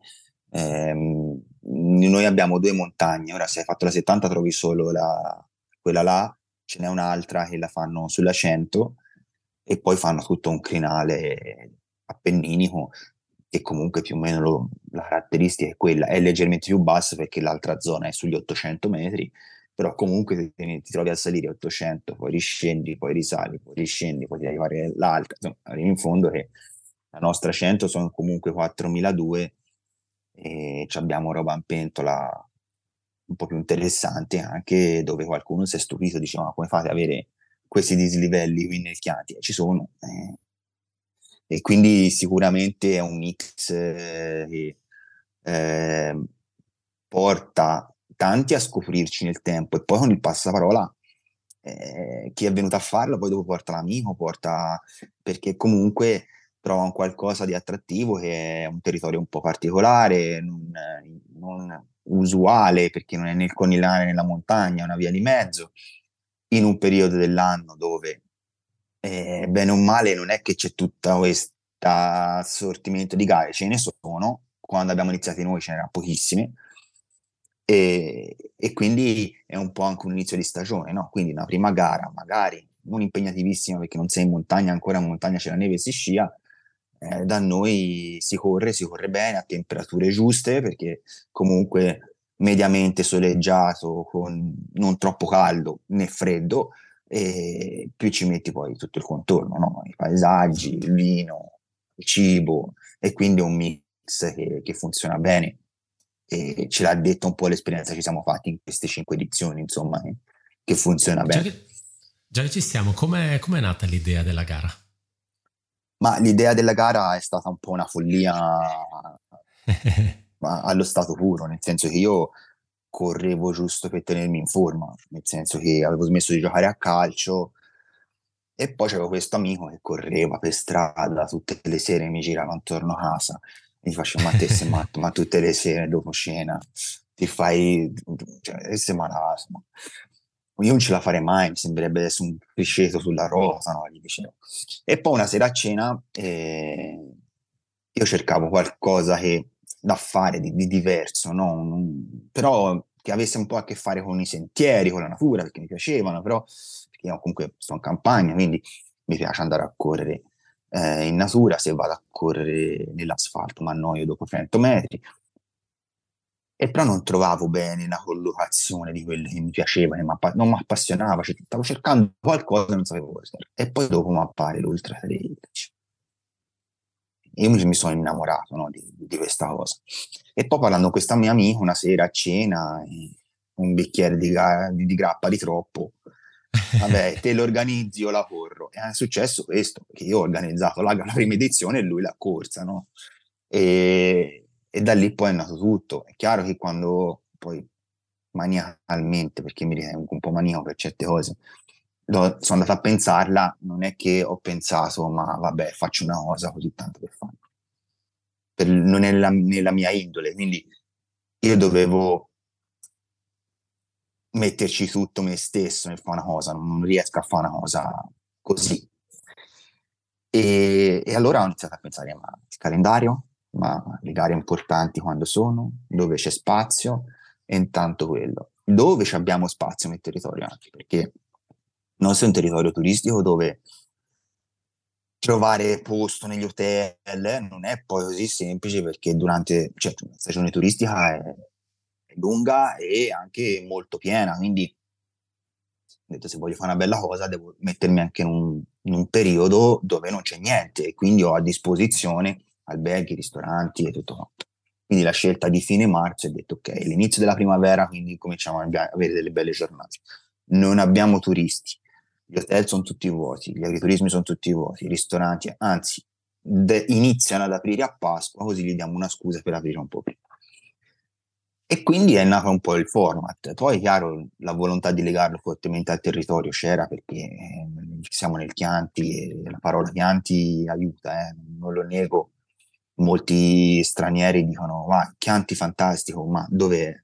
noi abbiamo due montagne, ora se hai fatto la 70 trovi solo quella là, ce n'è un'altra che la fanno sulla 100 e poi fanno tutto un crinale appenninico che comunque più o meno la caratteristica è quella, è leggermente più bassa perché l'altra zona è sugli 800 metri, però comunque ti trovi a salire 800, poi riscendi, poi risali, poi riscendi, poi ti arrivare l'altra, insomma, arrivi in fondo che la nostra 100 sono comunque 4200 e abbiamo roba in pentola un po' più interessante anche dove qualcuno si è stupito, diceva ma come fate ad avere questi dislivelli qui nel Chianti? E ci sono. E quindi sicuramente è un mix che porta tanti a scoprirci nel tempo e poi con il passaparola chi è venuto a farlo poi dopo porta l'amico, perché comunque trova un qualcosa di attrattivo che è un territorio un po' particolare, non usuale perché non è nel collinare nella montagna, è una via di mezzo, in un periodo dell'anno dove bene o male non è che c'è tutta questo assortimento di gare, ce ne sono, quando abbiamo iniziato noi ce n'erano pochissime e quindi è un po' anche un inizio di stagione, no? Quindi una prima gara magari non impegnativissima perché non sei in montagna, ancora in montagna c'è la neve e si scia, da noi si corre bene a temperature giuste perché comunque mediamente soleggiato con non troppo caldo né freddo e più ci metti poi tutto il contorno, no? I paesaggi, il vino, il cibo e quindi è un mix che funziona bene e ce l'ha detto un po' l'esperienza che ci siamo fatti in queste 5 edizioni, insomma, che funziona bene. Già che ci stiamo, com'è nata l'idea della gara? Ma l'idea della gara è stata un po' una follia allo stato puro, nel senso che io correvo giusto per tenermi in forma, nel senso che avevo smesso di giocare a calcio e poi c'avevo questo amico che correva per strada tutte le sere, mi girava intorno a casa e gli facevo ma te sei matto, ma tutte le sere dopo cena ti fai, cioè, sei malato, io non ce la farei mai, mi sembrerebbe essere un criceto sulla rosa, no? Gli dicevo. E poi una sera a cena io cercavo qualcosa da fare di diverso, no? Però che avesse un po' a che fare con i sentieri, con la natura, perché mi piacevano, però perché io comunque sto in campagna, quindi mi piace andare a correre in natura, se vado a correre nell'asfalto, ma annoio dopo 100 metri. E però non trovavo bene la collocazione di quello che mi piaceva, non mi appassionava, stavo cercando qualcosa e non sapevo cosa. E poi dopo mi appare l'Ultra Trail. Io mi sono innamorato, no, di questa cosa. E poi parlando con questo mio amico una sera a cena, un bicchiere di grappa di troppo, vabbè, te lo organizzi, io la corro. E è successo questo, che io ho organizzato la prima edizione e lui l'ha corsa, no? E da lì poi è nato tutto. È chiaro che quando poi maniacalmente, perché mi ritengo un po' maniaco per certe cose, sono andato a pensarla, non è che ho pensato, ma vabbè, faccio una cosa così tanto per fare. non è nella mia indole, quindi io dovevo metterci tutto me stesso nel fare una cosa, non riesco a fare una cosa così. E allora ho iniziato a pensare, ma il calendario, ma le gare importanti quando sono, dove c'è spazio, e intanto quello. Dove ci abbiamo spazio nel territorio anche, perché il nostro è un territorio turistico dove trovare posto negli hotel non è poi così semplice, perché durante, cioè, la stagione turistica è lunga e anche molto piena, quindi ho detto, se voglio fare una bella cosa devo mettermi anche in un periodo dove non c'è niente, e quindi ho a disposizione alberghi, ristoranti e tutto quanto. Quindi la scelta di fine marzo, ho detto ok, l'inizio della primavera, quindi cominciamo a avere delle belle giornate. Non abbiamo turisti, gli hotel sono tutti vuoti, gli agriturismi sono tutti vuoti, i ristoranti, anzi, iniziano ad aprire a Pasqua, così gli diamo una scusa per aprire un po' prima. E quindi è nato un po' il format. Poi, chiaro, la volontà di legarlo fortemente al territorio c'era, perché siamo nel Chianti e la parola Chianti aiuta, non lo nego. Molti stranieri dicono, ma Chianti fantastico, ma dov'è?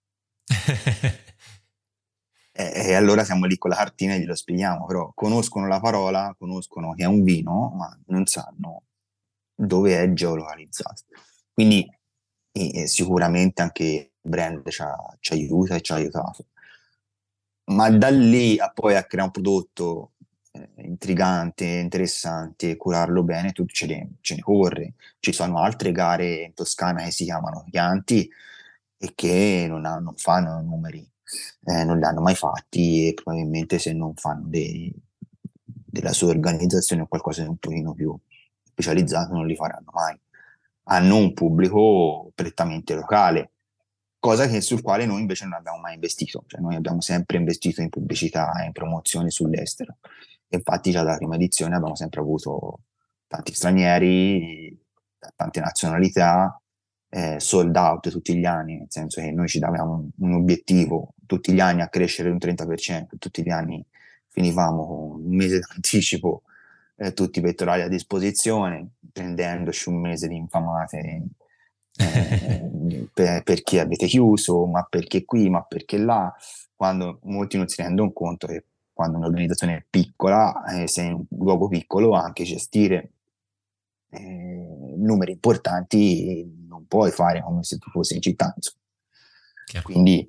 E allora siamo lì con la cartina e glielo spieghiamo, però conoscono la parola, conoscono che è un vino, ma non sanno dove è geolocalizzato. Quindi sicuramente anche il brand ci aiuta e ci ha aiutato. Ma da lì a poi a creare un prodotto intrigante, interessante, curarlo bene, tu ce ne corre. Ci sono altre gare in Toscana che si chiamano Chianti e che non fanno numeri, non li hanno mai fatti, e probabilmente se non fanno della sua organizzazione o qualcosa di un pochino più specializzato non li faranno mai. Hanno un pubblico prettamente locale, cosa sul quale noi invece non abbiamo mai investito, cioè noi abbiamo sempre investito in pubblicità e in promozione sull'estero. E infatti già dalla prima edizione abbiamo sempre avuto tanti stranieri, tante nazionalità, sold out tutti gli anni, nel senso che noi ci davamo un obiettivo tutti gli anni a crescere un 30%, tutti gli anni finivamo con un mese d'anticipo, tutti i pettorali a disposizione, prendendoci un mese di infamate per chi avete chiuso, ma perché qui, ma perché là, quando molti non si rendono conto che quando un'organizzazione è piccola, se in un luogo piccolo anche gestire numeri importanti non puoi fare come se tu fossi in città, insomma. Quindi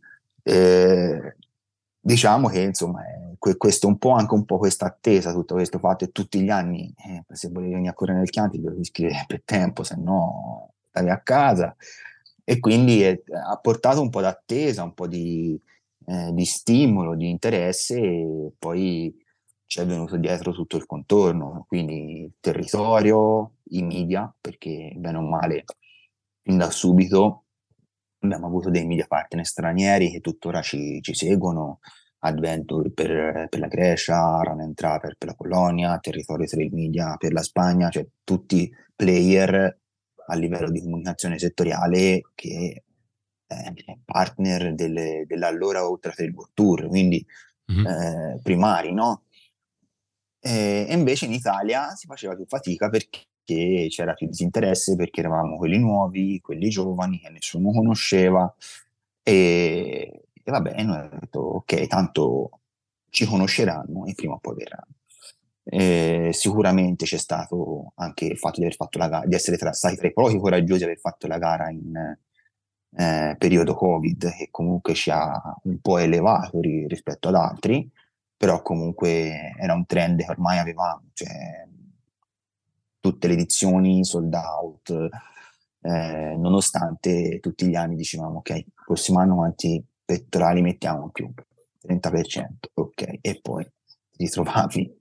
diciamo che insomma questo un po' anche un po' questa attesa, tutto questo fatto, e tutti gli anni se volevi venire a correre nel Chianti dovevi iscrivere per tempo, se no stavi a casa, e quindi ha portato un po' d'attesa, un po' di stimolo, di interesse, e poi ci è venuto dietro tutto il contorno, quindi il territorio, i media, perché bene o male fin da subito abbiamo avuto dei media partner stranieri che tuttora ci seguono, Adventure per la Grecia, Run Trapper per la Polonia, Territorio Trail Media per la Spagna, cioè tutti player a livello di comunicazione settoriale che partner dell'allora Ultra Trail World Tour, quindi primari, no? E invece in Italia si faceva più fatica perché c'era più disinteresse, perché eravamo quelli nuovi, quelli giovani che nessuno conosceva, e vabbè, noi abbiamo detto ok, tanto ci conosceranno e prima o poi verranno. Sicuramente c'è stato anche il fatto di aver fatto la gara, di essere stati tra i pochi coraggiosi di aver fatto la gara in periodo Covid, che comunque ci ha un po' elevato rispetto ad altri, però comunque era un trend che ormai avevamo, cioè tutte le edizioni sold out, nonostante tutti gli anni dicevamo ok, il prossimo anno quanti pettorali mettiamo in più? 30%, ok, e poi ti ritrovavi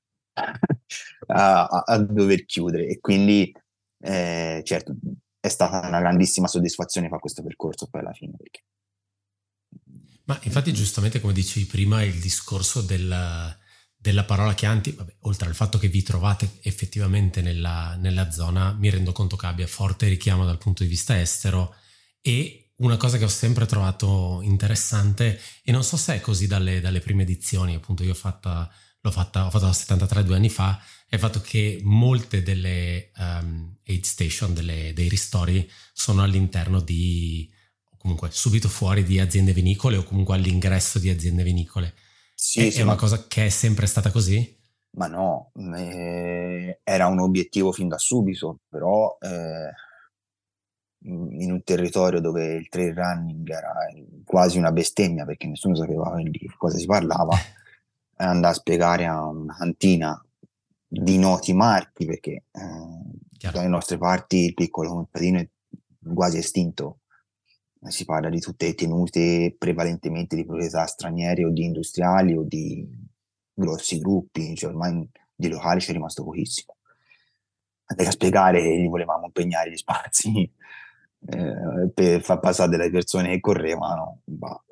a dover chiudere, e quindi certo è stata una grandissima soddisfazione fare questo percorso poi alla fine, perché ma infatti giustamente come dicevi prima il discorso della parola Chianti, vabbè, oltre al fatto che vi trovate effettivamente nella zona, mi rendo conto che abbia forte richiamo dal punto di vista estero, e una cosa che ho sempre trovato interessante, e non so se è così dalle prime edizioni, appunto io ho fatta ho fatto la 73 2 anni fa, è il fatto che molte delle aid station, dei ristori, sono all'interno di, o comunque subito fuori di aziende vinicole o comunque all'ingresso di aziende vinicole. Sì, È sì, una cosa che è sempre stata così? ma no, era un obiettivo fin da subito, però in un territorio dove il trail running era quasi una bestemmia perché nessuno sapeva di cosa si parlava, andare a spiegare a una cantina di noti marchi, perché Chiaro. dalle nostre parti il piccolo contadino è quasi estinto. Si parla di tutte le tenute prevalentemente di proprietà straniere o di industriali o di grossi gruppi, cioè ormai di locali c'è rimasto pochissimo. Andare a spiegare che gli volevamo impegnare gli spazi per far passare delle persone che correvano,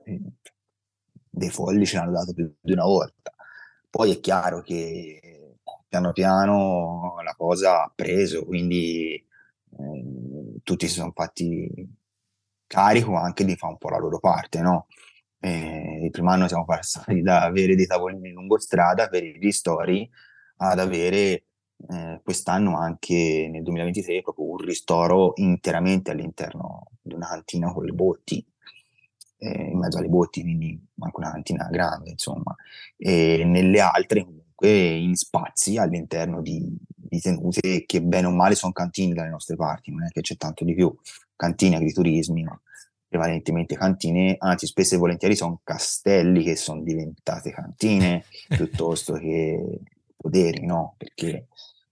dei folli ce l'hanno dato più di una volta. Poi è chiaro che piano piano la cosa ha preso, quindi tutti si sono fatti carico anche di fare un po' la loro parte, no? Il primo anno siamo passati da avere dei tavolini lungo strada per i ristori ad avere quest'anno anche nel 2023 proprio un ristoro interamente all'interno di una cantina con le botti, in mezzo alle botti, quindi anche una cantina grande, insomma, e nelle altre comunque in spazi all'interno di tenute che bene o male sono cantine dalle nostre parti, non è che c'è tanto di più, cantine, agriturismi, ma prevalentemente cantine, anzi spesso e volentieri sono castelli che sono diventate cantine piuttosto che poderi, no? Perché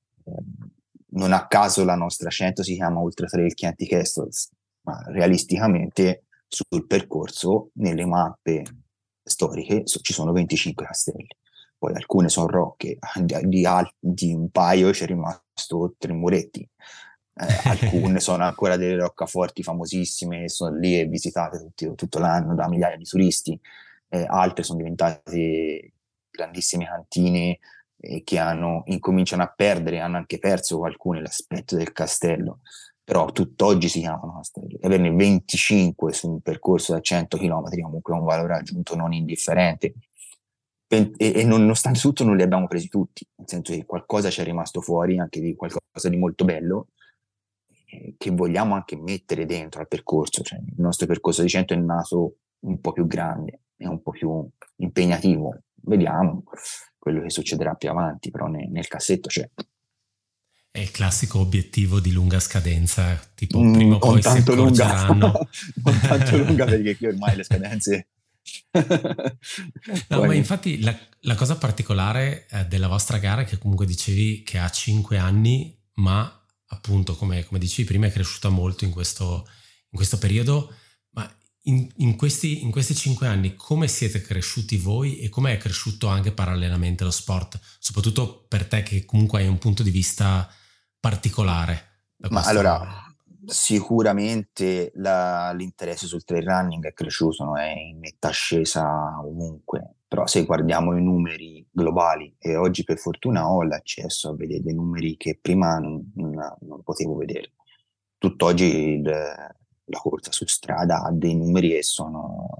non a caso la nostra 100 si chiama Ultra Trail Chianti Castles, ma realisticamente sul percorso, nelle mappe storiche, ci sono 25 castelli. Poi alcune sono rocche, di un paio c'è rimasto 3 muretti. Alcune sono ancora delle roccaforti famosissime, sono lì e visitate tutto l'anno da migliaia di turisti. Altre sono diventate grandissime cantine che incominciano a perdere, hanno anche perso alcune l'aspetto del castello, però tutt'oggi si chiamano castelli. E averne 25 su un percorso da 100 km comunque è un valore aggiunto non indifferente. E nonostante tutto non li abbiamo presi tutti, nel senso che qualcosa ci è rimasto fuori, anche di qualcosa di molto bello, che vogliamo anche mettere dentro al percorso. Cioè, il nostro percorso di 100 è nato un po' più grande, è un po' più impegnativo. Vediamo quello che succederà più avanti, però nel cassetto c'è. È il classico obiettivo di lunga scadenza, tipo prima o Non poi si tanto lunga, accorgeranno. non tanto lunga perché qui ormai le scadenze... No, ma infatti la cosa particolare della vostra gara è che comunque dicevi che ha 5 anni, ma appunto come dicevi prima è cresciuta molto in questo periodo, ma in questi 5 anni come siete cresciuti voi e come è cresciuto anche parallelamente lo sport, soprattutto per te che comunque hai un punto di vista particolare da Ma questo... allora, sicuramente l'interesse sul trail running è cresciuto, no? È in netta ascesa ovunque, però se guardiamo i numeri globali, e oggi per fortuna ho l'accesso a vedere dei numeri che prima non potevo vedere. Tutt'oggi la corsa su strada ha dei numeri che sono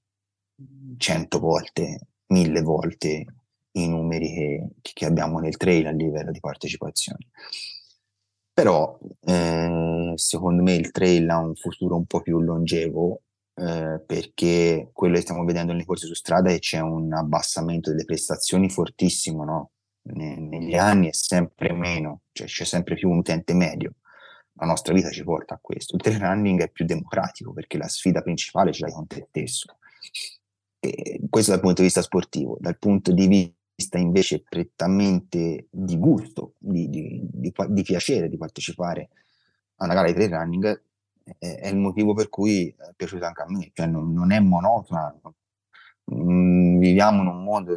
100 volte, 1000 volte i numeri che abbiamo nel trail a livello di partecipazione. Però secondo me il trail ha un futuro un po' più longevo perché quello che stiamo vedendo nelle corse su strada è che c'è un abbassamento delle prestazioni fortissimo, no? Negli anni è sempre meno, cioè c'è sempre più un utente medio. La nostra vita ci porta a questo. Il trail running è più democratico perché la sfida principale ce l'hai con te stesso. E questo dal punto di vista sportivo. Dal punto di vista invece prettamente di gusto, di piacere di partecipare a una gara di trail running, è il motivo per cui è piaciuto anche a me, cioè non è monotona. Viviamo in un mondo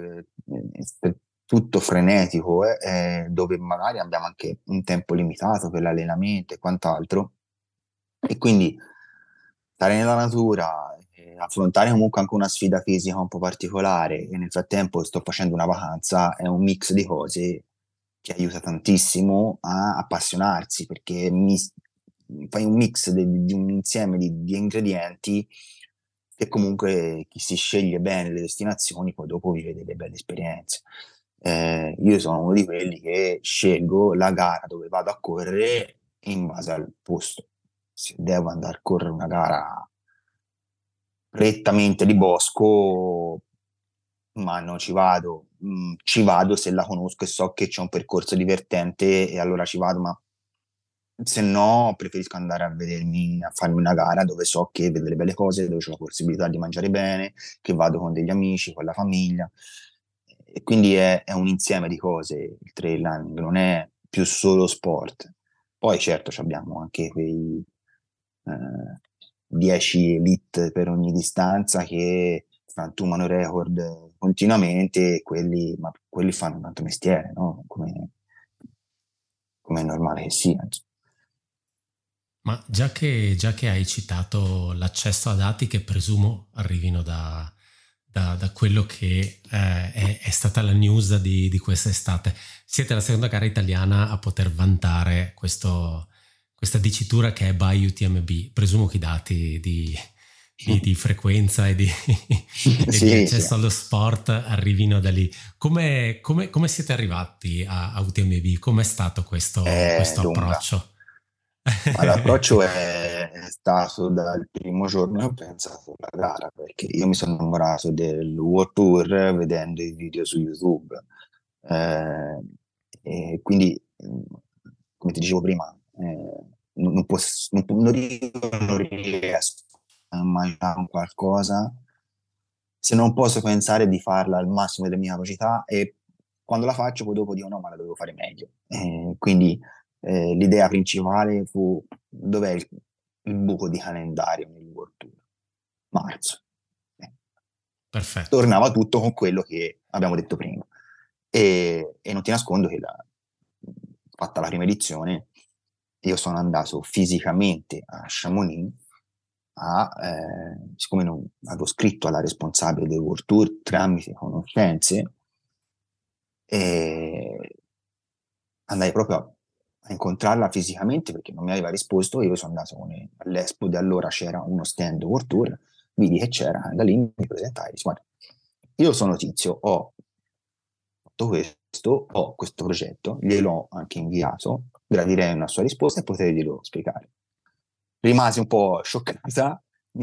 tutto frenetico, dove magari abbiamo anche un tempo limitato per l'allenamento e quant'altro, e quindi stare nella natura, affrontare comunque anche una sfida fisica un po' particolare e nel frattempo sto facendo una vacanza, è un mix di cose che aiuta tantissimo a appassionarsi, perché fai un mix di un insieme di ingredienti che comunque chi si sceglie bene le destinazioni poi dopo vive delle belle esperienze. Io sono uno di quelli che scelgo la gara dove vado a correre in base al posto. Se devo andare a correre una gara prettamente di bosco, ma non ci vado. Ci vado se la conosco e so che c'è un percorso divertente e allora ci vado, ma se no preferisco andare a farmi una gara dove so che vedo le belle cose, dove ho la possibilità di mangiare bene, che vado con degli amici, con la famiglia. E quindi è un insieme di cose il trail running, non è più solo sport. Poi certo abbiamo anche quei 10 elite per ogni distanza che frantumano record continuamente, e quelli fanno tanto mestiere, no? Come è normale che sia. Ma già che hai citato l'accesso a dati che presumo arrivino da quello che è stata la news di quest'estate, siete la seconda gara italiana a poter vantare questa dicitura che è by UTMB. Presumo che i dati di frequenza e di Sì, accesso allo sport arrivino da lì. Come siete arrivati a UTMB? Com'è stato è questo lunga. approccio? Ma l'approccio è stato dal primo giorno che ho pensato alla gara, perché io mi sono innamorato del World Tour vedendo i video su YouTube. Eh, e quindi, come ti dicevo prima, non riesco a immaginare un qualcosa se non posso pensare di farla al massimo delle mie capacità, e quando la faccio poi dopo dico no, ma la dovevo fare meglio. Quindi l'idea principale fu dov'è il buco di calendario nel World Tour? Marzo. Perfetto. Tornava tutto con quello che abbiamo detto prima. E non ti nascondo che fatta la prima edizione, io sono andato fisicamente a Chamonix, siccome non avevo scritto alla responsabile del World Tour tramite conoscenze, e andai proprio a incontrarla fisicamente perché non mi aveva risposto. Io sono andato all'Expo di allora, c'era uno stand World Tour, vidi che c'era, da lì mi presentai e dissi, guarda, io sono Tizio, ho fatto questo, ho questo progetto, gliel'ho anche inviato, gradirei una sua risposta e potrei dirlo spiegare. Rimasi un po' scioccata,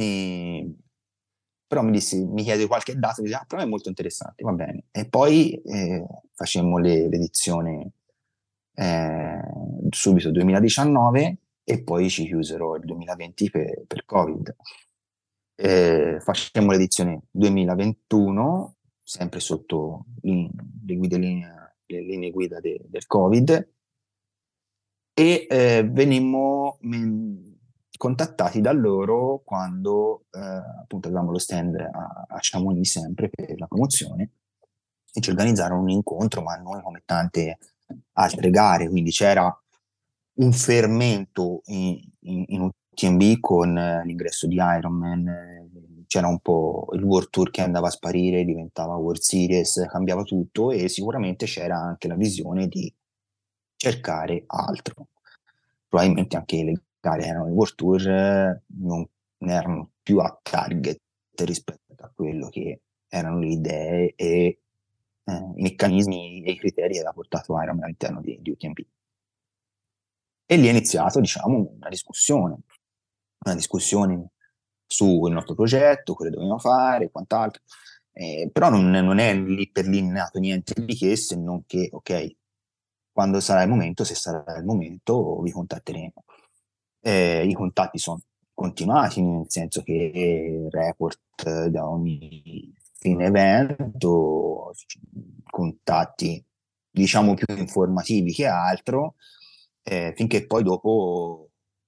però mi chiede qualche dato, mi dice, però è molto interessante, va bene. E poi facemmo l'edizione eh, subito 2019 e poi ci chiusero il 2020 per Covid. Facemmo l'edizione 2021, sempre sotto le linee guida del Covid, e venimmo contattati da loro quando appunto avevamo lo stand a Chamonix sempre per la promozione, e ci organizzarono un incontro, ma noi come tante altre gare, quindi c'era un fermento in UTMB con l'ingresso di Ironman, c'era un po' il World Tour che andava a sparire, diventava World Series, cambiava tutto, e sicuramente c'era anche la visione di cercare altro. Probabilmente anche le gare erano il World Tour, non erano più a target rispetto a quello che erano le idee e i meccanismi e i criteri che aveva portato Ironman all'interno di UTMB. E lì è iniziato, diciamo, una discussione sul nostro progetto, quello che dovevamo fare, quant'altro. Però non è lì per lì nato niente di che, se non che, ok, quando sarà il momento, se sarà il momento, vi contatteremo. I contatti sono continuati, nel senso che report da ogni fine evento, contatti diciamo più informativi che altro, finché poi dopo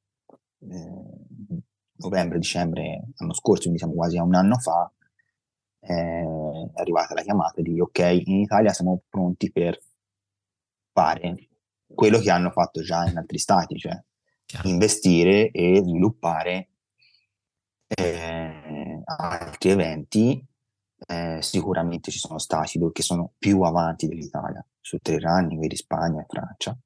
novembre-dicembre l'anno scorso, quindi siamo quasi a un anno fa, è arrivata la chiamata di ok, in Italia siamo pronti per fare quello che hanno fatto già in altri stati, cioè Chiaro. investire e sviluppare altri eventi. Sicuramente ci sono stati che sono più avanti dell'Italia su trail running, vedi Spagna e Francia,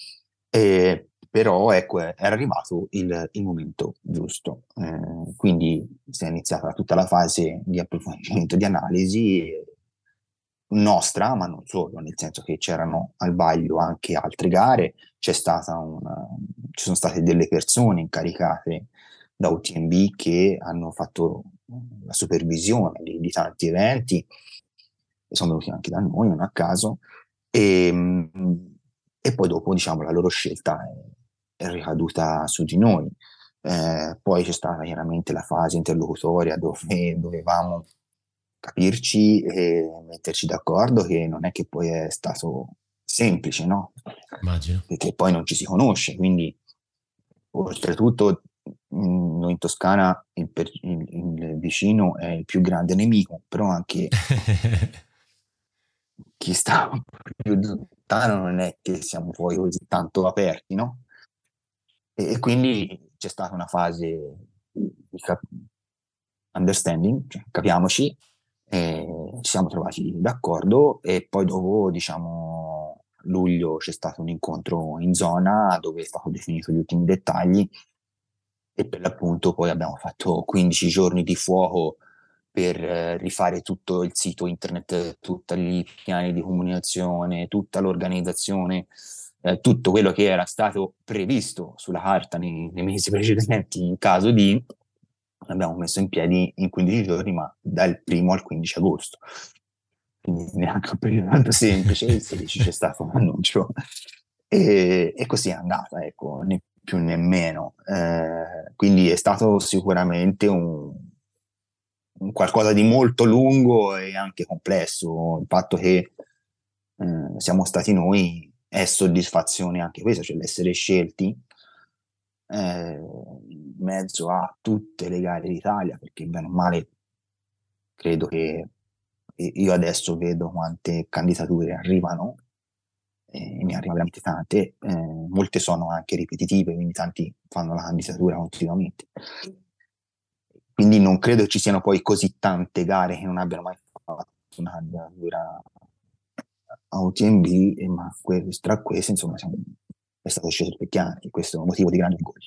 però ecco era arrivato il momento giusto, quindi si è iniziata tutta la fase di approfondimento, di analisi, nostra, ma non solo, nel senso che c'erano al vaglio anche altre gare, ci sono state delle persone incaricate da UTMB che hanno fatto la supervisione di tanti eventi, e sono venuti anche da noi, non a caso, e poi dopo, diciamo, la loro scelta è ricaduta su di noi. Poi c'è stata chiaramente la fase interlocutoria dove dovevamo capirci e metterci d'accordo, che non è che poi è stato semplice, no? Immagino. Perché poi non ci si conosce, quindi oltretutto noi in Toscana il vicino è il più grande nemico, però anche chi sta più lontano non è che siamo poi così tanto aperti, no? E quindi c'è stata una fase di understanding, cioè capiamoci, ci siamo trovati d'accordo e poi dopo, diciamo, luglio c'è stato un incontro in zona dove è stato definito gli ultimi dettagli e per l'appunto poi abbiamo fatto 15 giorni di fuoco per rifare tutto il sito internet, tutti i piani di comunicazione, tutta l'organizzazione, tutto quello che era stato previsto sulla carta nei mesi precedenti in caso di, l'abbiamo messo in piedi in 15 giorni, ma dal 1 al 15 agosto. Quindi neanche un periodo tanto semplice, il 16 c'è stato un annuncio e così è andata, ecco, né più né meno. Quindi è stato sicuramente un qualcosa di molto lungo e anche complesso. Il fatto che siamo stati noi è soddisfazione anche questa, cioè l'essere scelti in mezzo a tutte le gare d'Italia, perché bene o male credo che io adesso vedo quante candidature arrivano, e ne arrivano veramente tante, molte sono anche ripetitive, quindi tanti fanno la candidatura continuamente. Quindi non credo ci siano poi così tante gare che non abbiano mai fatto una candidatura a UTMB, ma tra queste, insomma, è stato scelto Pecchiani, e questo è un motivo di grande orgoglio.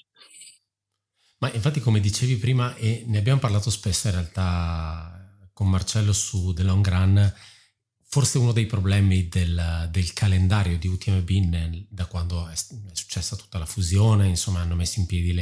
Ma infatti, come dicevi prima, e ne abbiamo parlato spesso in realtà con Marcello su The Long Run, forse uno dei problemi del calendario di UTMB da quando è successa tutta la fusione, insomma hanno messo in piedi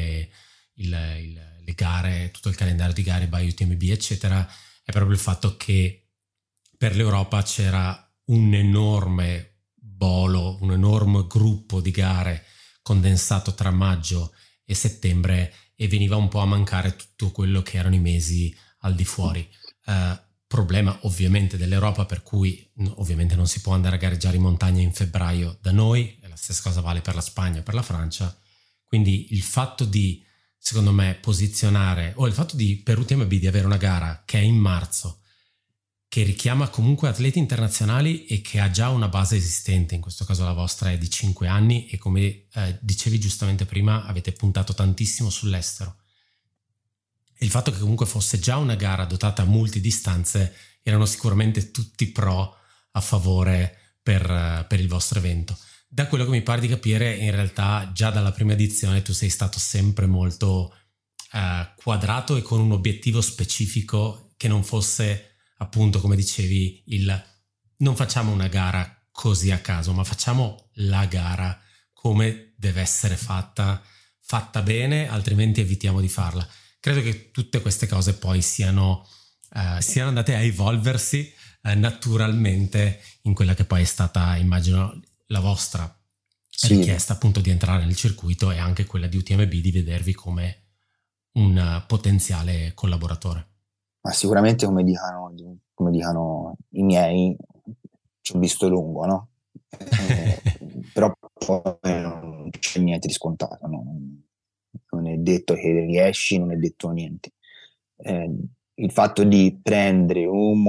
le gare, tutto il calendario di gare by UTMB eccetera, è proprio il fatto che per l'Europa c'era un enorme bolo, un enorme gruppo di gare condensato tra maggio e settembre e veniva un po' a mancare tutto quello che erano i mesi al di fuori. Problema ovviamente dell'Europa, per cui ovviamente non si può andare a gareggiare in montagna in febbraio da noi, e la stessa cosa vale per la Spagna e per la Francia, quindi il fatto di, secondo me, posizionare, o il fatto per UTMB di avere una gara che è in marzo, che richiama comunque atleti internazionali e che ha già una base esistente, in questo caso la vostra è di 5 anni e come dicevi giustamente prima avete puntato tantissimo sull'estero. Il fatto che comunque fosse già una gara dotata a multidistanze erano sicuramente tutti pro a favore per il vostro evento. Da quello che mi pare di capire, in realtà già dalla prima edizione tu sei stato sempre molto quadrato e con un obiettivo specifico che non fosse, appunto, come dicevi, non facciamo una gara così a caso, ma facciamo la gara come deve essere fatta bene, altrimenti evitiamo di farla. Credo che tutte queste cose poi siano andate a evolversi naturalmente in quella che poi è stata, immagino, la vostra richiesta appunto di entrare nel circuito e anche quella di UTMB di vedervi come un potenziale collaboratore. Ma sicuramente, come dicano i miei, ci ho visto lungo, no? Però poi non c'è niente di scontato, no? Non è detto che riesci, non è detto niente. Il fatto di prendere un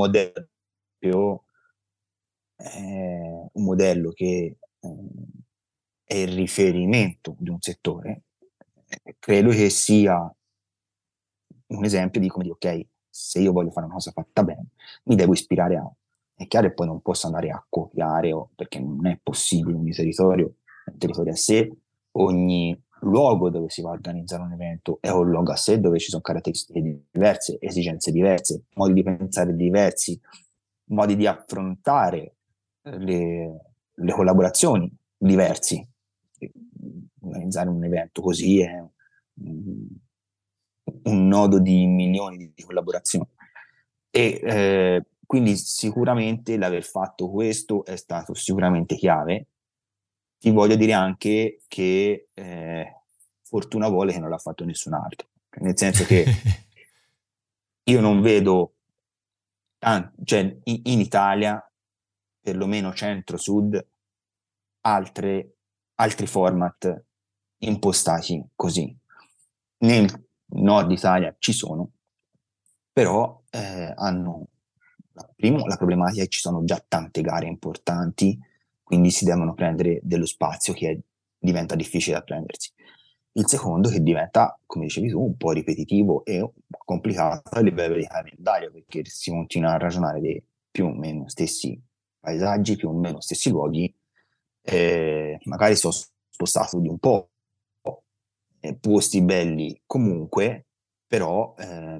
modello che è il riferimento di un settore, credo che sia un esempio di come dire, ok, se io voglio fare una cosa fatta bene, mi devo ispirare a. È chiaro che poi non posso andare a copiare, perché non è possibile, ogni territorio è un territorio a sé, ogni luogo dove si va a organizzare un evento è un luogo a sé, dove ci sono caratteristiche diverse, esigenze diverse, modi di pensare diversi, modi di affrontare le collaborazioni diversi. Organizzare un evento così è un nodo di milioni di collaborazioni. E quindi sicuramente l'aver fatto questo è stato sicuramente chiave. Ti voglio dire anche che fortuna vuole che non l'ha fatto nessun altro, nel senso che io non vedo cioè in Italia, perlomeno centro-sud, altri format impostati così. Nel nord Italia ci sono, però hanno primo la problematica è che ci sono già tante gare importanti, quindi si devono prendere dello spazio che diventa difficile da prendersi. Il secondo che diventa, come dicevi tu, un po' ripetitivo e complicato a livello di calendario, perché si continua a ragionare dei più o meno stessi paesaggi, più o meno stessi luoghi, magari sono spostato di un po', posti belli comunque, però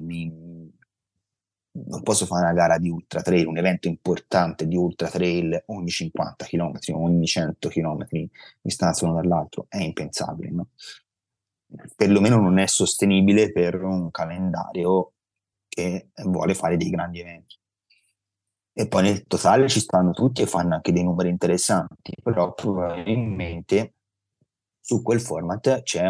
non posso fare una gara di ultra trail, un evento importante di ultra trail ogni 50 km, ogni 100 km di distanza uno dall'altro, è impensabile, no? Perlomeno non è sostenibile per un calendario che vuole fare dei grandi eventi. E poi nel totale ci stanno tutti e fanno anche dei numeri interessanti, però probabilmente su quel format c'è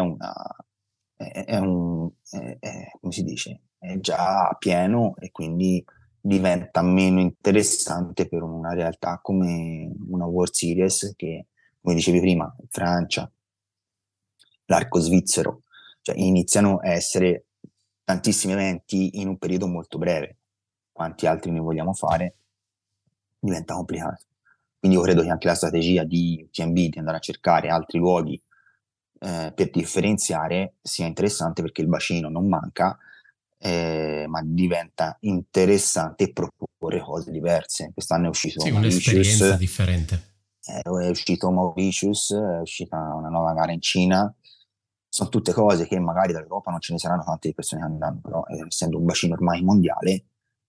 come si dice, è già pieno e quindi diventa meno interessante per una realtà come una World Series che, come dicevi prima, Francia, l'arco svizzero, cioè iniziano a essere tantissimi eventi in un periodo molto breve. Quanti altri ne vogliamo fare? Diventa complicato. Quindi io credo che anche la strategia di UTMB di andare a cercare altri luoghi per differenziare sia interessante, perché il bacino non manca, ma diventa interessante proporre cose diverse. Quest'anno è uscito Sì, un'esperienza Mauritius, differente. è uscito Mauritius, è uscita una nuova gara in Cina. Sono tutte cose che magari dall'Europa non ce ne saranno tante di persone che andranno, però essendo un bacino ormai mondiale,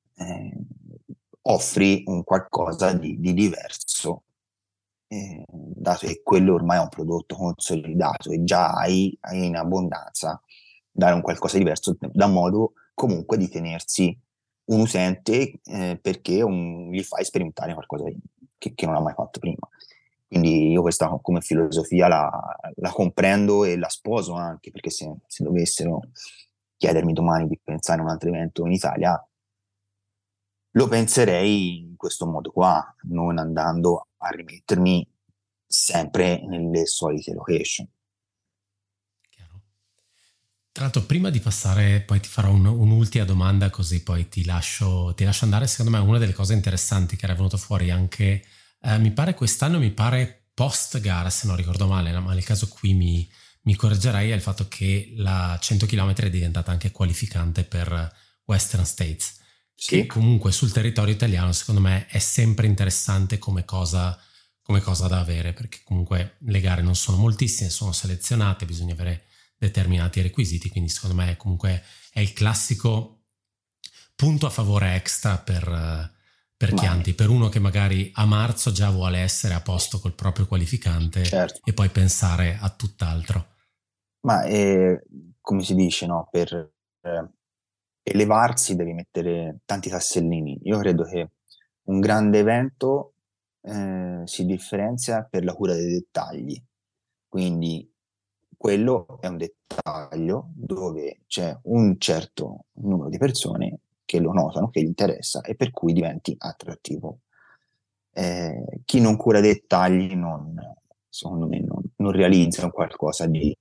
offri un qualcosa di diverso, dato che quello ormai è un prodotto consolidato e già hai in abbondanza, dare un qualcosa di diverso, da modo comunque di tenersi un utente, perché gli fai sperimentare qualcosa che non ha mai fatto prima. Quindi io questa come filosofia la comprendo e la sposo anche, perché se dovessero chiedermi domani di pensare a un altro evento in Italia, lo penserei in questo modo qua, non andando a rimettermi sempre nelle solite location. Chiaro. Tra l'altro, prima di passare, poi ti farò un'ultima domanda, così poi ti lascio andare. Secondo me una delle cose interessanti che era venuto fuori anche, mi pare quest'anno, mi pare post gara, se non ricordo male, no? Ma nel caso qui mi correggerai, è il fatto che la 100 km è diventata anche qualificante per Western States, Sì. che comunque sul territorio italiano secondo me è sempre interessante come cosa da avere, perché comunque le gare non sono moltissime, sono selezionate, bisogna avere determinati requisiti, quindi secondo me comunque è il classico punto a favore extra per Chianti, per uno che magari a marzo già vuole essere a posto col proprio qualificante, certo, e poi pensare a tutt'altro. Ma come si dice, no? Per elevarsi devi mettere tanti tassellini. Io credo che un grande evento si differenzia per la cura dei dettagli, quindi quello è un dettaglio dove c'è un certo numero di persone che lo notano, che gli interessa e per cui diventi attrattivo. Chi non cura i dettagli secondo me non realizza qualcosa di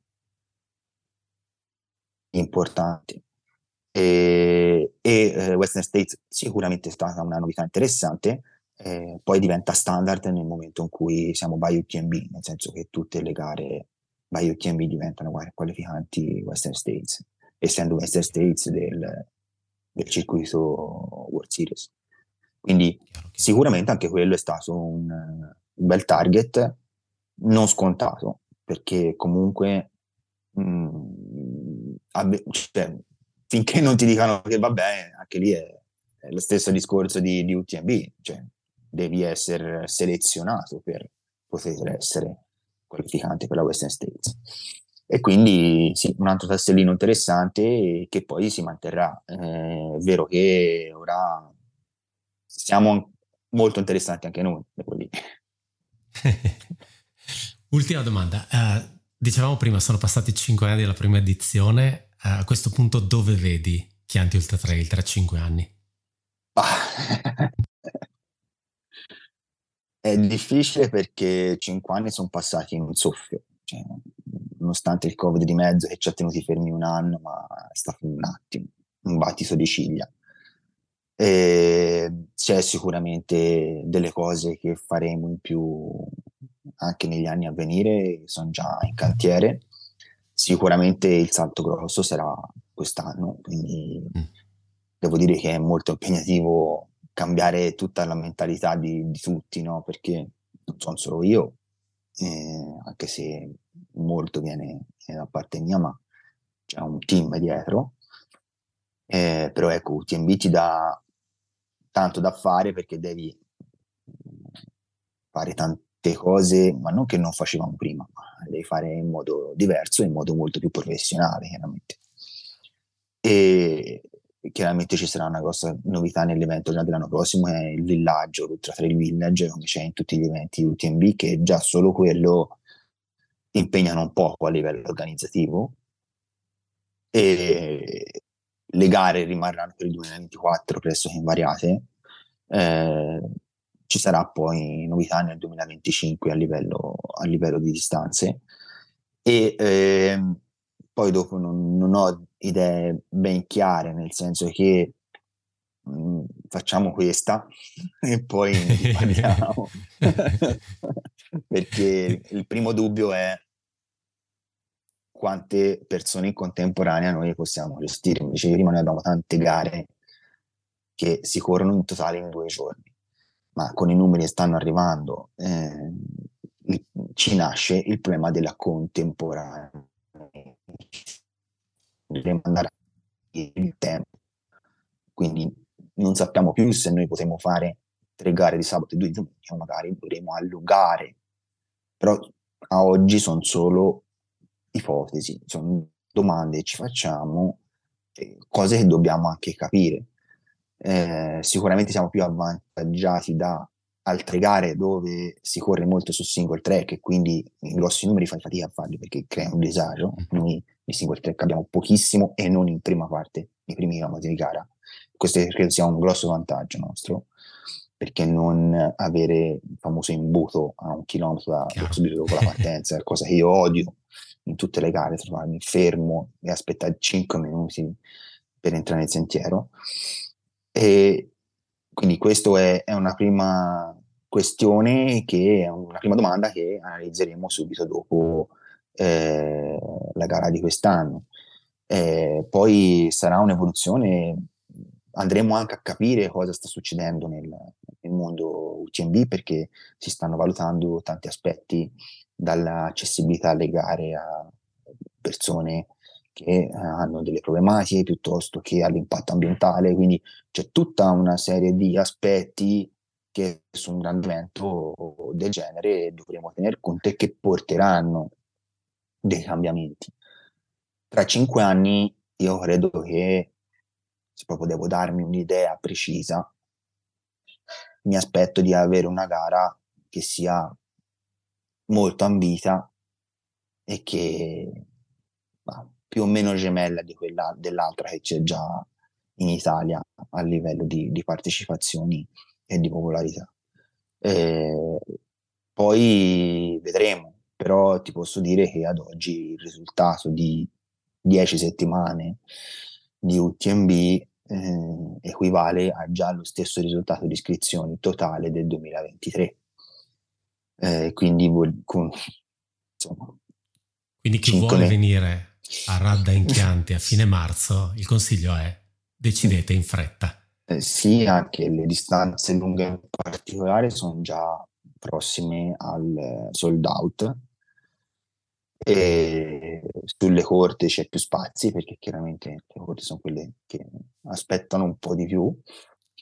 importante. Western States sicuramente è stata una novità interessante, poi diventa standard nel momento in cui siamo by UTMB, nel senso che tutte le gare by UTMB diventano qualificanti Western States, essendo Western States del circuito World Series. Quindi sicuramente anche quello è stato un bel target, non scontato, perché comunque cioè, finché non ti dicano che va bene, anche lì è è lo stesso discorso di UTMB, cioè devi essere selezionato per poter essere qualificante per la Western States. E quindi sì, un altro tastellino interessante che poi si manterrà. È vero che ora siamo molto interessanti anche noi, devo dire. Ultima domanda. Dicevamo prima, sono passati 5 anni dalla prima edizione. A questo punto dove vedi Chianti Ultra Trail tra 5 anni? È difficile perché 5 anni sono passati in un soffio, cioè, nonostante il Covid di mezzo che ci ha tenuti fermi un anno, ma è stato un attimo, un battito di ciglia. E c'è sicuramente delle cose che faremo in più anche negli anni a venire, sono già in cantiere. Sicuramente il salto grosso sarà quest'anno, quindi devo dire che è molto impegnativo cambiare tutta la mentalità di tutti, no? Perché non sono solo io, anche se molto viene da parte mia, ma c'è un team dietro. Però ecco, UTMB ti dà tanto da fare perché devi fare tante cose, ma non che non facevamo prima, ma le devi fare in modo diverso, in modo molto più professionale, chiaramente. E chiaramente ci sarà una grossa novità nell'evento già dell'anno prossimo, è il villaggio, l'Ultra Trail Village, come c'è in tutti gli eventi UTMB, che già solo quello impegnano un poco a livello organizzativo. E le gare rimarranno per il 2024 pressoché invariate. Ci sarà poi novità nel 2025 a livello di distanze e poi dopo non ho idee ben chiare, nel senso che facciamo questa e poi ne riparliamo perché il primo dubbio è quante persone in contemporanea noi possiamo gestire. Come dicevi prima, noi abbiamo tante gare che si corrono in totale in 2 giorni, ma con i numeri che stanno arrivando ci nasce il problema della contemporanea. Dobbiamo andare il tempo, quindi non sappiamo più se noi potremo fare 3 gare di sabato e 2 di domenica, o magari dovremo allungare, però a oggi sono solo ipotesi, sono domande che ci facciamo, cose che dobbiamo anche capire. Sicuramente siamo più avvantaggiati da altre gare dove si corre molto su single track e quindi in grossi numeri fai fatica a farli perché crea un disagio. Noi di single track abbiamo pochissimo e non in prima parte, nei primi chilometri di gara. Questo credo sia un grosso vantaggio nostro, perché non avere il famoso imbuto a 1 chilometro subito dopo la partenza, cosa che io odio in tutte le gare, trovarmi fermo e aspettare 5 minuti per entrare nel sentiero. E quindi questa è una prima questione, che è una prima domanda che analizzeremo subito dopo la gara di quest'anno. Poi sarà un'evoluzione, andremo anche a capire cosa sta succedendo nel mondo UTMB, perché si stanno valutando tanti aspetti, dall'accessibilità alle gare a persone che hanno delle problematiche piuttosto che all'impatto ambientale, quindi c'è tutta una serie di aspetti che su un grande evento del genere dovremo tener conto e che porteranno dei cambiamenti. Tra 5 anni io credo che, se proprio devo darmi un'idea precisa, mi aspetto di avere una gara che sia molto ambita e che più o meno gemella di quella dell'altra che c'è già in Italia a livello di partecipazioni e di popolarità. Poi vedremo, però ti posso dire che ad oggi il risultato di 10 settimane di UTMB equivale a già lo stesso risultato di iscrizioni totale del 2023. Quindi insomma, quindi chi vuole venire a Radda in Chianti a fine marzo, il consiglio è: decidete in fretta. Sì, anche le distanze lunghe in particolare sono già prossime al sold out, e sulle corte c'è più spazi perché chiaramente le corte sono quelle che aspettano un po' di più,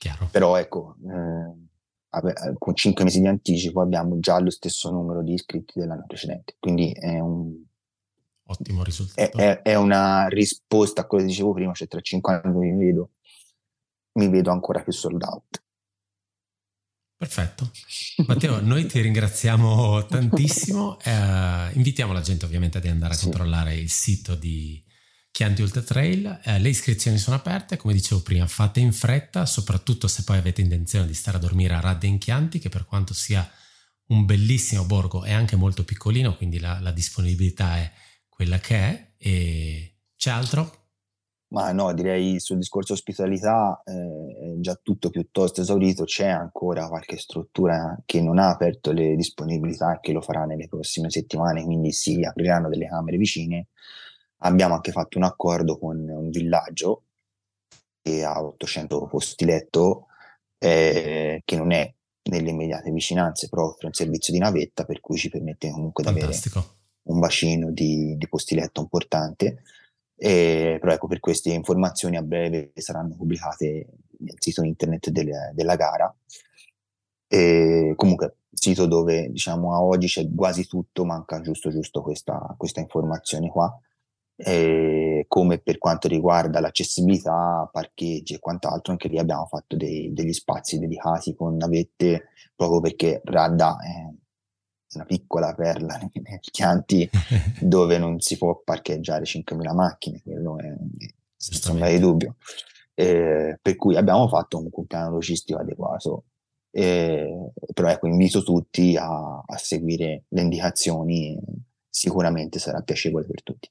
Chiaro. Però ecco, con 5 mesi di anticipo abbiamo già lo stesso numero di iscritti dell'anno precedente, quindi è Ottimo risultato. è una risposta a quello che dicevo prima, cioè tra 5 anni mi vedo ancora più sold out. Perfetto. Matteo, noi ti ringraziamo tantissimo. Invitiamo la gente ovviamente ad andare a controllare il sito di Chianti Ultra Trail. Le iscrizioni sono aperte, come dicevo prima, fate in fretta, soprattutto se poi avete intenzione di stare a dormire a Radde in Chianti, che per quanto sia un bellissimo borgo è anche molto piccolino, quindi la disponibilità è quella che è. E c'è altro? Ma no, direi sul discorso ospitalità è già tutto piuttosto esaurito, c'è ancora qualche struttura che non ha aperto le disponibilità e che lo farà nelle prossime settimane, quindi si apriranno delle camere vicine. Abbiamo anche fatto un accordo con un villaggio che ha 800 posti letto, che non è nelle immediate vicinanze, però offre un servizio di navetta, per cui ci permette comunque di avere un bacino di posti letto importante. Però ecco, per queste informazioni a breve saranno pubblicate nel sito internet della gara. Comunque, sito dove diciamo a oggi c'è quasi tutto, manca giusto questa informazione qua. Come per quanto riguarda l'accessibilità, parcheggi e quant'altro, anche lì abbiamo fatto degli spazi dedicati con navette, proprio perché Radda è una piccola perla nel Chianti dove non si può parcheggiare 5.000 macchine, quello è senza ombra di dubbio. Per cui abbiamo fatto un piano logistico adeguato. Però ecco, invito tutti a seguire le indicazioni, sicuramente sarà piacevole per tutti.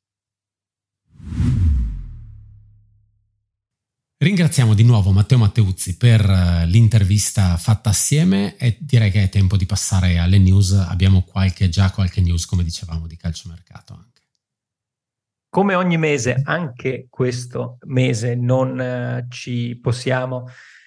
Ringraziamo di nuovo Matteo Matteuzzi per l'intervista fatta assieme e direi che è tempo di passare alle news. Abbiamo già qualche news, come dicevamo, di calciomercato anche. Come ogni mese, anche questo mese non ci possiamo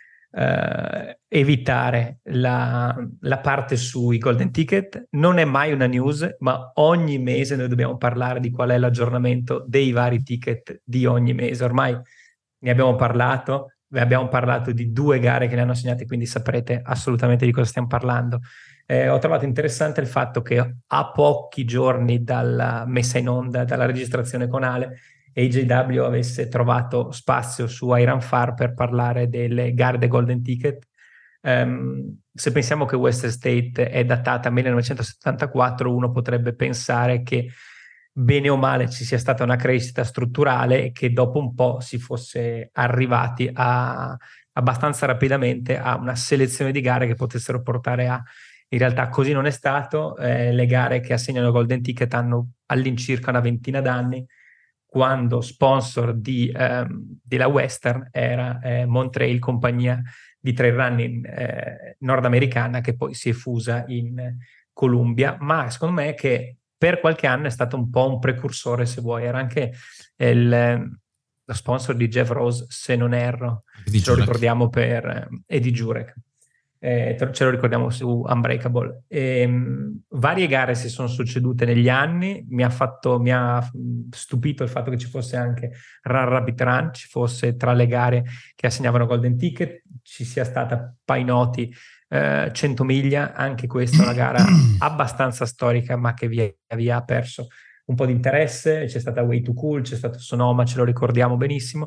evitare la parte sui golden ticket. Non è mai una news, ma ogni mese noi dobbiamo parlare di qual è l'aggiornamento dei vari ticket di ogni mese. Ormai ne abbiamo parlato di 2 gare che ne hanno assegnate, quindi saprete assolutamente di cosa stiamo parlando. Ho trovato interessante il fatto che a pochi giorni dalla messa in onda, dalla registrazione con Ale, AJW avesse trovato spazio su Iron Far per parlare delle gare dei Golden Ticket. Se pensiamo che Western State è datata 1974, uno potrebbe pensare che bene o male ci sia stata una crescita strutturale e che dopo un po' si fosse arrivati abbastanza rapidamente a una selezione di gare che potessero portare a... In realtà così non è stato. Le gare che assegnano Golden Ticket hanno all'incirca una ventina d'anni, quando sponsor della Western era Montrail, compagnia di trail running nordamericana che poi si è fusa in Columbia, ma secondo me che per qualche anno è stato un po' un precursore, se vuoi. Era anche lo sponsor di Jeff Rose, se non erro, ce lo ricordiamo e di Jurek. Ce lo ricordiamo su Unbreakable. Varie gare si sono succedute negli anni. Mi ha stupito il fatto che ci fosse anche Run Rabbit Run, ci fosse tra le gare che assegnavano Golden Ticket, ci sia stata Painoti 100 miglia. Anche questa è una gara abbastanza storica, ma che via via ha perso un po' di interesse. C'è stata Way to Cool, c'è stato Sonoma, ce lo ricordiamo benissimo.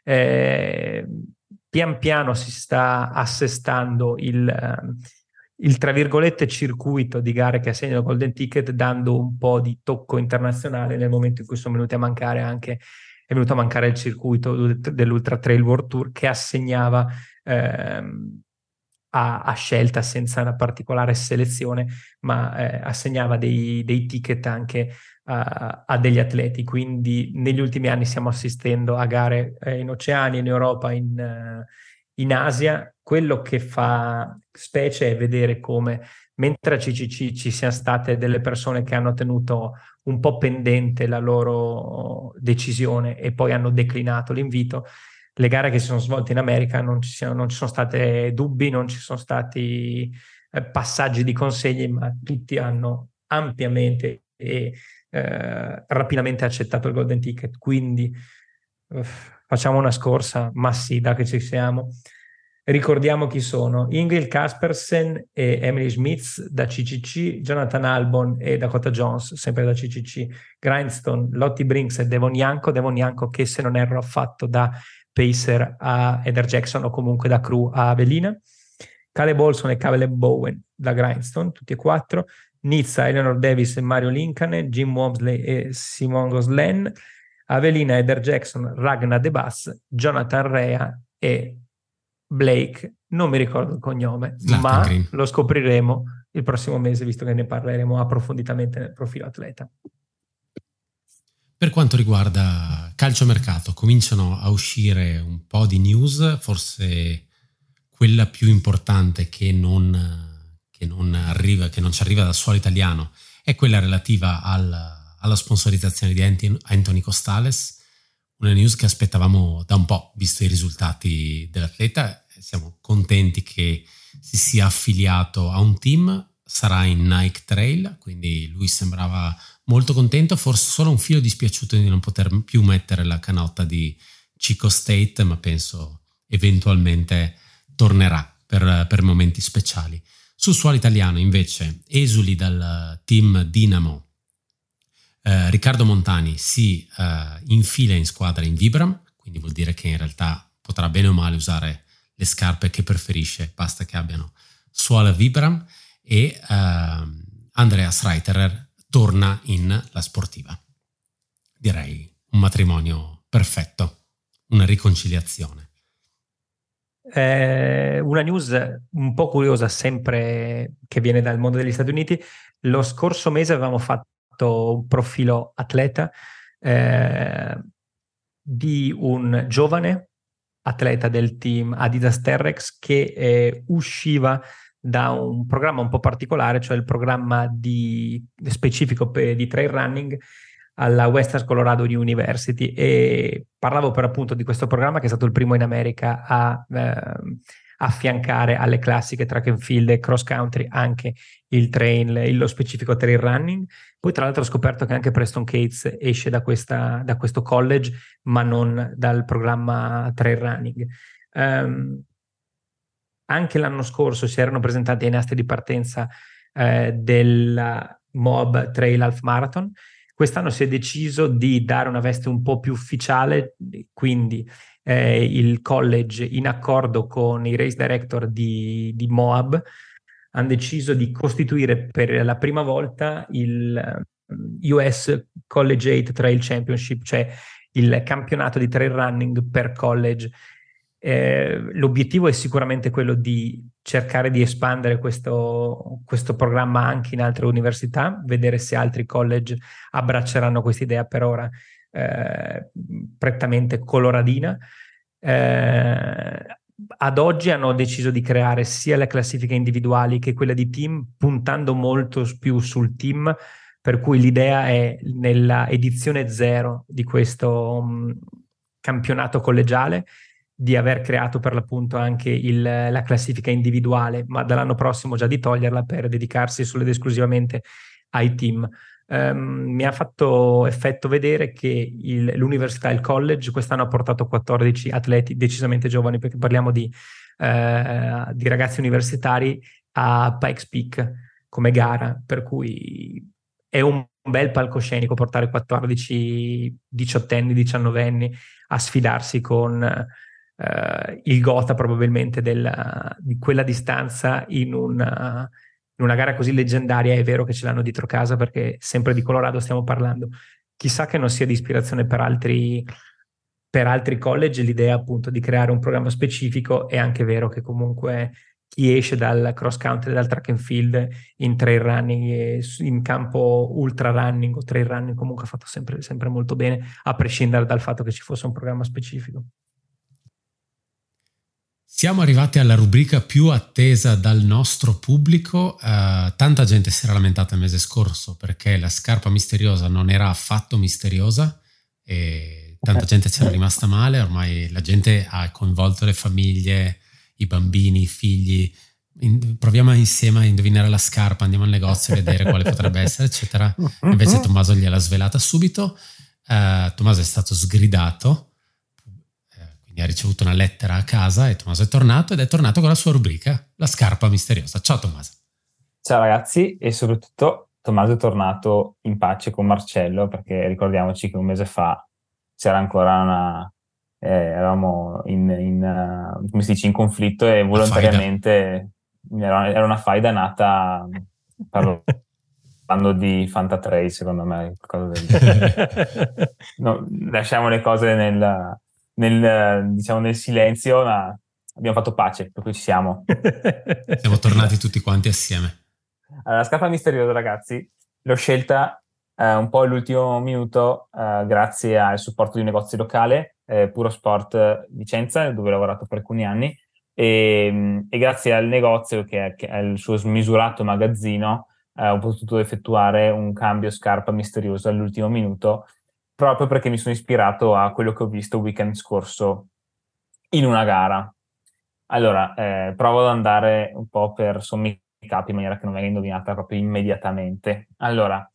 Pian piano si sta assestando il tra virgolette circuito di gare che assegnano Golden Ticket, dando un po' di tocco internazionale nel momento in cui è venuto a mancare il circuito dell'Ultra Trail World Tour, che assegnava a scelta, senza una particolare selezione, ma assegnava dei ticket anche a degli atleti. Quindi negli ultimi anni stiamo assistendo a gare in Oceania, in Europa, in Asia. Quello che fa specie è vedere come, mentre a CCC ci siano state delle persone che hanno tenuto un po' pendente la loro decisione e poi hanno declinato l'invito, le gare che si sono svolte in America non ci sono stati dubbi, non ci sono stati passaggi di consegne, ma tutti hanno ampiamente e rapidamente accettato il Golden Ticket. Quindi facciamo una scorsa, ma sì, da che ci siamo. Ricordiamo chi sono: Ingrid Kaspersen e Emily Smith da CCC, Jonathan Albon e Dakota Jones sempre da CCC, Grindstone, Lottie Brinks e Devon Janko che, se non erro, ha fatto da Pacer a Heather Jackson o comunque da crew a Avelina, Caleb Olson e Caleb Bowen da Grindstone, tutti e quattro, Nizza, Eleanor Davis e Mario Lincoln, Jim Wamsley e Simon Goslen, Avelina, Heather Jackson, Ragna De Bass, Jonathan Rea e Blake, non mi ricordo il cognome, ma Green. Lo scopriremo il prossimo mese, visto che ne parleremo approfonditamente nel profilo atleta. Per quanto riguarda calciomercato, cominciano a uscire un po' di news, forse quella più importante che non ci arriva dal suolo italiano è quella relativa alla sponsorizzazione di Anthony Costales, una news che aspettavamo da un po', visto i risultati dell'atleta. Siamo contenti che si sia affiliato a un team, sarà in Nike Trail, quindi lui sembrava molto contento, forse solo un filo dispiaciuto di non poter più mettere la canotta di Chico State, ma penso eventualmente tornerà per momenti speciali. Sul suolo italiano invece esuli dal team Dinamo, Riccardo Montani si infila in squadra in Vibram, quindi vuol dire che in realtà potrà bene o male usare le scarpe che preferisce, basta che abbiano suola Vibram, e Andreas Reiterer torna in La Sportiva. Direi un matrimonio perfetto, una riconciliazione. Una news un po' curiosa, sempre che viene dal mondo degli Stati Uniti. Lo scorso mese avevamo fatto un profilo atleta di un giovane atleta del team Adidas Terrex che usciva da un programma un po' particolare, cioè il programma specifico di trail running alla Western Colorado University, e parlavo per appunto di questo programma che è stato il primo in America a affiancare alle classiche track and field e cross country anche lo specifico trail running. Poi tra l'altro ho scoperto che anche Preston Cates esce da questo college, ma non dal programma trail running. Anche l'anno scorso si erano presentati ai nastri di partenza del Moab Trail Half Marathon. Quest'anno si è deciso di dare una veste un po' più ufficiale, quindi il college, in accordo con i race director di Moab, hanno deciso di costituire per la prima volta il US College 8 Trail Championship, cioè il campionato di trail running per college. L'obiettivo è sicuramente quello di cercare di espandere questo programma anche in altre università, vedere se altri college abbracceranno questa idea, per ora prettamente coloradina. Ad oggi hanno deciso di creare sia le classifiche individuali che quella di team, puntando molto più sul team, per cui l'idea è, nella edizione 0 di questo campionato collegiale, di aver creato per l'appunto anche la classifica individuale, ma dall'anno prossimo già di toglierla per dedicarsi solo ed esclusivamente ai team. Mi ha fatto effetto vedere che l'università e il college quest'anno ha portato 14 atleti decisamente giovani, perché parliamo di ragazzi universitari, a Pikes Peak come gara, per cui è un bel palcoscenico portare 14 diciottenni, 19enni a sfidarsi con il gotha probabilmente di quella distanza in una gara così leggendaria. È vero che ce l'hanno dietro casa, perché sempre di Colorado stiamo parlando. Chissà che non sia di ispirazione per altri college l'idea appunto di creare un programma specifico. È anche vero che comunque chi esce dal cross country e dal track and field in trail running e in campo ultra running o trail running comunque ha fatto sempre molto bene, a prescindere dal fatto che ci fosse un programma specifico. Siamo arrivati alla rubrica più attesa dal nostro pubblico. Tanta gente si era lamentata il mese scorso perché la scarpa misteriosa non era affatto misteriosa e tanta gente ci era rimasta male. Ormai la gente ha coinvolto le famiglie, i bambini, i figli. Proviamo insieme a indovinare la scarpa, andiamo al negozio a vedere quale potrebbe essere, eccetera. Invece Tommaso gliela svelata subito. Tommaso è stato sgridato, Quindi ha ricevuto una lettera a casa e Tommaso è tornato, ed è tornato con la sua rubrica, La scarpa misteriosa. Ciao Tommaso. Ciao ragazzi, e soprattutto Tommaso è tornato in pace con Marcello, perché ricordiamoci che un mese fa c'era ancora eravamo come si dice, in conflitto, e volontariamente era una faida nata parlando di Fanta 3, secondo me, qualcosa del genere. No, lasciamo le cose diciamo, nel silenzio, ma abbiamo fatto pace, per cui ci siamo. Siamo tornati tutti quanti assieme. Allora, la scarpa misteriosa, ragazzi, l'ho scelta un po' all'ultimo minuto, grazie al supporto di un negozio locale, Puro Sport Vicenza, dove ho lavorato per alcuni anni, e grazie al negozio che è il suo smisurato magazzino, ho potuto effettuare un cambio scarpa misterioso all'ultimo minuto, proprio perché mi sono ispirato a quello che ho visto il weekend scorso in una gara. Allora, provo ad andare un po' per sommi capi, in maniera che non venga indovinata proprio immediatamente. Allora,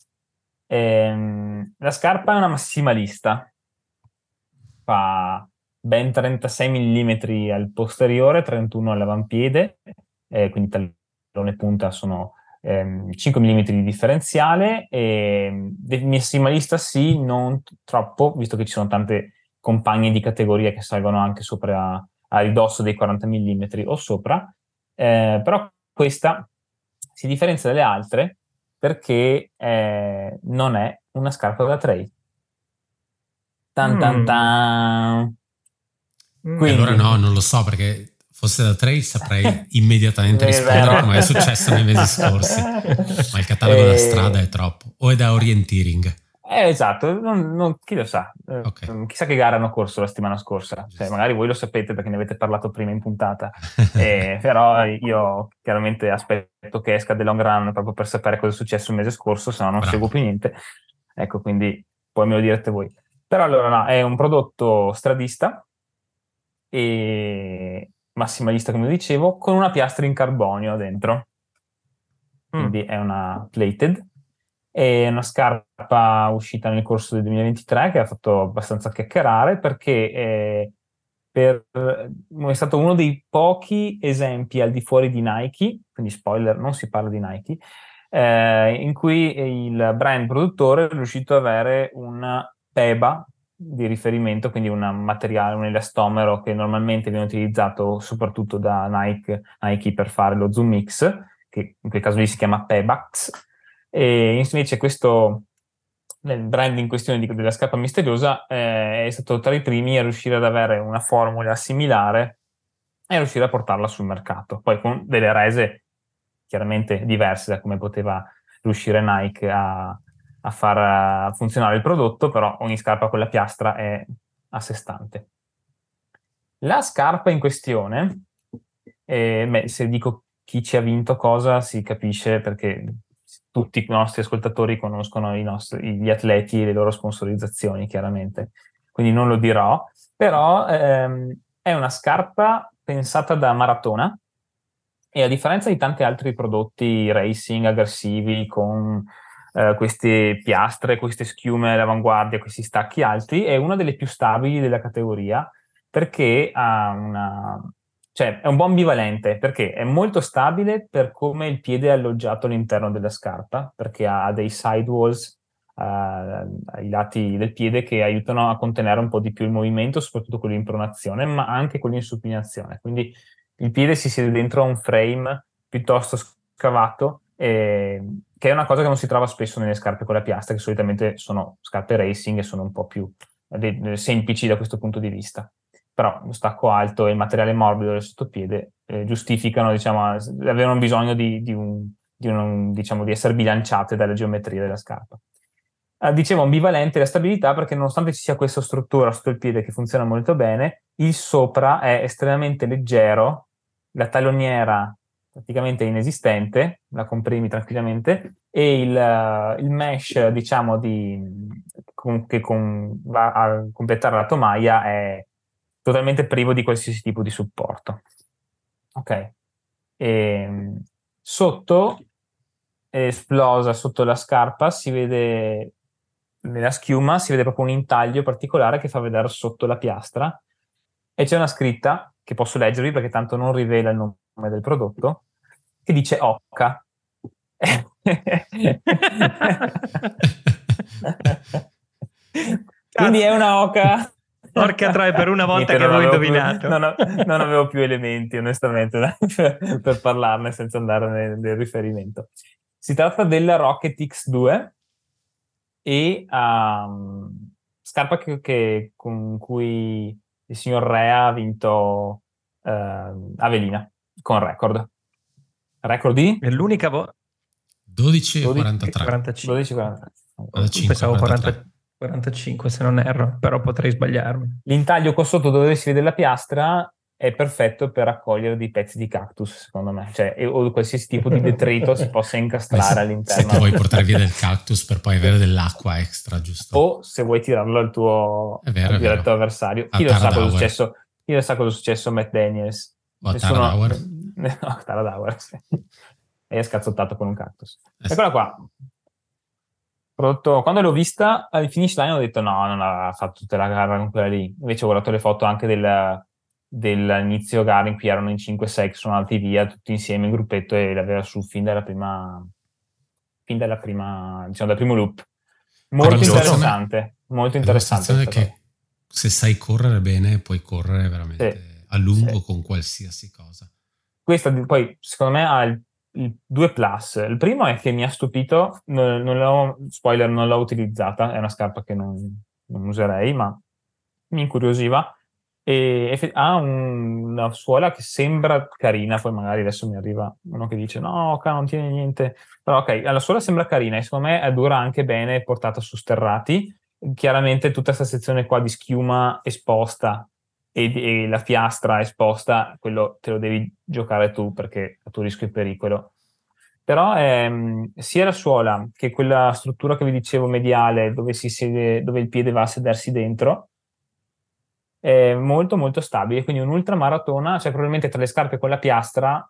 la scarpa è una massimalista, fa ben 36 mm al posteriore, 31 all'avampiede, quindi tallone e punta sono 5 mm di differenziale, e massimalista sì, non troppo, visto che ci sono tante compagne di categoria che salgono anche sopra, a ridosso dei 40 mm o sopra, però questa si differenzia dalle altre perché non è una scarpa da trail. Tan tan tan. Quindi, allora no, non lo so, perché fosse da trail saprei immediatamente rispondere come è successo nei mesi scorsi, ma il catalogo da strada è troppo, o è da orienteering. Esatto, chi lo sa, okay. Chissà che gara hanno corso la settimana scorsa, cioè, magari voi lo sapete perché ne avete parlato prima in puntata, però io chiaramente aspetto che esca The Long Run proprio per sapere cosa è successo il mese scorso, se no non seguo più niente, ecco, quindi poi me lo direte voi. Però allora no, è un prodotto stradista e massimalista, come dicevo, con una piastra in carbonio dentro, quindi è una plated. È una scarpa uscita nel corso del 2023 che ha fatto abbastanza chiacchierare perché è stato uno dei pochi esempi al di fuori di Nike, quindi spoiler, non si parla di Nike, in cui il brand produttore è riuscito ad avere una PEBA di riferimento, quindi un materiale, un elastomero che normalmente viene utilizzato soprattutto da Nike per fare lo Zoom X, che in quel caso lì si chiama Pebax. E invece questo nel brand in questione della scarpa misteriosa è stato tra i primi a riuscire ad avere una formula similare e a riuscire a portarla sul mercato, poi con delle rese chiaramente diverse da come poteva riuscire Nike a far funzionare il prodotto, però ogni scarpa con la piastra è a sé stante. La scarpa in questione, se dico chi ci ha vinto cosa si capisce, perché tutti i nostri ascoltatori conoscono gli atleti e le loro sponsorizzazioni, chiaramente, quindi non lo dirò, però è una scarpa pensata da maratona, e a differenza di tanti altri prodotti racing aggressivi con queste piastre, queste schiume all'avanguardia, questi stacchi alti, è una delle più stabili della categoria, perché cioè è un po' ambivalente, perché è molto stabile per come il piede è alloggiato all'interno della scarpa, perché ha dei sidewalls ai lati del piede che aiutano a contenere un po' di più il movimento, soprattutto quello in pronazione, ma anche quello in supinazione. Quindi il piede si siede dentro a un frame piuttosto scavato, che è una cosa che non si trova spesso nelle scarpe con la piastra, che solitamente sono scarpe racing e sono un po' più semplici da questo punto di vista. Però lo stacco alto e il materiale morbido del sottopiede giustificano, diciamo, avevano bisogno diciamo, di essere bilanciate dalla geometria della scarpa. Dicevo ambivalente la stabilità, perché nonostante ci sia questa struttura sotto il piede che funziona molto bene, il sopra è estremamente leggero, la taloniera praticamente inesistente, la comprimi tranquillamente, e il mesh, diciamo, che va a completare la tomaia è totalmente privo di qualsiasi tipo di supporto. Ok. Sotto, esplosa sotto la scarpa, si vede nella schiuma, si vede proprio un intaglio particolare che fa vedere sotto la piastra, e c'è una scritta che posso leggervi perché tanto non rivela il nome del prodotto, che dice Oca. Quindi è una oca. Porca troia, per una volta che avevo indovinato. Non avevo più elementi, onestamente, per parlarne senza andare nel riferimento. Si tratta della Rocket X2 e scarpa con cui il signor Rea ha vinto Avelina con record di? È l'unica volta. 12,43. 12,43. Pensavo 45 se non erro, però potrei sbagliarmi. L'intaglio qua sotto dove si vede la piastra è perfetto per raccogliere dei pezzi di cactus, secondo me, cioè, o qualsiasi tipo di detrito si possa incastrare all'interno. Se vuoi portare via del cactus per poi avere dell'acqua extra, giusto? O se vuoi tirarlo al tuo diretto avversario. Chi lo sa cosa è successo a Matt Daniels? Taradauer. No, Taradauer, sì. E è scazzottato con un cactus. Eccola qua. Prodotto, quando l'ho vista al finish line ho detto no, non ha fatto tutta la gara con quella lì. Invece ho guardato le foto anche dell'inizio gara in cui erano in 5-6 che sono andati via tutti insieme in gruppetto e l'aveva su fin dal primo loop. Molto interessante. Che se sai correre bene puoi correre veramente a lungo con qualsiasi cosa. Questa poi secondo me ha il 2 plus. Il primo è che mi ha stupito, non l'ho utilizzata, è una scarpa che non userei, ma mi incuriosiva e ha una suola che sembra carina, poi magari adesso mi arriva uno che dice no, non tiene niente, però ok, la suola sembra carina e secondo me dura anche bene, è portata su sterrati, chiaramente tutta questa sezione qua di schiuma esposta e la piastra esposta, quello te lo devi giocare tu perché a tuo rischio e pericolo. Però sia la suola che quella struttura che vi dicevo mediale dove il piede va a sedersi dentro è molto molto stabile, quindi un'ultramaratona, cioè probabilmente tra le scarpe con la piastra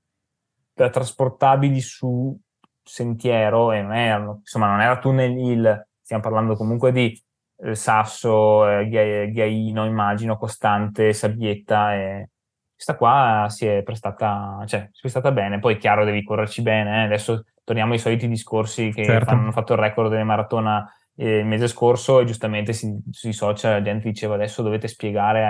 trasportabili su sentiero e non era tunnel hill, stiamo parlando comunque di sasso, ghiaino, immagino, costante, sabbietta e questa qua si è prestata bene. Poi chiaro devi correrci bene, Adesso torniamo ai soliti discorsi che hanno fatto il record delle maratona il mese scorso e giustamente sui social la gente diceva adesso dovete spiegare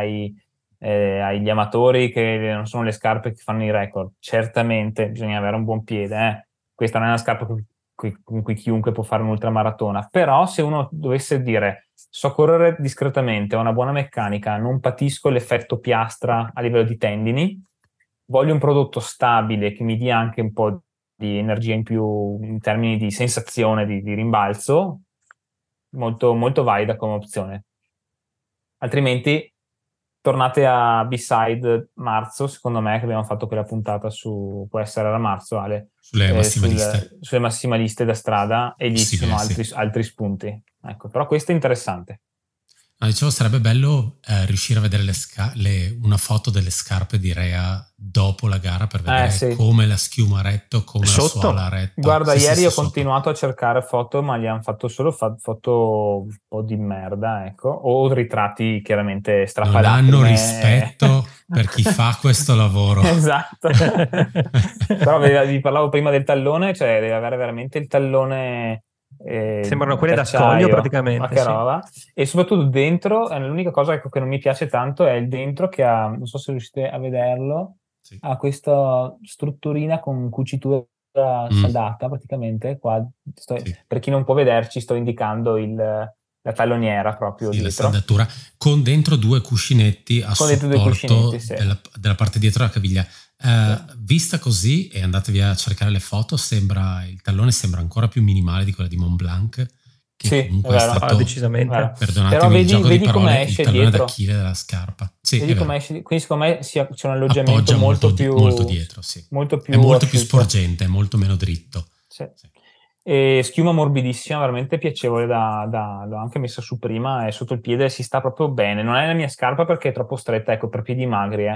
agli amatori che non sono le scarpe che fanno i record. Certamente bisogna avere un buon piede, Questa non è una scarpa con cui chiunque può fare un'ultramaratona, però se uno dovesse dire so correre discretamente, ho una buona meccanica, non patisco l'effetto piastra a livello di tendini, voglio un prodotto stabile che mi dia anche un po' di energia in più in termini di sensazione di rimbalzo, molto, molto valida come opzione. Altrimenti tornate a B-Side marzo, secondo me, che abbiamo fatto quella puntata può essere a marzo, Ale, sulle massimaliste. Sulle massimaliste da strada e lì ci sono altri spunti. Ecco, però questo è interessante. Dicevo, sarebbe bello riuscire a vedere una foto delle scarpe di Rea dopo la gara per vedere come la schiuma ha retto, come la suola ha retto. Guarda, ieri ho continuato a cercare foto, ma gli hanno fatto solo foto un po' di merda, ecco, o ritratti chiaramente strappalati. Non hanno rispetto per chi fa questo lavoro. Esatto. Però vi parlavo prima del tallone, cioè deve avere veramente il tallone... sembrano quelle da scoglio praticamente, che roba. E soprattutto dentro l'unica cosa che non mi piace tanto è il dentro che ha, non so se riuscite a vederlo, ha questa strutturina con cucitura saldata praticamente qua. Per chi non può vederci sto indicando la talloniera proprio dietro. La saldatura con dentro due cuscinetti a supporto della parte dietro della caviglia. Vista così e andatevi a cercare le foto, il tallone sembra ancora più minimale di quella di Montblanc, che comunque è stato decisamente. Perdonatemi il gioco di parole, il tallone dietro. d'Achille della scarpa. Quindi secondo me c'è un alloggiamento molto dietro, molto più è molto più sporgente, è molto meno dritto. Sì. E schiuma morbidissima, veramente piacevole l'ho anche messa su prima e sotto il piede si sta proprio bene. Non è la mia scarpa perché è troppo stretta, ecco, per piedi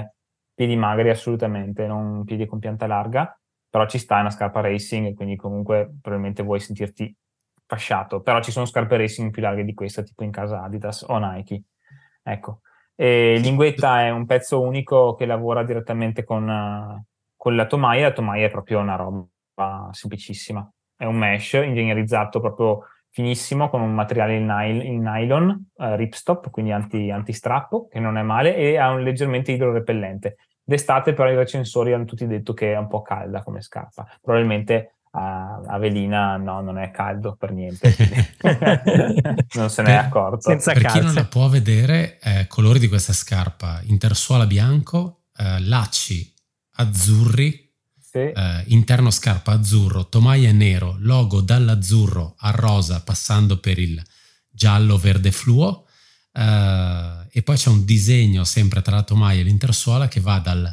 magri assolutamente, non piedi con pianta larga, però ci sta, è una scarpa racing e quindi comunque probabilmente vuoi sentirti fasciato, però ci sono scarpe racing più larghe di questa, tipo in casa Adidas o Nike, ecco. E Linguetta è un pezzo unico che lavora direttamente con la tomaia. La tomaia è proprio una roba semplicissima. È un mesh ingegnerizzato proprio finissimo con un materiale in nylon, ripstop, quindi antistrappo, che non è male, e ha un leggermente idrorepellente. D'estate però i recensori hanno tutti detto che è un po' calda come scarpa. Probabilmente a Velina no, non è caldo per niente. Non se n'è accorto. Senza per calze. chi non la può vedere, colori di questa scarpa: intersuola bianco, lacci azzurri, Sì. Interno scarpa azzurro, tomaia nero, logo dall'azzurro al rosa passando per il giallo verde fluo, e poi c'è un disegno sempre tra la tomaia e l'intersuola che va dal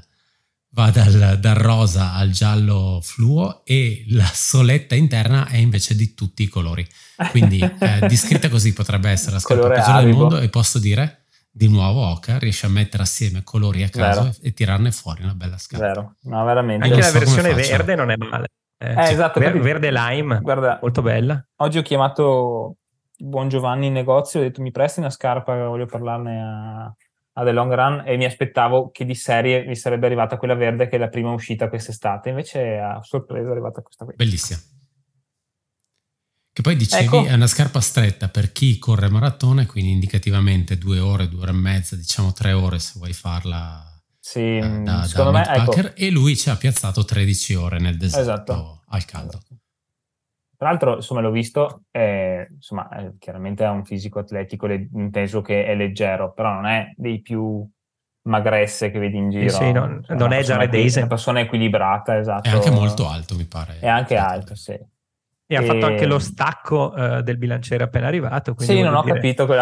rosa al giallo fluo, e la soletta interna è invece di tutti i colori, quindi descritta così potrebbe essere la scarpa Colore peggiore del Haribo. mondo. E posso dire di nuovo, Oka riesce a mettere assieme colori a caso Vero. e tirarne fuori una bella scarpa. Vero, no, veramente. Anche non la so come versione faccio. verde non è male. Esatto, infatti, Verde lime, guarda, molto bella. oggi ho chiamato buon Giovanni in negozio, ho detto mi presti una scarpa, voglio parlarne a The Long Run, e mi aspettavo che di serie mi sarebbe arrivata quella verde, che è la prima uscita quest'estate, invece a sorpresa è arrivata questa qui. Bellissima. Che poi dicevi Ecco. è una scarpa stretta per chi corre maratona, quindi indicativamente 2 ore, 2 ore e mezza, diciamo 3 ore se vuoi farla Sì, da secondo me, Midpacker, ecco, e lui ci ha piazzato 13 ore nel deserto esatto. al caldo. Tra l'altro, insomma, l'ho visto, insomma, chiaramente ha un fisico atletico, inteso che è leggero, però non è dei più magresse che vedi in giro. Sì, non è Jared È Eisen. una persona equilibrata, esatto. È anche molto alto, mi pare. È anche alto, sì. E ha fatto anche lo stacco del bilanciere appena arrivato. Sì, non ho capito quella.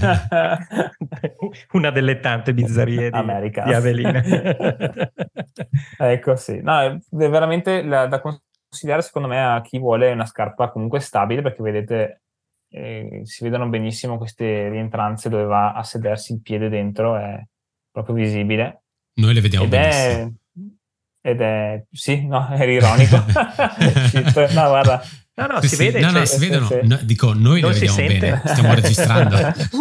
Una delle tante bizzarrie di Avelina. Ecco, sì. No, è veramente da consigliare, secondo me, a chi vuole una scarpa comunque stabile, perché vedete, si vedono benissimo queste rientranze dove va a sedersi il piede dentro, è proprio visibile. Noi le vediamo benissimo. Sì, no, era ironico. Shit, no, guarda. No, sì, si sì. vede. No, si vedono. sì. No, dico, noi Non le si vediamo sente. bene, stiamo registrando.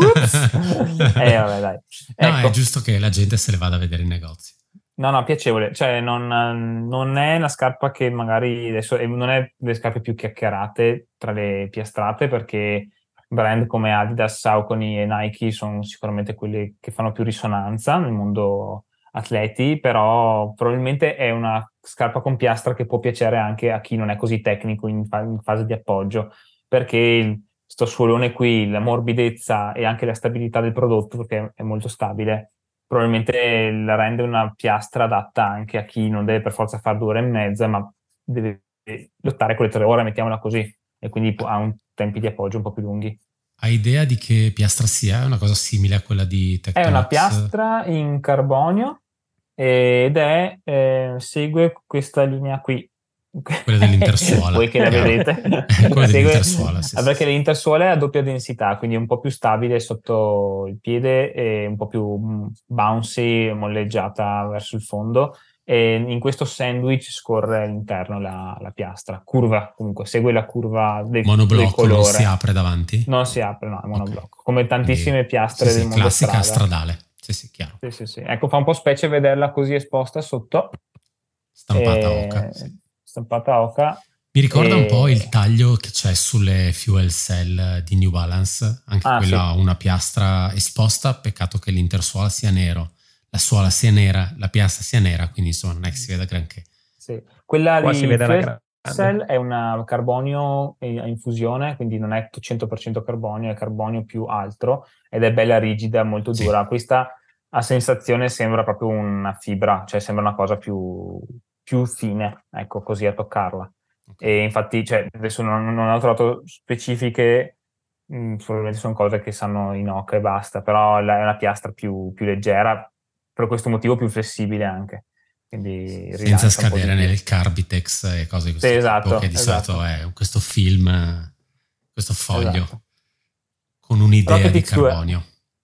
Vabbè, dai. No, Ecco. è giusto che la gente se le vada a vedere in negozio. No, piacevole. Cioè, non è una scarpa che magari adesso non è le scarpe più chiacchierate tra le piastrate, perché brand come Adidas, Saucony e Nike sono sicuramente quelli che fanno più risonanza nel mondo atleti, però probabilmente è una scarpa con piastra che può piacere anche a chi non è così tecnico in fase di appoggio, perché sto suolone qui, la morbidezza e anche la stabilità del prodotto, perché è molto stabile, probabilmente la rende una piastra adatta anche a chi non deve per forza fare 2 ore e mezza, ma deve lottare con le 3 ore, mettiamola così, e quindi ha un tempi di appoggio un po' più lunghi. Hai idea di che piastra sia? È una cosa simile a quella di Tectonox? È una piastra in carbonio ed segue questa linea qui. Quella dell'intersuola. Voi che la vedete. Quella dell'intersuola, sì. Perché l'intersuola è a doppia densità, quindi è un po' più stabile sotto il piede e un po' più bouncy, molleggiata verso il fondo. E in questo sandwich scorre all'interno la piastra, curva, comunque segue la curva del monoblocco, colore. Non si apre davanti? Non si apre, no, è monoblocco, Okay. come tantissime piastre del mondo classica strada. stradale. Sì, chiaro. Sì. Ecco, fa un po' specie vederla così esposta sotto. Stampata a Oka. Sì. Stampata a Oka. Mi ricorda un po' il taglio che c'è sulle fuel cell di New Balance, anche quella ha una piastra esposta, peccato che l'intersuola sia nero, la suola sia nera, la piastra sia nera, quindi insomma non è che si veda granché. Sì. Quella qua di si vede fuel cell è una carbonio a infusione, quindi non è 100% carbonio, è carbonio più altro ed è bella rigida, molto dura. Questa a sensazione sembra proprio una fibra, cioè sembra una cosa più fine, ecco, così a toccarla. E infatti, cioè, adesso non ho trovato specifiche, probabilmente sono cose che sanno in Oka e basta, però è una piastra più leggera, per questo motivo più flessibile anche. Quindi senza scadere nel Carbitex e cose così, esatto, che di solito è questo film, questo foglio con un'idea Rocket di X2. carbonio.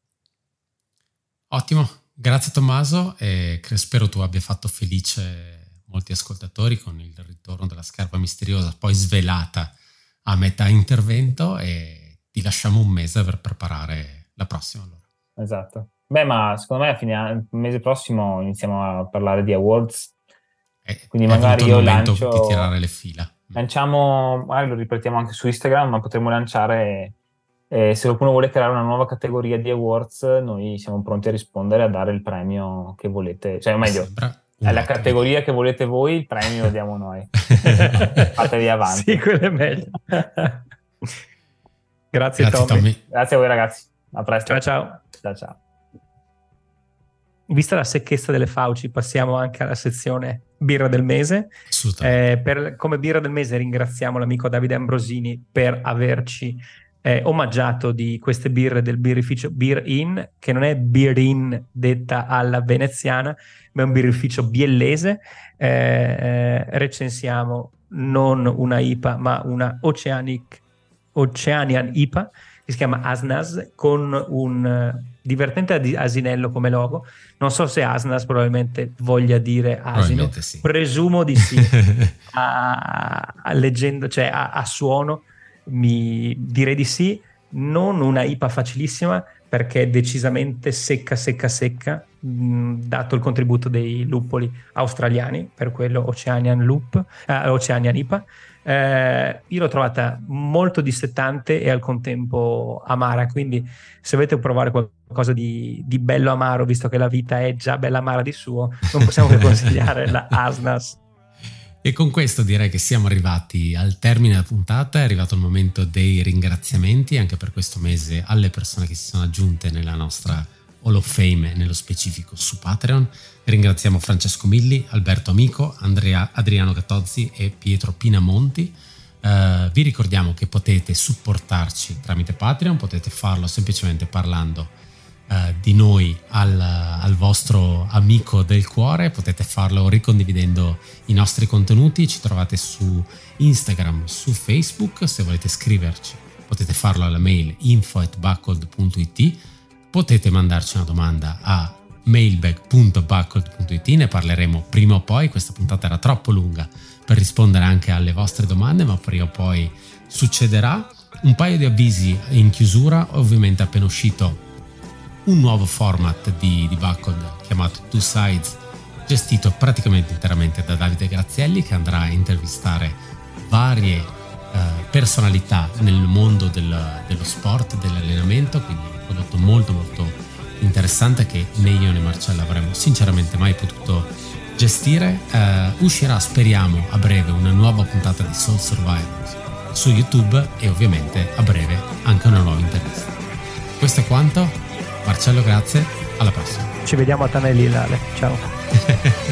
Ottimo, grazie Tommaso, e spero tu abbia fatto felice molti ascoltatori con il ritorno della scarpa misteriosa, poi svelata a metà intervento, e ti lasciamo un mese per preparare la prossima allora. Esatto. Ma secondo me il mese prossimo iniziamo a parlare di awards. Quindi è magari io lancio di tirare le fila. Lanciamo, magari lo ripetiamo anche su Instagram, ma potremmo lanciare, se qualcuno vuole creare una nuova categoria di awards, noi siamo pronti a rispondere, a dare il premio che volete, cioè meglio, è la categoria che volete voi, il premio lo diamo noi. Fatevi avanti. Sì, quello è meglio. Grazie Tommy. Grazie a voi ragazzi, a presto. Ciao. Ciao. Vista la secchezza delle fauci, passiamo anche alla sezione birra del mese. Come birra del mese ringraziamo l'amico Davide Ambrosini per averci omaggiato di queste birre del birrificio Beer Inn, che non è Beer Inn detta alla veneziana, ma è un birrificio biellese. Recensiamo non una IPA, ma una Oceanian IPA, che si chiama Asnas, con un divertente asinello come logo. Non so se Asnas probabilmente voglia dire asino, sì. Presumo di sì. Leggendo, cioè a suono direi di sì. Non una IPA facilissima, perché è decisamente secca, dato il contributo dei luppoli australiani, per quello Oceanian IPA. Io l'ho trovata molto dissettante e al contempo amara, quindi se volete provare qualcosa di bello amaro, visto che la vita è già bella amara di suo, non possiamo che consigliare la Asnas. E con questo direi che siamo arrivati al termine della puntata, è arrivato il momento dei ringraziamenti anche per questo mese alle persone che si sono aggiunte nella nostra Hall of Fame, nello specifico su Patreon. Ringraziamo Francesco Milli, Alberto Amico, Adriano Gattozzi e Pietro Pinamonti. Vi ricordiamo che potete supportarci tramite Patreon, potete farlo semplicemente parlando di noi al vostro amico del cuore, potete farlo ricondividendo i nostri contenuti. Ci trovate su Instagram, su Facebook. Se volete scriverci potete farlo alla mail info@buckled.it. potete mandarci una domanda a mailbag.buckled.it, ne parleremo prima o poi. Questa puntata era troppo lunga per rispondere anche alle vostre domande, ma prima o poi succederà. Un paio di avvisi in chiusura: ovviamente è appena uscito un nuovo format di Buckled chiamato Two Sides, gestito praticamente interamente da Davide Grazielli, che andrà a intervistare varie personalità nel mondo dello sport, dell'allenamento, quindi un prodotto molto molto interessante che né io né Marcella avremmo sinceramente mai potuto gestire. Uscirà, speriamo, a breve una nuova puntata di Soul Survivors su YouTube e ovviamente a breve anche una nuova intervista. Questo è quanto. Marcello, grazie, alla prossima. Ci vediamo a Tanelli, Lale. Ciao.